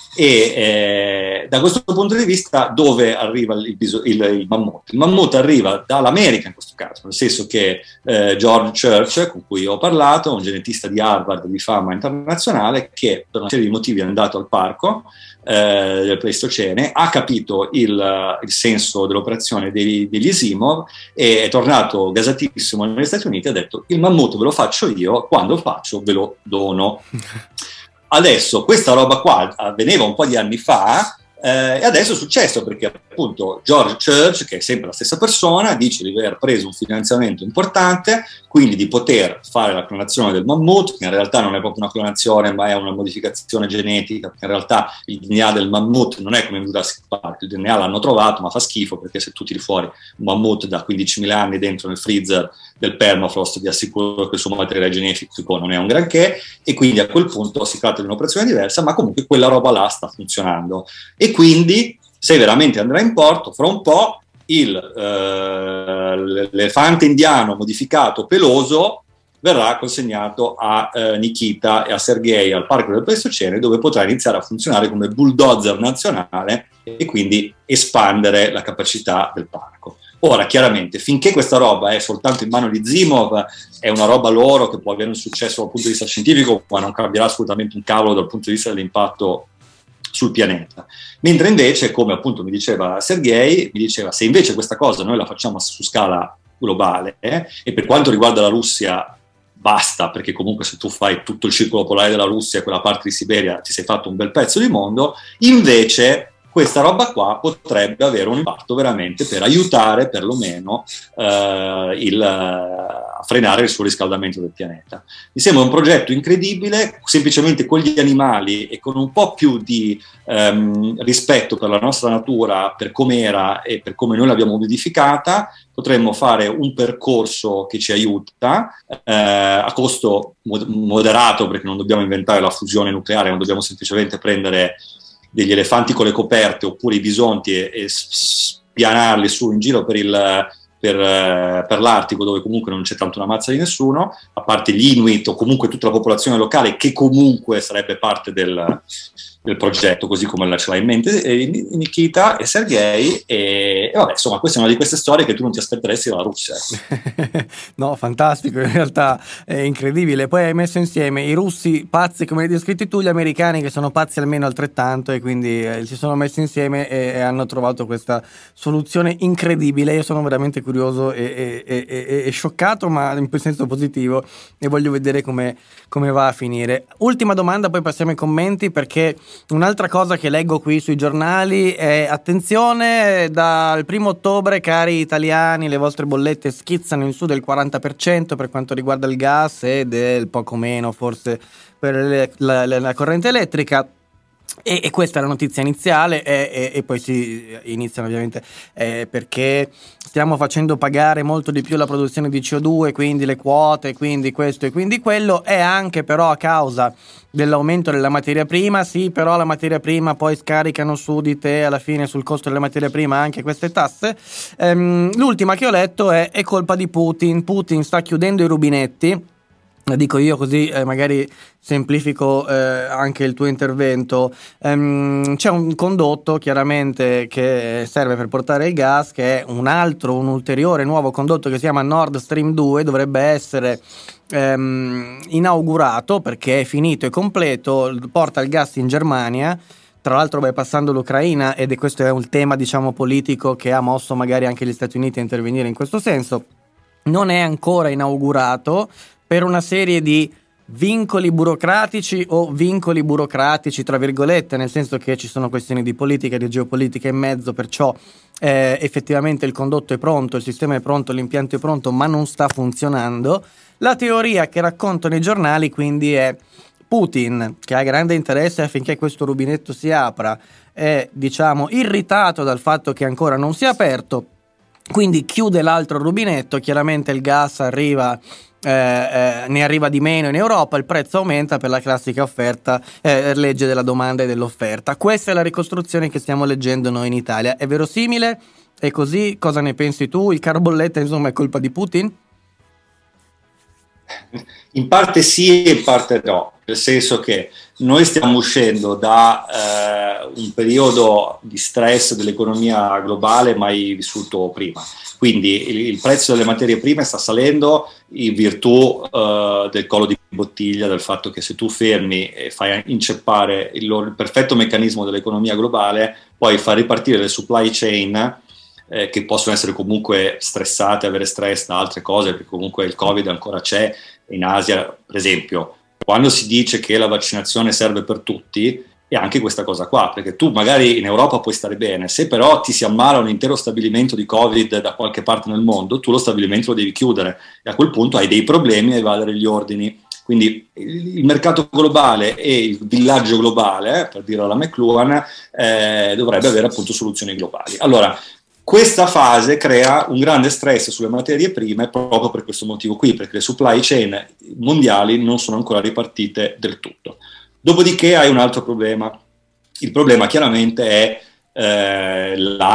E da questo punto di vista dove arriva il mammut? Il mammut arriva dall'America in questo caso, nel senso che George Church, con cui ho parlato, un genetista di Harvard di fama internazionale, che per una serie di motivi è andato al parco del Pleistocene, ha capito il senso dell'operazione degli Simov e è tornato gasatissimo negli Stati Uniti e ha detto: il mammut ve lo faccio io, quando lo faccio ve lo dono. Adesso questa roba qua avveniva un po' di anni fa e adesso è successo perché appunto George Church, che è sempre la stessa persona, dice di aver preso un finanziamento importante, quindi di poter fare la clonazione del mammut, che in realtà non è proprio una clonazione ma è una modificazione genetica, perché in realtà il DNA del mammut non è come in Jurassic Park, il DNA l'hanno trovato ma fa schifo, perché se tu tiri fuori un mammut da 15.000 anni dentro nel freezer del permafrost vi assicuro che il suo materiale genetico non è un granché, e quindi a quel punto si tratta di un'operazione diversa, ma comunque quella roba là sta funzionando. E quindi se veramente andrà in porto, fra un po' l'elefante indiano modificato peloso verrà consegnato a Nikita e a Sergei al Parco del Pleistocene, dove potrà iniziare a funzionare come bulldozer nazionale e quindi espandere la capacità del parco. Ora, chiaramente, finché questa roba è soltanto in mano di Zimov, è una roba loro che può avere un successo dal punto di vista scientifico, ma non cambierà assolutamente un cavolo dal punto di vista dell'impatto sul pianeta. Mentre invece, come appunto mi diceva Sergei, mi diceva, se invece questa cosa noi la facciamo su scala globale, e per quanto riguarda la Russia basta, perché comunque se tu fai tutto il circolo polare della Russia e quella parte di Siberia ti sei fatto un bel pezzo di mondo, invece questa roba qua potrebbe avere un impatto veramente per aiutare perlomeno a frenare il surriscaldamento del pianeta. Mi sembra un progetto incredibile, semplicemente con gli animali e con un po' più di rispetto per la nostra natura, per come era e per come noi l'abbiamo modificata, potremmo fare un percorso che ci aiuta a costo moderato, perché non dobbiamo inventare la fusione nucleare, non dobbiamo semplicemente prendere degli elefanti con le coperte oppure i bisonti e spianarli su in giro per l'Artico, dove comunque non c'è tanto una mazza di nessuno, a parte gli Inuit o comunque tutta la popolazione locale che comunque sarebbe parte del progetto, così come ce l'ha in mente Nikita e Sergei, e vabbè, insomma, questa è una di queste storie che tu non ti aspetteresti dalla Russia. No, fantastico, in realtà è incredibile. Poi hai messo insieme i russi pazzi come li hai descritti tu, gli americani che sono pazzi almeno altrettanto, e quindi si sono messi insieme e hanno trovato questa soluzione incredibile. Io sono veramente curioso e scioccato, ma in senso positivo, e voglio vedere come va a finire. Ultima domanda, poi passiamo ai commenti, perché un'altra cosa che leggo qui sui giornali è: attenzione, dal 1° ottobre, cari italiani, le vostre bollette schizzano in su del 40% per quanto riguarda il gas e del poco meno forse per la corrente elettrica. E questa è la notizia iniziale, e poi si iniziano ovviamente perché stiamo facendo pagare molto di più la produzione di CO2, quindi le quote, quindi questo e quindi quello, e anche però a causa dell'aumento della materia prima. Sì, però la materia prima poi scaricano su di te alla fine, sul costo della materia prima, anche queste tasse. L'ultima che ho letto è colpa di Putin. Putin sta chiudendo i rubinetti. La dico io così magari semplifico anche il tuo intervento. C'è un condotto chiaramente che serve per portare il gas, che è un ulteriore nuovo condotto che si chiama Nord Stream 2, dovrebbe essere inaugurato perché è finito e completo, porta il gas in Germania. Tra l'altro bypassando l'Ucraina, ed questo è un tema diciamo politico che ha mosso magari anche gli Stati Uniti a intervenire in questo senso. Non è ancora inaugurato per una serie di vincoli burocratici tra virgolette, nel senso che ci sono questioni di politica e di geopolitica in mezzo, perciò effettivamente il condotto è pronto, il sistema è pronto, l'impianto è pronto, ma non sta funzionando. La teoria che raccontano i giornali quindi è: Putin, che ha grande interesse affinché questo rubinetto si apra, è diciamo irritato dal fatto che ancora non sia aperto, quindi chiude l'altro rubinetto. Chiaramente il gas arriva, ne arriva di meno in Europa, il prezzo aumenta per la classica offerta, legge della domanda e dell'offerta. Questa è la ricostruzione che stiamo leggendo noi in Italia. È verosimile? È così? Cosa ne pensi tu? Il caro bolletta insomma è colpa di Putin? In parte sì e in parte no, nel senso che noi stiamo uscendo da un periodo di stress dell'economia globale mai vissuto prima. Quindi il prezzo delle materie prime sta salendo in virtù del collo di bottiglia, del fatto che se tu fermi e fai inceppare il perfetto meccanismo dell'economia globale, puoi far ripartire le supply chain che possono essere comunque stressate, avere stress da altre cose, perché comunque il Covid ancora c'è in Asia, per esempio. Quando si dice che la vaccinazione serve per tutti, è anche questa cosa qua, perché tu magari in Europa puoi stare bene, se però ti si ammala un intero stabilimento di Covid da qualche parte nel mondo, tu lo stabilimento lo devi chiudere, e a quel punto hai dei problemi a evadere gli ordini. Quindi il mercato globale e il villaggio globale, per dire alla McLuhan, dovrebbe avere appunto soluzioni globali. Allora, questa fase crea un grande stress sulle materie prime proprio per questo motivo qui, perché le supply chain mondiali non sono ancora ripartite del tutto. Dopodiché hai un altro problema. Il problema chiaramente è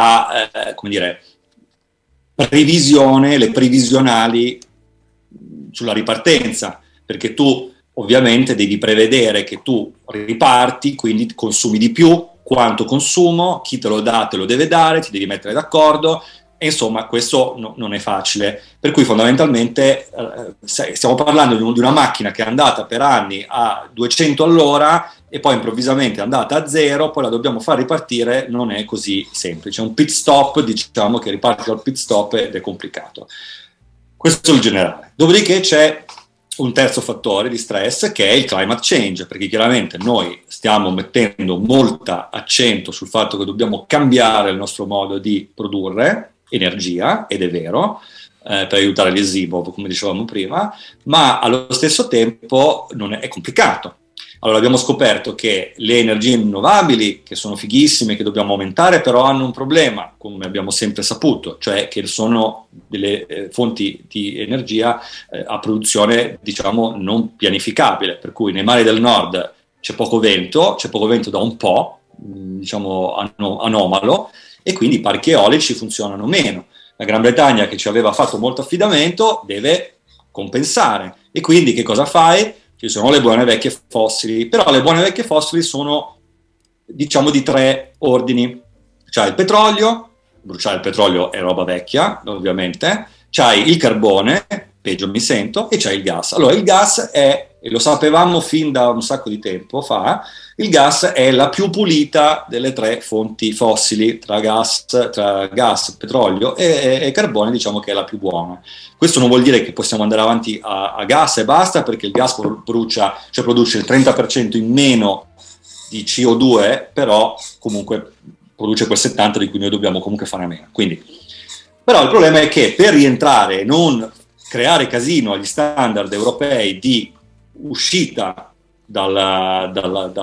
previsione, le previsionali sulla ripartenza, perché tu ovviamente devi prevedere che tu riparti, quindi consumi di più, quanto consumo, chi te lo dà te lo deve dare, ti devi mettere d'accordo, E insomma questo non è facile, per cui fondamentalmente stiamo parlando di una macchina che è andata per anni a 200 all'ora e poi improvvisamente è andata a 0, poi la dobbiamo far ripartire, non è così semplice. Un pit stop, diciamo che riparti dal pit stop ed è complicato. Questo è il generale. Dopodiché c'è un terzo fattore di stress che è il climate change, perché chiaramente noi stiamo mettendo molto accento sul fatto che dobbiamo cambiare il nostro modo di produrre energia, ed è vero, per aiutare l'esimo, come dicevamo prima, ma allo stesso tempo è complicato. Allora abbiamo scoperto che le energie rinnovabili, che sono fighissime, che dobbiamo aumentare, però hanno un problema, come abbiamo sempre saputo, cioè che sono delle fonti di energia a produzione, diciamo, non pianificabile, per cui nei mari del nord c'è poco vento da un po', diciamo anomalo, e quindi i parchi eolici funzionano meno. La Gran Bretagna, che ci aveva fatto molto affidamento, deve compensare. E quindi che cosa fai? Ci sono le buone vecchie fossili, però le buone vecchie fossili sono, diciamo, di 3 ordini. C'hai il petrolio, bruciare il petrolio è roba vecchia, ovviamente, c'hai il carbone, peggio mi sento, e c'hai il gas. Allora il gas è, e lo sapevamo fin da un sacco di tempo fa, il gas è la più pulita delle 3 fonti fossili, tra gas, petrolio e carbone, diciamo che è la più buona. Questo non vuol dire che possiamo andare avanti a gas e basta, perché il gas produce il 30% in meno di CO2, però comunque produce quel 70% di cui noi dobbiamo comunque fare a meno. Quindi, però il problema è che per rientrare e non creare casino agli standard europei di uscita dalla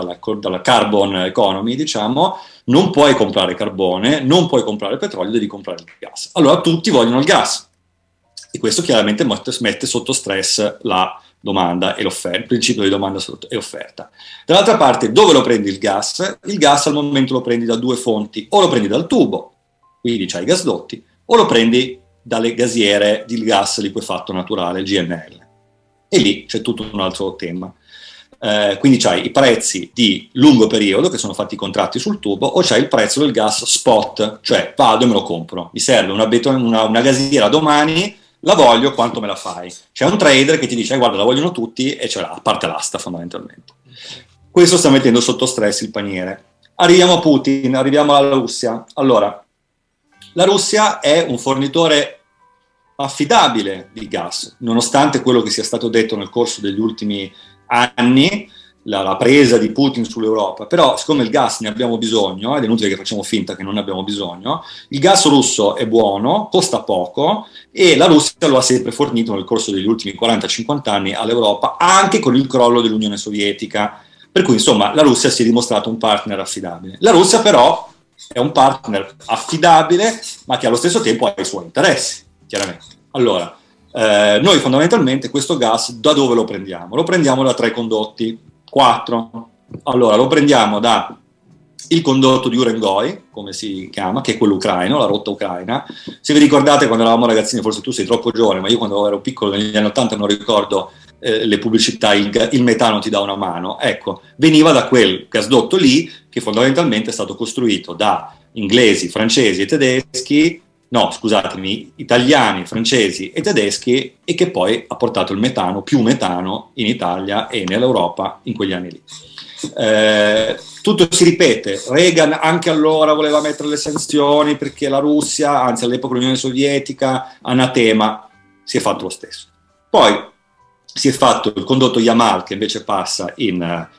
carbon economy, diciamo, non puoi comprare carbone, non puoi comprare petrolio, devi comprare il gas. Allora tutti vogliono il gas e questo chiaramente mette sotto stress la domanda e l'offerta, il principio di domanda e offerta. Dall'altra parte, dove lo prendi il gas? Il gas al momento lo prendi da 2 fonti, o lo prendi dal tubo, quindi c'hai i gasdotti, o lo prendi dalle gasiere di gas liquefatto naturale, il GNL. E lì c'è tutto un altro tema. Quindi c'hai i prezzi di lungo periodo, che sono fatti i contratti sul tubo, o c'hai il prezzo del gas spot, cioè vado e me lo compro, mi serve una gasiera domani, la voglio, quanto me la fai? C'è un trader che ti dice guarda, la vogliono tutti, e ce l'ha, a parte l'asta fondamentalmente. Questo sta mettendo sotto stress il paniere. Arriviamo a Putin, arriviamo alla Russia. Allora, la Russia è un fornitore affidabile di gas, nonostante quello che sia stato detto nel corso degli ultimi anni, la presa di Putin sull'Europa. Però siccome il gas ne abbiamo bisogno, ed è inutile che facciamo finta che non ne abbiamo bisogno, il gas russo è buono, costa poco, e la Russia lo ha sempre fornito nel corso degli ultimi 40-50 anni all'Europa, anche con il crollo dell'Unione Sovietica, per cui insomma la Russia si è dimostrata un partner affidabile. La Russia però è un partner affidabile, ma che allo stesso tempo ha i suoi interessi, chiaramente. Allora, noi fondamentalmente questo gas da dove lo prendiamo? Lo prendiamo da 3 condotti, 4. Allora, lo prendiamo da il condotto di Urengoy, come si chiama, che è quello ucraino, la rotta ucraina. Se vi ricordate quando eravamo ragazzini, forse tu sei troppo giovane, ma io quando ero piccolo negli anni 80 non ricordo le pubblicità, il metano ti dà una mano. Ecco, veniva da quel gasdotto lì, che fondamentalmente è stato costruito da inglesi, francesi e tedeschi, no, scusatemi, italiani, francesi e tedeschi, e che poi ha portato il metano, più metano, in Italia e nell'Europa in quegli anni lì. Tutto si ripete. Reagan anche allora voleva mettere le sanzioni perché la Russia, anzi all'epoca l'Unione Sovietica, anatema, si è fatto lo stesso. Poi si è fatto il condotto Yamal, che invece passa in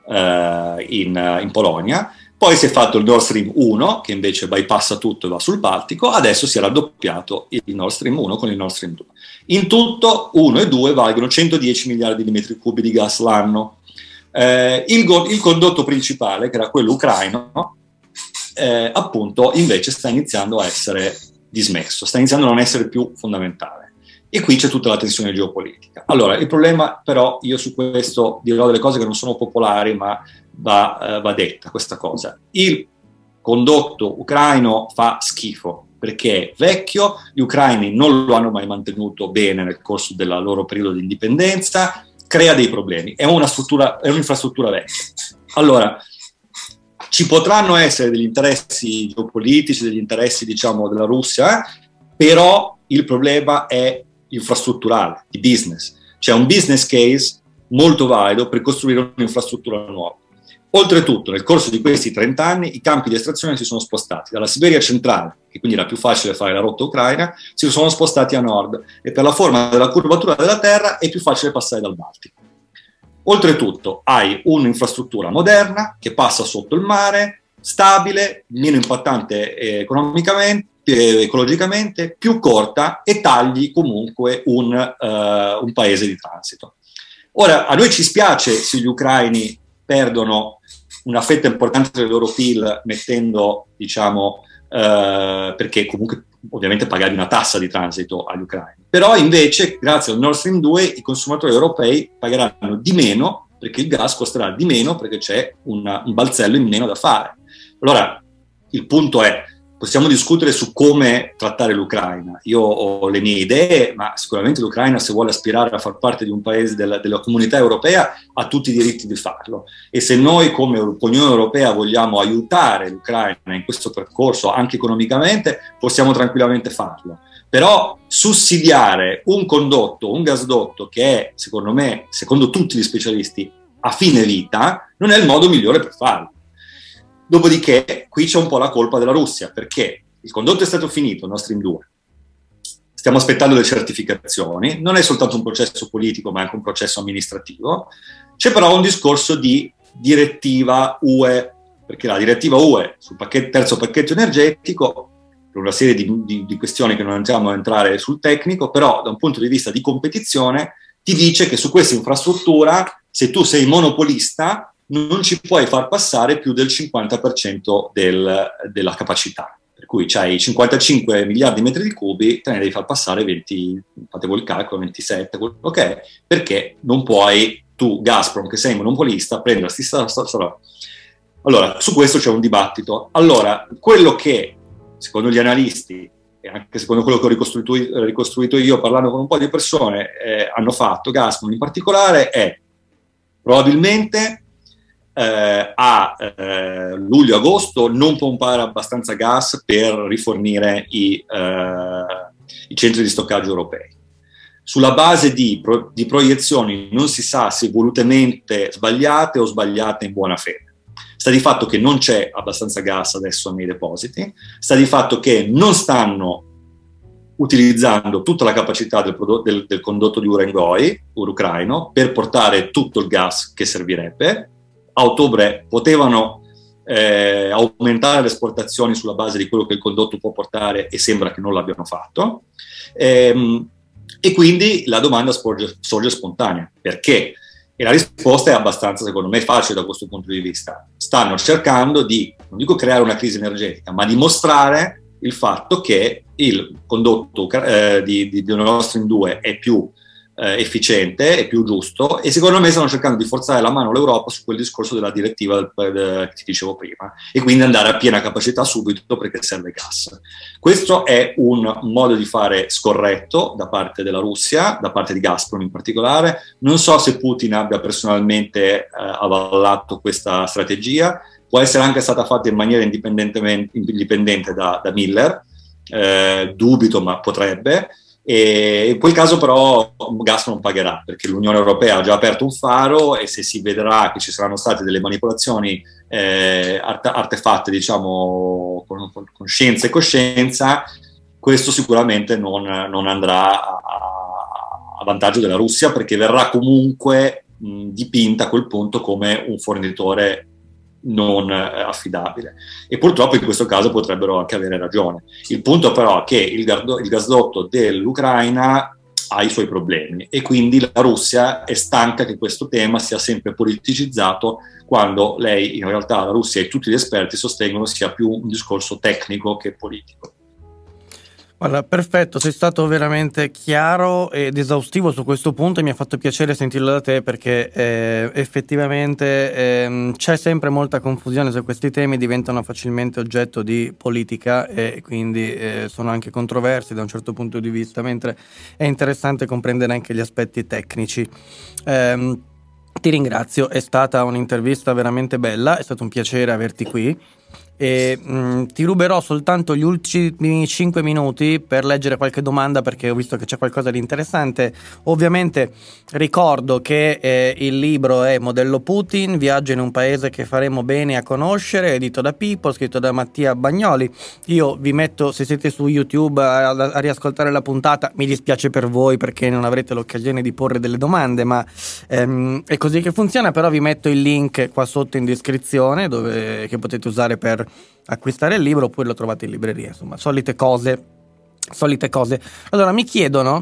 Polonia. Poi si è fatto il Nord Stream 1, che invece bypassa tutto e va sul Baltico. Adesso si è raddoppiato il Nord Stream 1 con il Nord Stream 2. In tutto 1 e 2 valgono 110 miliardi di metri cubi di gas l'anno. Il condotto principale, che era quello ucraino, appunto invece sta iniziando a essere dismesso, sta iniziando a non essere più fondamentale. E qui c'è tutta la tensione geopolitica. Allora, il problema però, io su questo dirò delle cose che non sono popolari, ma va detta questa cosa. Il condotto ucraino fa schifo perché è vecchio, gli ucraini non lo hanno mai mantenuto bene nel corso del loro periodo di indipendenza, crea dei problemi, è un'infrastruttura vecchia. Allora, ci potranno essere degli interessi geopolitici, degli interessi, diciamo, della Russia, però il problema è infrastrutturale, di business. C'è un business case molto valido per costruire un'infrastruttura nuova. Oltretutto, nel corso di questi 30 anni, i campi di estrazione si sono spostati dalla Siberia centrale, che quindi era più facile fare la rotta ucraina, si sono spostati a nord e per la forma della curvatura della Terra è più facile passare dal Baltico. Oltretutto, hai un'infrastruttura moderna che passa sotto il mare, stabile, meno impattante ecologicamente, più corta e tagli comunque un paese di transito. Ora, a noi ci spiace se gli ucraini perdono una fetta importante del loro PIL mettendo, diciamo, perché comunque ovviamente pagavi una tassa di transito agli ucraini. Però invece, grazie al Nord Stream 2, i consumatori europei pagheranno di meno perché il gas costerà di meno perché c'è un balzello in meno da fare. Allora, il punto è, possiamo discutere su come trattare l'Ucraina. Io ho le mie idee, ma sicuramente l'Ucraina, se vuole aspirare a far parte di un paese della comunità europea, ha tutti i diritti di farlo. E se noi come Unione Europea vogliamo aiutare l'Ucraina in questo percorso, anche economicamente, possiamo tranquillamente farlo. Però sussidiare un condotto, un gasdotto che è, secondo me, secondo tutti gli specialisti, a fine vita, non è il modo migliore per farlo. Dopodiché, qui c'è un po' la colpa della Russia, perché il condotto è stato finito, il Nord Stream 2. Stiamo aspettando le certificazioni, non è soltanto un processo politico, ma anche un processo amministrativo. C'è però un discorso di direttiva UE, perché la direttiva UE sul terzo pacchetto energetico, per una serie di questioni che non andiamo a entrare sul tecnico, però da un punto di vista di competizione, ti dice che su questa infrastruttura, se tu sei monopolista, non ci puoi far passare più del 50% della capacità. Per cui c'hai 55 miliardi di metri di cubi, te ne devi far passare 20, fate voi il calcolo, 27, quello che è, perché non puoi tu, Gazprom, che sei monopolista, prendersi Allora, su questo c'è un dibattito. Allora, quello che, secondo gli analisti, e anche secondo quello che ho ricostruito io parlando con un po' di persone, hanno fatto, Gazprom in particolare, è probabilmente a luglio-agosto non pompare abbastanza gas per rifornire i centri di stoccaggio europei. Sulla base di proiezioni non si sa se volutamente sbagliate o sbagliate in buona fede. Sta di fatto che non c'è abbastanza gas adesso nei depositi, sta di fatto che non stanno utilizzando tutta la capacità del condotto di ucraino per portare tutto il gas che servirebbe. A ottobre potevano aumentare le esportazioni sulla base di quello che il condotto può portare e sembra che non l'abbiano fatto. E quindi la domanda sorge spontanea. Perché? E la risposta è abbastanza, secondo me, facile da questo punto di vista. Stanno cercando di, non dico creare una crisi energetica, ma dimostrare il fatto che il condotto di Nord Stream 2 è più efficiente, è più giusto, e secondo me stanno cercando di forzare la mano all'Europa su quel discorso della direttiva che ti dicevo prima, e quindi andare a piena capacità subito perché serve gas. Questo è un modo di fare scorretto da parte della Russia, da parte di Gazprom in particolare. Non so se Putin abbia personalmente avallato questa strategia, può essere anche stata fatta in maniera indipendente da Miller, dubito, ma potrebbe. E in quel caso però Gazprom pagherà, perché l'Unione Europea ha già aperto un faro, e se si vedrà che ci saranno state delle manipolazioni artefatte, diciamo, con scienza e coscienza, questo sicuramente non andrà a vantaggio della Russia, perché verrà comunque dipinta a quel punto come un fornitore non affidabile, e purtroppo in questo caso potrebbero anche avere ragione. Il punto però è che il gasdotto dell'Ucraina ha i suoi problemi, e quindi la Russia è stanca che questo tema sia sempre politicizzato, quando lei, in realtà, la Russia e tutti gli esperti sostengono sia più un discorso tecnico che politico. Guarda, perfetto, sei stato veramente chiaro ed esaustivo su questo punto, e mi ha fatto piacere sentirlo da te, perché effettivamente c'è sempre molta confusione su questi temi, diventano facilmente oggetto di politica e quindi sono anche controversi da un certo punto di vista, mentre è interessante comprendere anche gli aspetti tecnici. Ti ringrazio, è stata un'intervista veramente bella, è stato un piacere averti qui. e ti ruberò soltanto gli ultimi 5 minuti per leggere qualche domanda, perché ho visto che c'è qualcosa di interessante. Ovviamente ricordo che il libro è Modello Putin, viaggio in un paese che faremo bene a conoscere, edito da Pippo, scritto da Mattia Bagnoli. Io vi metto, se siete su YouTube, a riascoltare la puntata. Mi dispiace per voi perché non avrete l'occasione di porre delle domande, ma è così che funziona. Però vi metto il link qua sotto in descrizione, che potete usare per acquistare il libro, oppure lo trovate in libreria. Insomma, solite cose. Allora, mi chiedono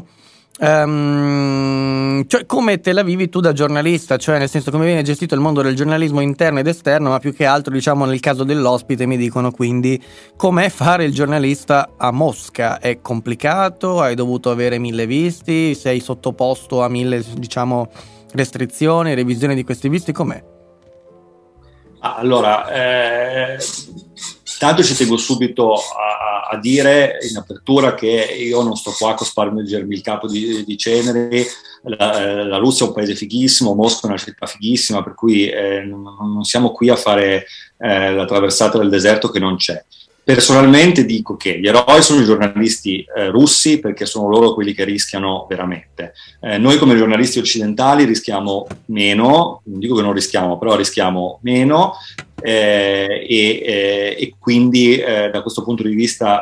cioè, come te la vivi tu da giornalista, cioè nel senso come viene gestito il mondo del giornalismo interno ed esterno, ma più che altro, diciamo, nel caso dell'ospite mi dicono quindi com'è fare il giornalista a Mosca. È complicato? Hai dovuto avere 1000 visti? Sei sottoposto a 1000, diciamo, restrizioni, revisioni di questi visti? Com'è? Allora, tanto ci tengo subito a dire in apertura che io non sto qua a cospargermi il capo di cenere. La Russia è un paese fighissimo, Mosca è una città fighissima, per cui non siamo qui a fare la traversata del deserto che non c'è. Personalmente dico che gli eroi sono i giornalisti russi, perché sono loro quelli che rischiano veramente. Noi come giornalisti occidentali rischiamo meno, non dico che non rischiamo, però rischiamo meno, e quindi da questo punto di vista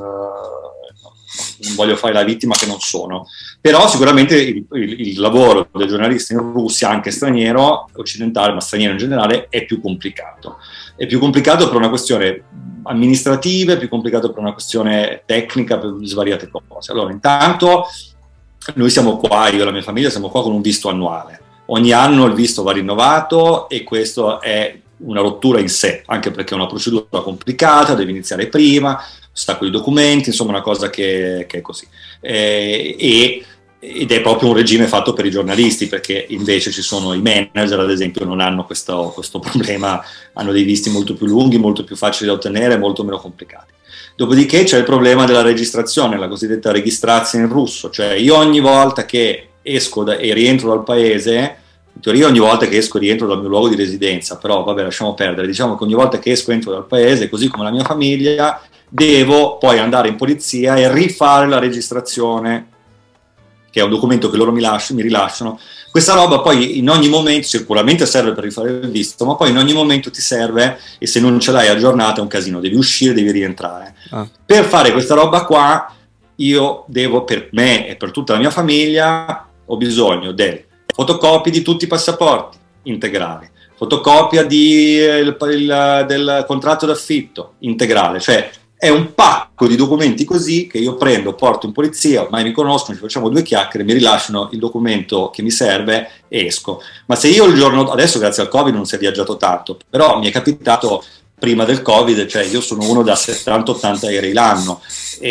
non voglio fare la vittima che non sono. Però sicuramente il lavoro del giornalista in Russia, anche straniero, occidentale, ma straniero in generale, è più complicato. È più complicato per una questione amministrativa, è più complicato per una questione tecnica, per svariate cose. Allora, intanto noi siamo qua, io e la mia famiglia siamo qua con un visto annuale. Ogni anno il visto va rinnovato e questo è una rottura in sé, anche perché è una procedura complicata, devi iniziare prima, un sacco di documenti, insomma una cosa che è così. Ed è proprio un regime fatto per i giornalisti, perché invece ci sono i manager, ad esempio, non hanno questo problema, hanno dei visti molto più lunghi, molto più facili da ottenere, molto meno complicati. Dopodiché c'è il problema della registrazione, la cosiddetta registrazione in russo, cioè io ogni volta che esco e rientro dal paese, in teoria ogni volta che esco e rientro dal mio luogo di residenza, però vabbè, lasciamo perdere, diciamo che ogni volta che esco e entro dal paese, così come la mia famiglia, devo poi andare in polizia e rifare la registrazione, che è un documento che loro mi rilasciano. Questa roba poi in ogni momento sicuramente serve per rifare il visto, ma poi in ogni momento ti serve, e se non ce l'hai aggiornata è un casino, devi uscire, devi rientrare. Per fare questa roba qua io devo, per me e per tutta la mia famiglia, ho bisogno delle fotocopie di tutti i passaporti integrali, fotocopia del contratto d'affitto integrale, cioè è un pacco di documenti così che io prendo, porto in polizia, ormai mi conoscono, ci facciamo due chiacchiere, mi rilasciano il documento che mi serve e esco. Ma se io il giorno, adesso grazie al Covid non si è viaggiato tanto, però mi è capitato prima del Covid, cioè io sono uno da 70-80 aerei l'anno,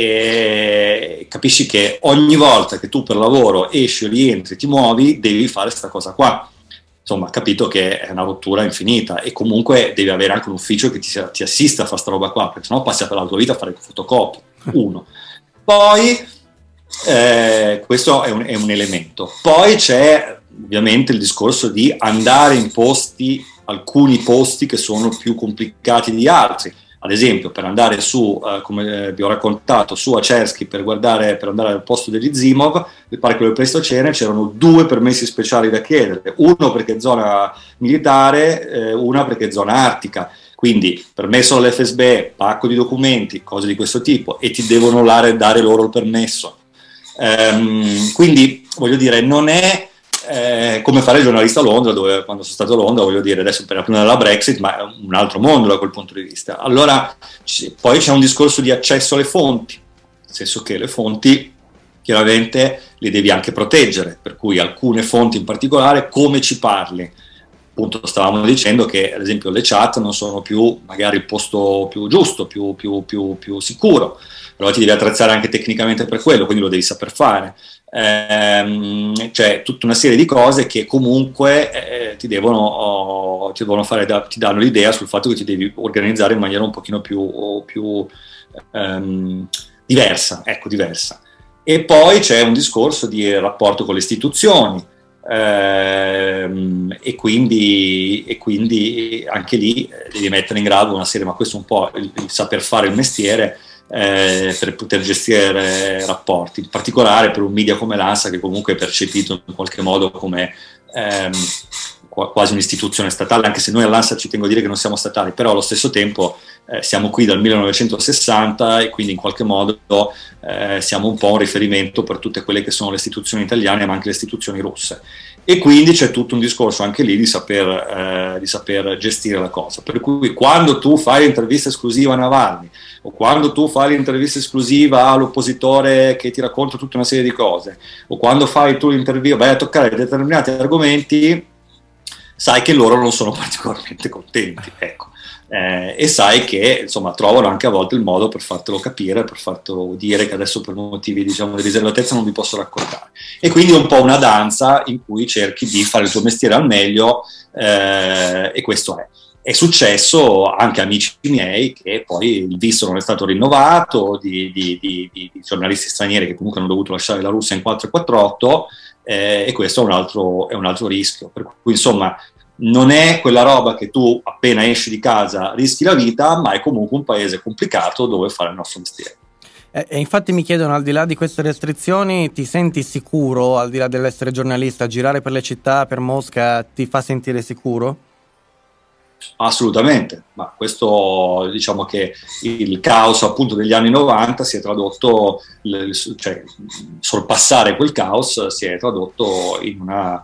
e capisci che ogni volta che tu per lavoro esci, rientri, ti muovi, devi fare questa cosa qua. Insomma, capito che è una rottura infinita, e comunque devi avere anche un ufficio che ti assista a fare sta roba qua, perché sennò passi per la tua vita a fare fotocopie. Uno. Poi questo è un elemento. Poi c'è ovviamente il discorso di andare in alcuni posti che sono più complicati di altri. Ad esempio, per andare su, come vi ho raccontato, su a Chersky per andare al posto degli Zimov, il Parco del Pleistocene, c'erano 2 permessi speciali da chiedere, uno perché è zona militare, una perché è zona artica. Quindi permesso dall'FSB, pacco di documenti, cose di questo tipo, e ti devono dare loro il permesso. Quindi, voglio dire, non è come fare il giornalista a Londra, dove quando sono stato a Londra, voglio dire, adesso per la prima della Brexit, ma è un altro mondo da quel punto di vista. Allora poi c'è un discorso di accesso alle fonti, nel senso che le fonti chiaramente le devi anche proteggere, per cui alcune fonti in particolare, come ci parli. Appunto stavamo dicendo che ad esempio le chat non sono più magari il posto più giusto, più sicuro, però ti devi attrezzare anche tecnicamente per quello, quindi lo devi saper fare. Cioè tutta una serie di cose che comunque ti danno l'idea sul fatto che ti devi organizzare in maniera un pochino più diversa. E poi c'è un discorso di rapporto con le istituzioni, e quindi anche lì devi mettere in grado una serie, ma questo è un po' il saper fare il mestiere, per poter gestire rapporti, in particolare per un media come l'ANSA, che comunque è percepito in qualche modo come quasi un'istituzione statale, anche se noi all'ANSA ci tengo a dire che non siamo statali, però allo stesso tempo siamo qui dal 1960 e quindi in qualche modo siamo un po' un riferimento per tutte quelle che sono le istituzioni italiane, ma anche le istituzioni russe. E quindi c'è tutto un discorso anche lì di saper gestire la cosa. Per cui quando tu fai l'intervista esclusiva a Navalny, o quando tu fai l'intervista esclusiva all'oppositore che ti racconta tutta una serie di cose, o quando fai tu l'intervista, vai a toccare determinati argomenti, sai che loro non sono particolarmente contenti, ecco. E sai che insomma trovano anche a volte il modo per fartelo capire, per fartelo dire che adesso per motivi di riservatezza non vi posso raccontare. E quindi è un po' una danza in cui cerchi di fare il tuo mestiere al meglio, e questo è. È successo anche a amici miei che poi il visto non è stato rinnovato, di giornalisti stranieri che comunque hanno dovuto lasciare la Russia in 448, e questo è un altro rischio. Per cui insomma non è quella roba che tu appena esci di casa rischi la vita, ma è comunque un paese complicato dove fare il nostro mestiere. E infatti mi chiedono, al di là di queste restrizioni, ti senti sicuro, al di là dell'essere giornalista, girare per le città, per Mosca, ti fa sentire sicuro? Assolutamente, ma questo, diciamo che il caos appunto degli anni 90 si è tradotto, cioè sorpassare quel caos si è tradotto in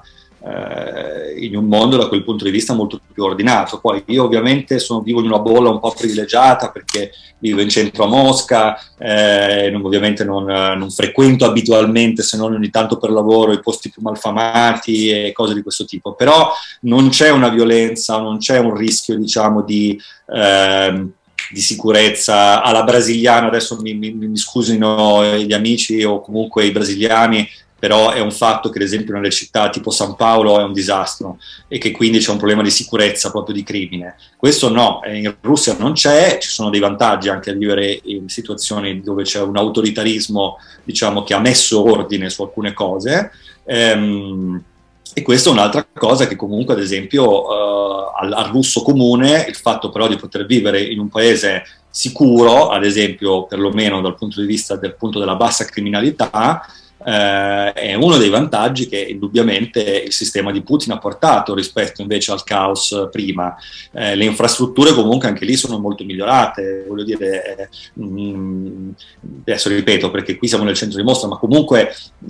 un mondo da quel punto di vista molto più ordinato. Poi io ovviamente vivo in una bolla un po' privilegiata perché vivo in centro a Mosca, ovviamente non frequento abitualmente, se non ogni tanto per lavoro, i posti più malfamati e cose di questo tipo, però non c'è una violenza, non c'è un rischio, diciamo, di sicurezza alla brasiliana. Adesso mi scusino gli amici o comunque i brasiliani, però è un fatto che ad esempio nelle città tipo San Paolo è un disastro e che quindi c'è un problema di sicurezza, proprio di crimine. Questo no, in Russia non c'è, ci sono dei vantaggi anche a vivere in situazioni dove c'è un autoritarismo, diciamo, che ha messo ordine su alcune cose, e questa è un'altra cosa che comunque ad esempio al russo comune, il fatto però di poter vivere in un paese sicuro, ad esempio perlomeno dal punto di vista del punto della bassa criminalità, è uno dei vantaggi che indubbiamente il sistema di Putin ha portato rispetto invece al caos prima. Le infrastrutture comunque anche lì sono molto migliorate, voglio dire, adesso ripeto perché qui siamo nel centro di Mosca, ma comunque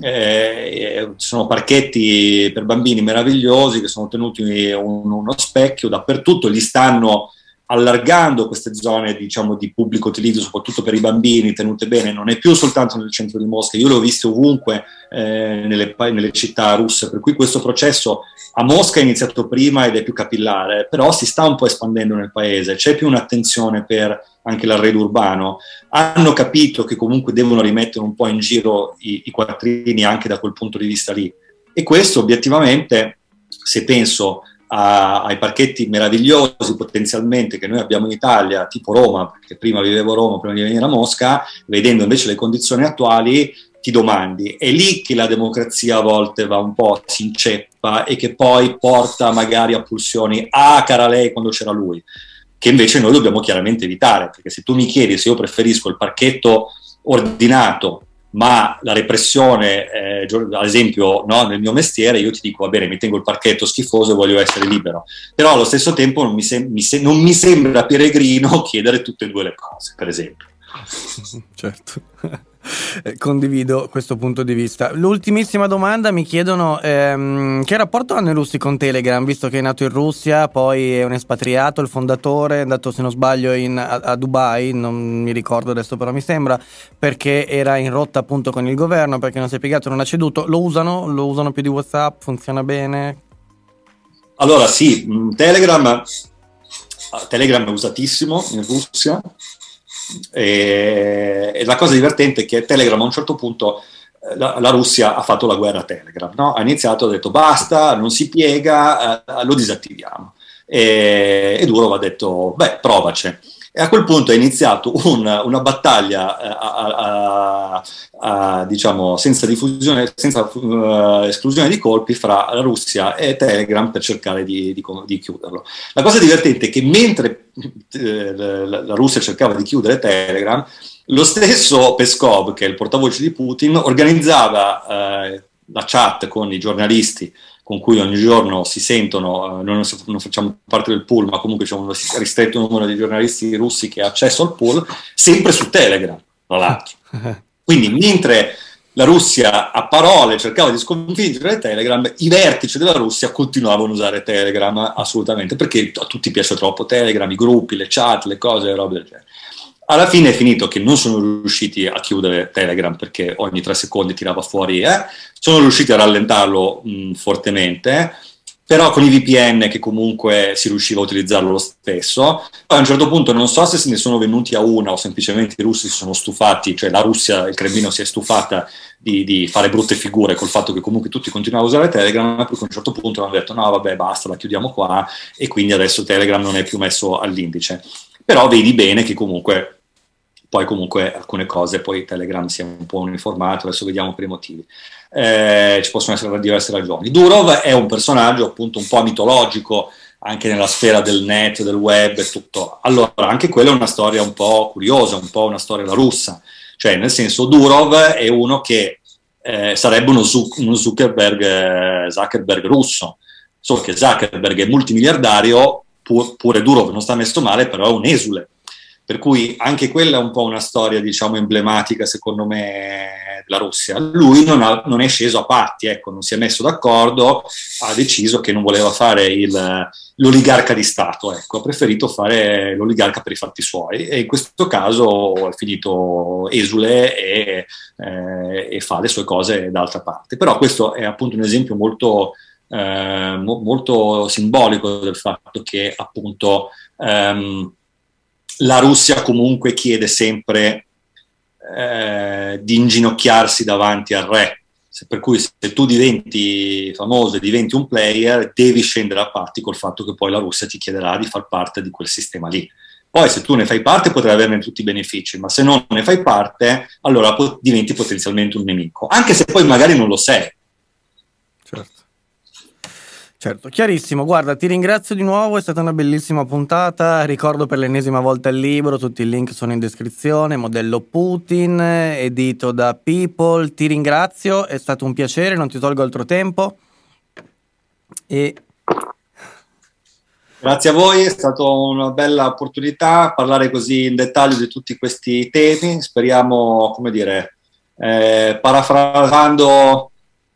ci sono parchetti per bambini meravigliosi che sono tenuti uno specchio dappertutto, li stanno allargando queste zone, diciamo, di pubblico utilizzo, soprattutto per i bambini, tenute bene. Non è più soltanto nel centro di Mosca, io le ho viste ovunque nelle città russe, per cui questo processo a Mosca è iniziato prima ed è più capillare, però si sta un po' espandendo nel paese, c'è più un'attenzione per anche l'arredo urbano, hanno capito che comunque devono rimettere un po' in giro i quattrini anche da quel punto di vista lì, e questo obiettivamente, se penso ai parchetti meravigliosi potenzialmente che noi abbiamo in Italia, tipo Roma, perché prima vivevo a Roma prima di venire a Mosca, vedendo invece le condizioni attuali ti domandi, è lì che la democrazia a volte va un po', si inceppa e che poi porta magari a pulsioni, cara lei quando c'era lui, che invece noi dobbiamo chiaramente evitare, perché se tu mi chiedi se io preferisco il parchetto ordinato ma la repressione, ad esempio, no, nel mio mestiere, io ti dico, va bene, mi tengo il parchetto schifoso e voglio essere libero, però allo stesso tempo non mi sembra peregrino chiedere tutte e due le cose, per esempio. Certo. Condivido questo punto di vista. L'ultimissima domanda, mi chiedono che rapporto hanno i russi con Telegram, visto che è nato in Russia, poi è un espatriato, il fondatore è andato, se non sbaglio, a Dubai, non mi ricordo adesso, però mi sembra, perché era in rotta appunto con il governo, perché non si è piegato, non ha ceduto. Lo usano più di WhatsApp? Funziona bene? Allora sì, Telegram è usatissimo in Russia. E la cosa divertente è che Telegram a un certo punto la Russia ha fatto la guerra a Telegram, no? Ha iniziato, ha detto basta, non si piega, lo disattiviamo, e Durov ha detto beh, provaci, E a quel punto è iniziato una battaglia diciamo, senza diffusione, senza esclusione di colpi fra la Russia e Telegram per cercare di chiuderlo. La cosa divertente è che mentre la Russia cercava di chiudere Telegram, lo stesso Peskov, che è il portavoce di Putin, organizzava la chat con i giornalisti con cui ogni giorno si sentono, noi non facciamo parte del pool, ma comunque c'è un ristretto numero di giornalisti russi che ha accesso al pool, sempre su Telegram, tra l'altro. Quindi mentre la Russia a parole cercava di sconfiggere Telegram, i vertici della Russia continuavano a usare Telegram assolutamente, perché a tutti piace troppo Telegram, i gruppi, le chat, le cose, le robe del genere. Alla fine è finito che non sono riusciti a chiudere Telegram perché ogni 3 secondi tirava fuori, sono riusciti a rallentarlo fortemente, però con i VPN che comunque si riusciva a utilizzarlo lo stesso. Poi a un certo punto non so se ne sono venuti a una o semplicemente i russi si sono stufati, cioè la Russia, il Cremlino si è stufata di fare brutte figure col fatto che comunque tutti continuavano a usare Telegram, perché a un certo punto hanno detto no vabbè basta, la chiudiamo qua, e quindi adesso Telegram non è più messo all'indice. Però vedi bene che comunque poi comunque alcune cose, poi Telegram si è un po' uniformato, adesso vediamo per i motivi. Ci possono essere diverse ragioni. Durov è un personaggio appunto un po' mitologico anche nella sfera del net, del web e tutto. Allora, anche quella è una storia un po' curiosa, un po' una storia alla russa. Cioè, nel senso, Durov è uno che sarebbe uno Zuckerberg russo, solo che Zuckerberg è multimiliardario, pure Durov non sta messo male, però è un esule. Per cui anche quella è un po' una storia, diciamo, emblematica, secondo me, della Russia. Lui non è sceso a patti, ecco, non si è messo d'accordo, ha deciso che non voleva fare l'oligarca di Stato, ecco, ha preferito fare l'oligarca per i fatti suoi, e in questo caso è finito esule e fa le sue cose d'altra parte. Però questo è appunto un esempio molto, molto simbolico del fatto che appunto la Russia comunque chiede sempre di inginocchiarsi davanti al re, per cui se tu diventi famoso e diventi un player devi scendere a patti col fatto che poi la Russia ti chiederà di far parte di quel sistema lì. Poi se tu ne fai parte potrai averne tutti i benefici, ma se non ne fai parte allora diventi potenzialmente un nemico, anche se poi magari non lo sei. Certo, chiarissimo. Guarda, ti ringrazio di nuovo, è stata una bellissima puntata. Ricordo per l'ennesima volta il libro, tutti i link sono in descrizione, Modello Putin, edito da People. Ti ringrazio, è stato un piacere, non ti tolgo altro tempo. Grazie a voi, è stata una bella opportunità parlare così in dettaglio di tutti questi temi. Speriamo, come dire, parafrasando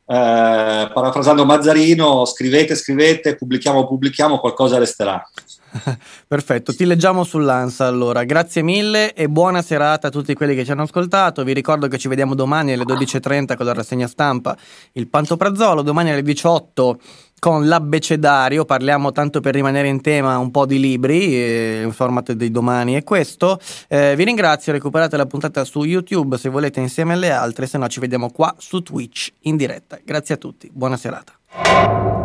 Mazzarino, scrivete, pubblichiamo, qualcosa resterà. Perfetto, ti leggiamo sull'Ansa allora. Grazie mille e buona serata a tutti quelli che ci hanno ascoltato. Vi ricordo che ci vediamo domani alle 12:30 con la rassegna stampa Il Pantoprazolo, domani alle 18 con l'abbecedario, parliamo, tanto per rimanere in tema, un po' di libri, il format dei domani è questo. Vi ringrazio, recuperate la puntata su YouTube se volete insieme alle altre, se no ci vediamo qua su Twitch in diretta. Grazie a tutti, buona serata.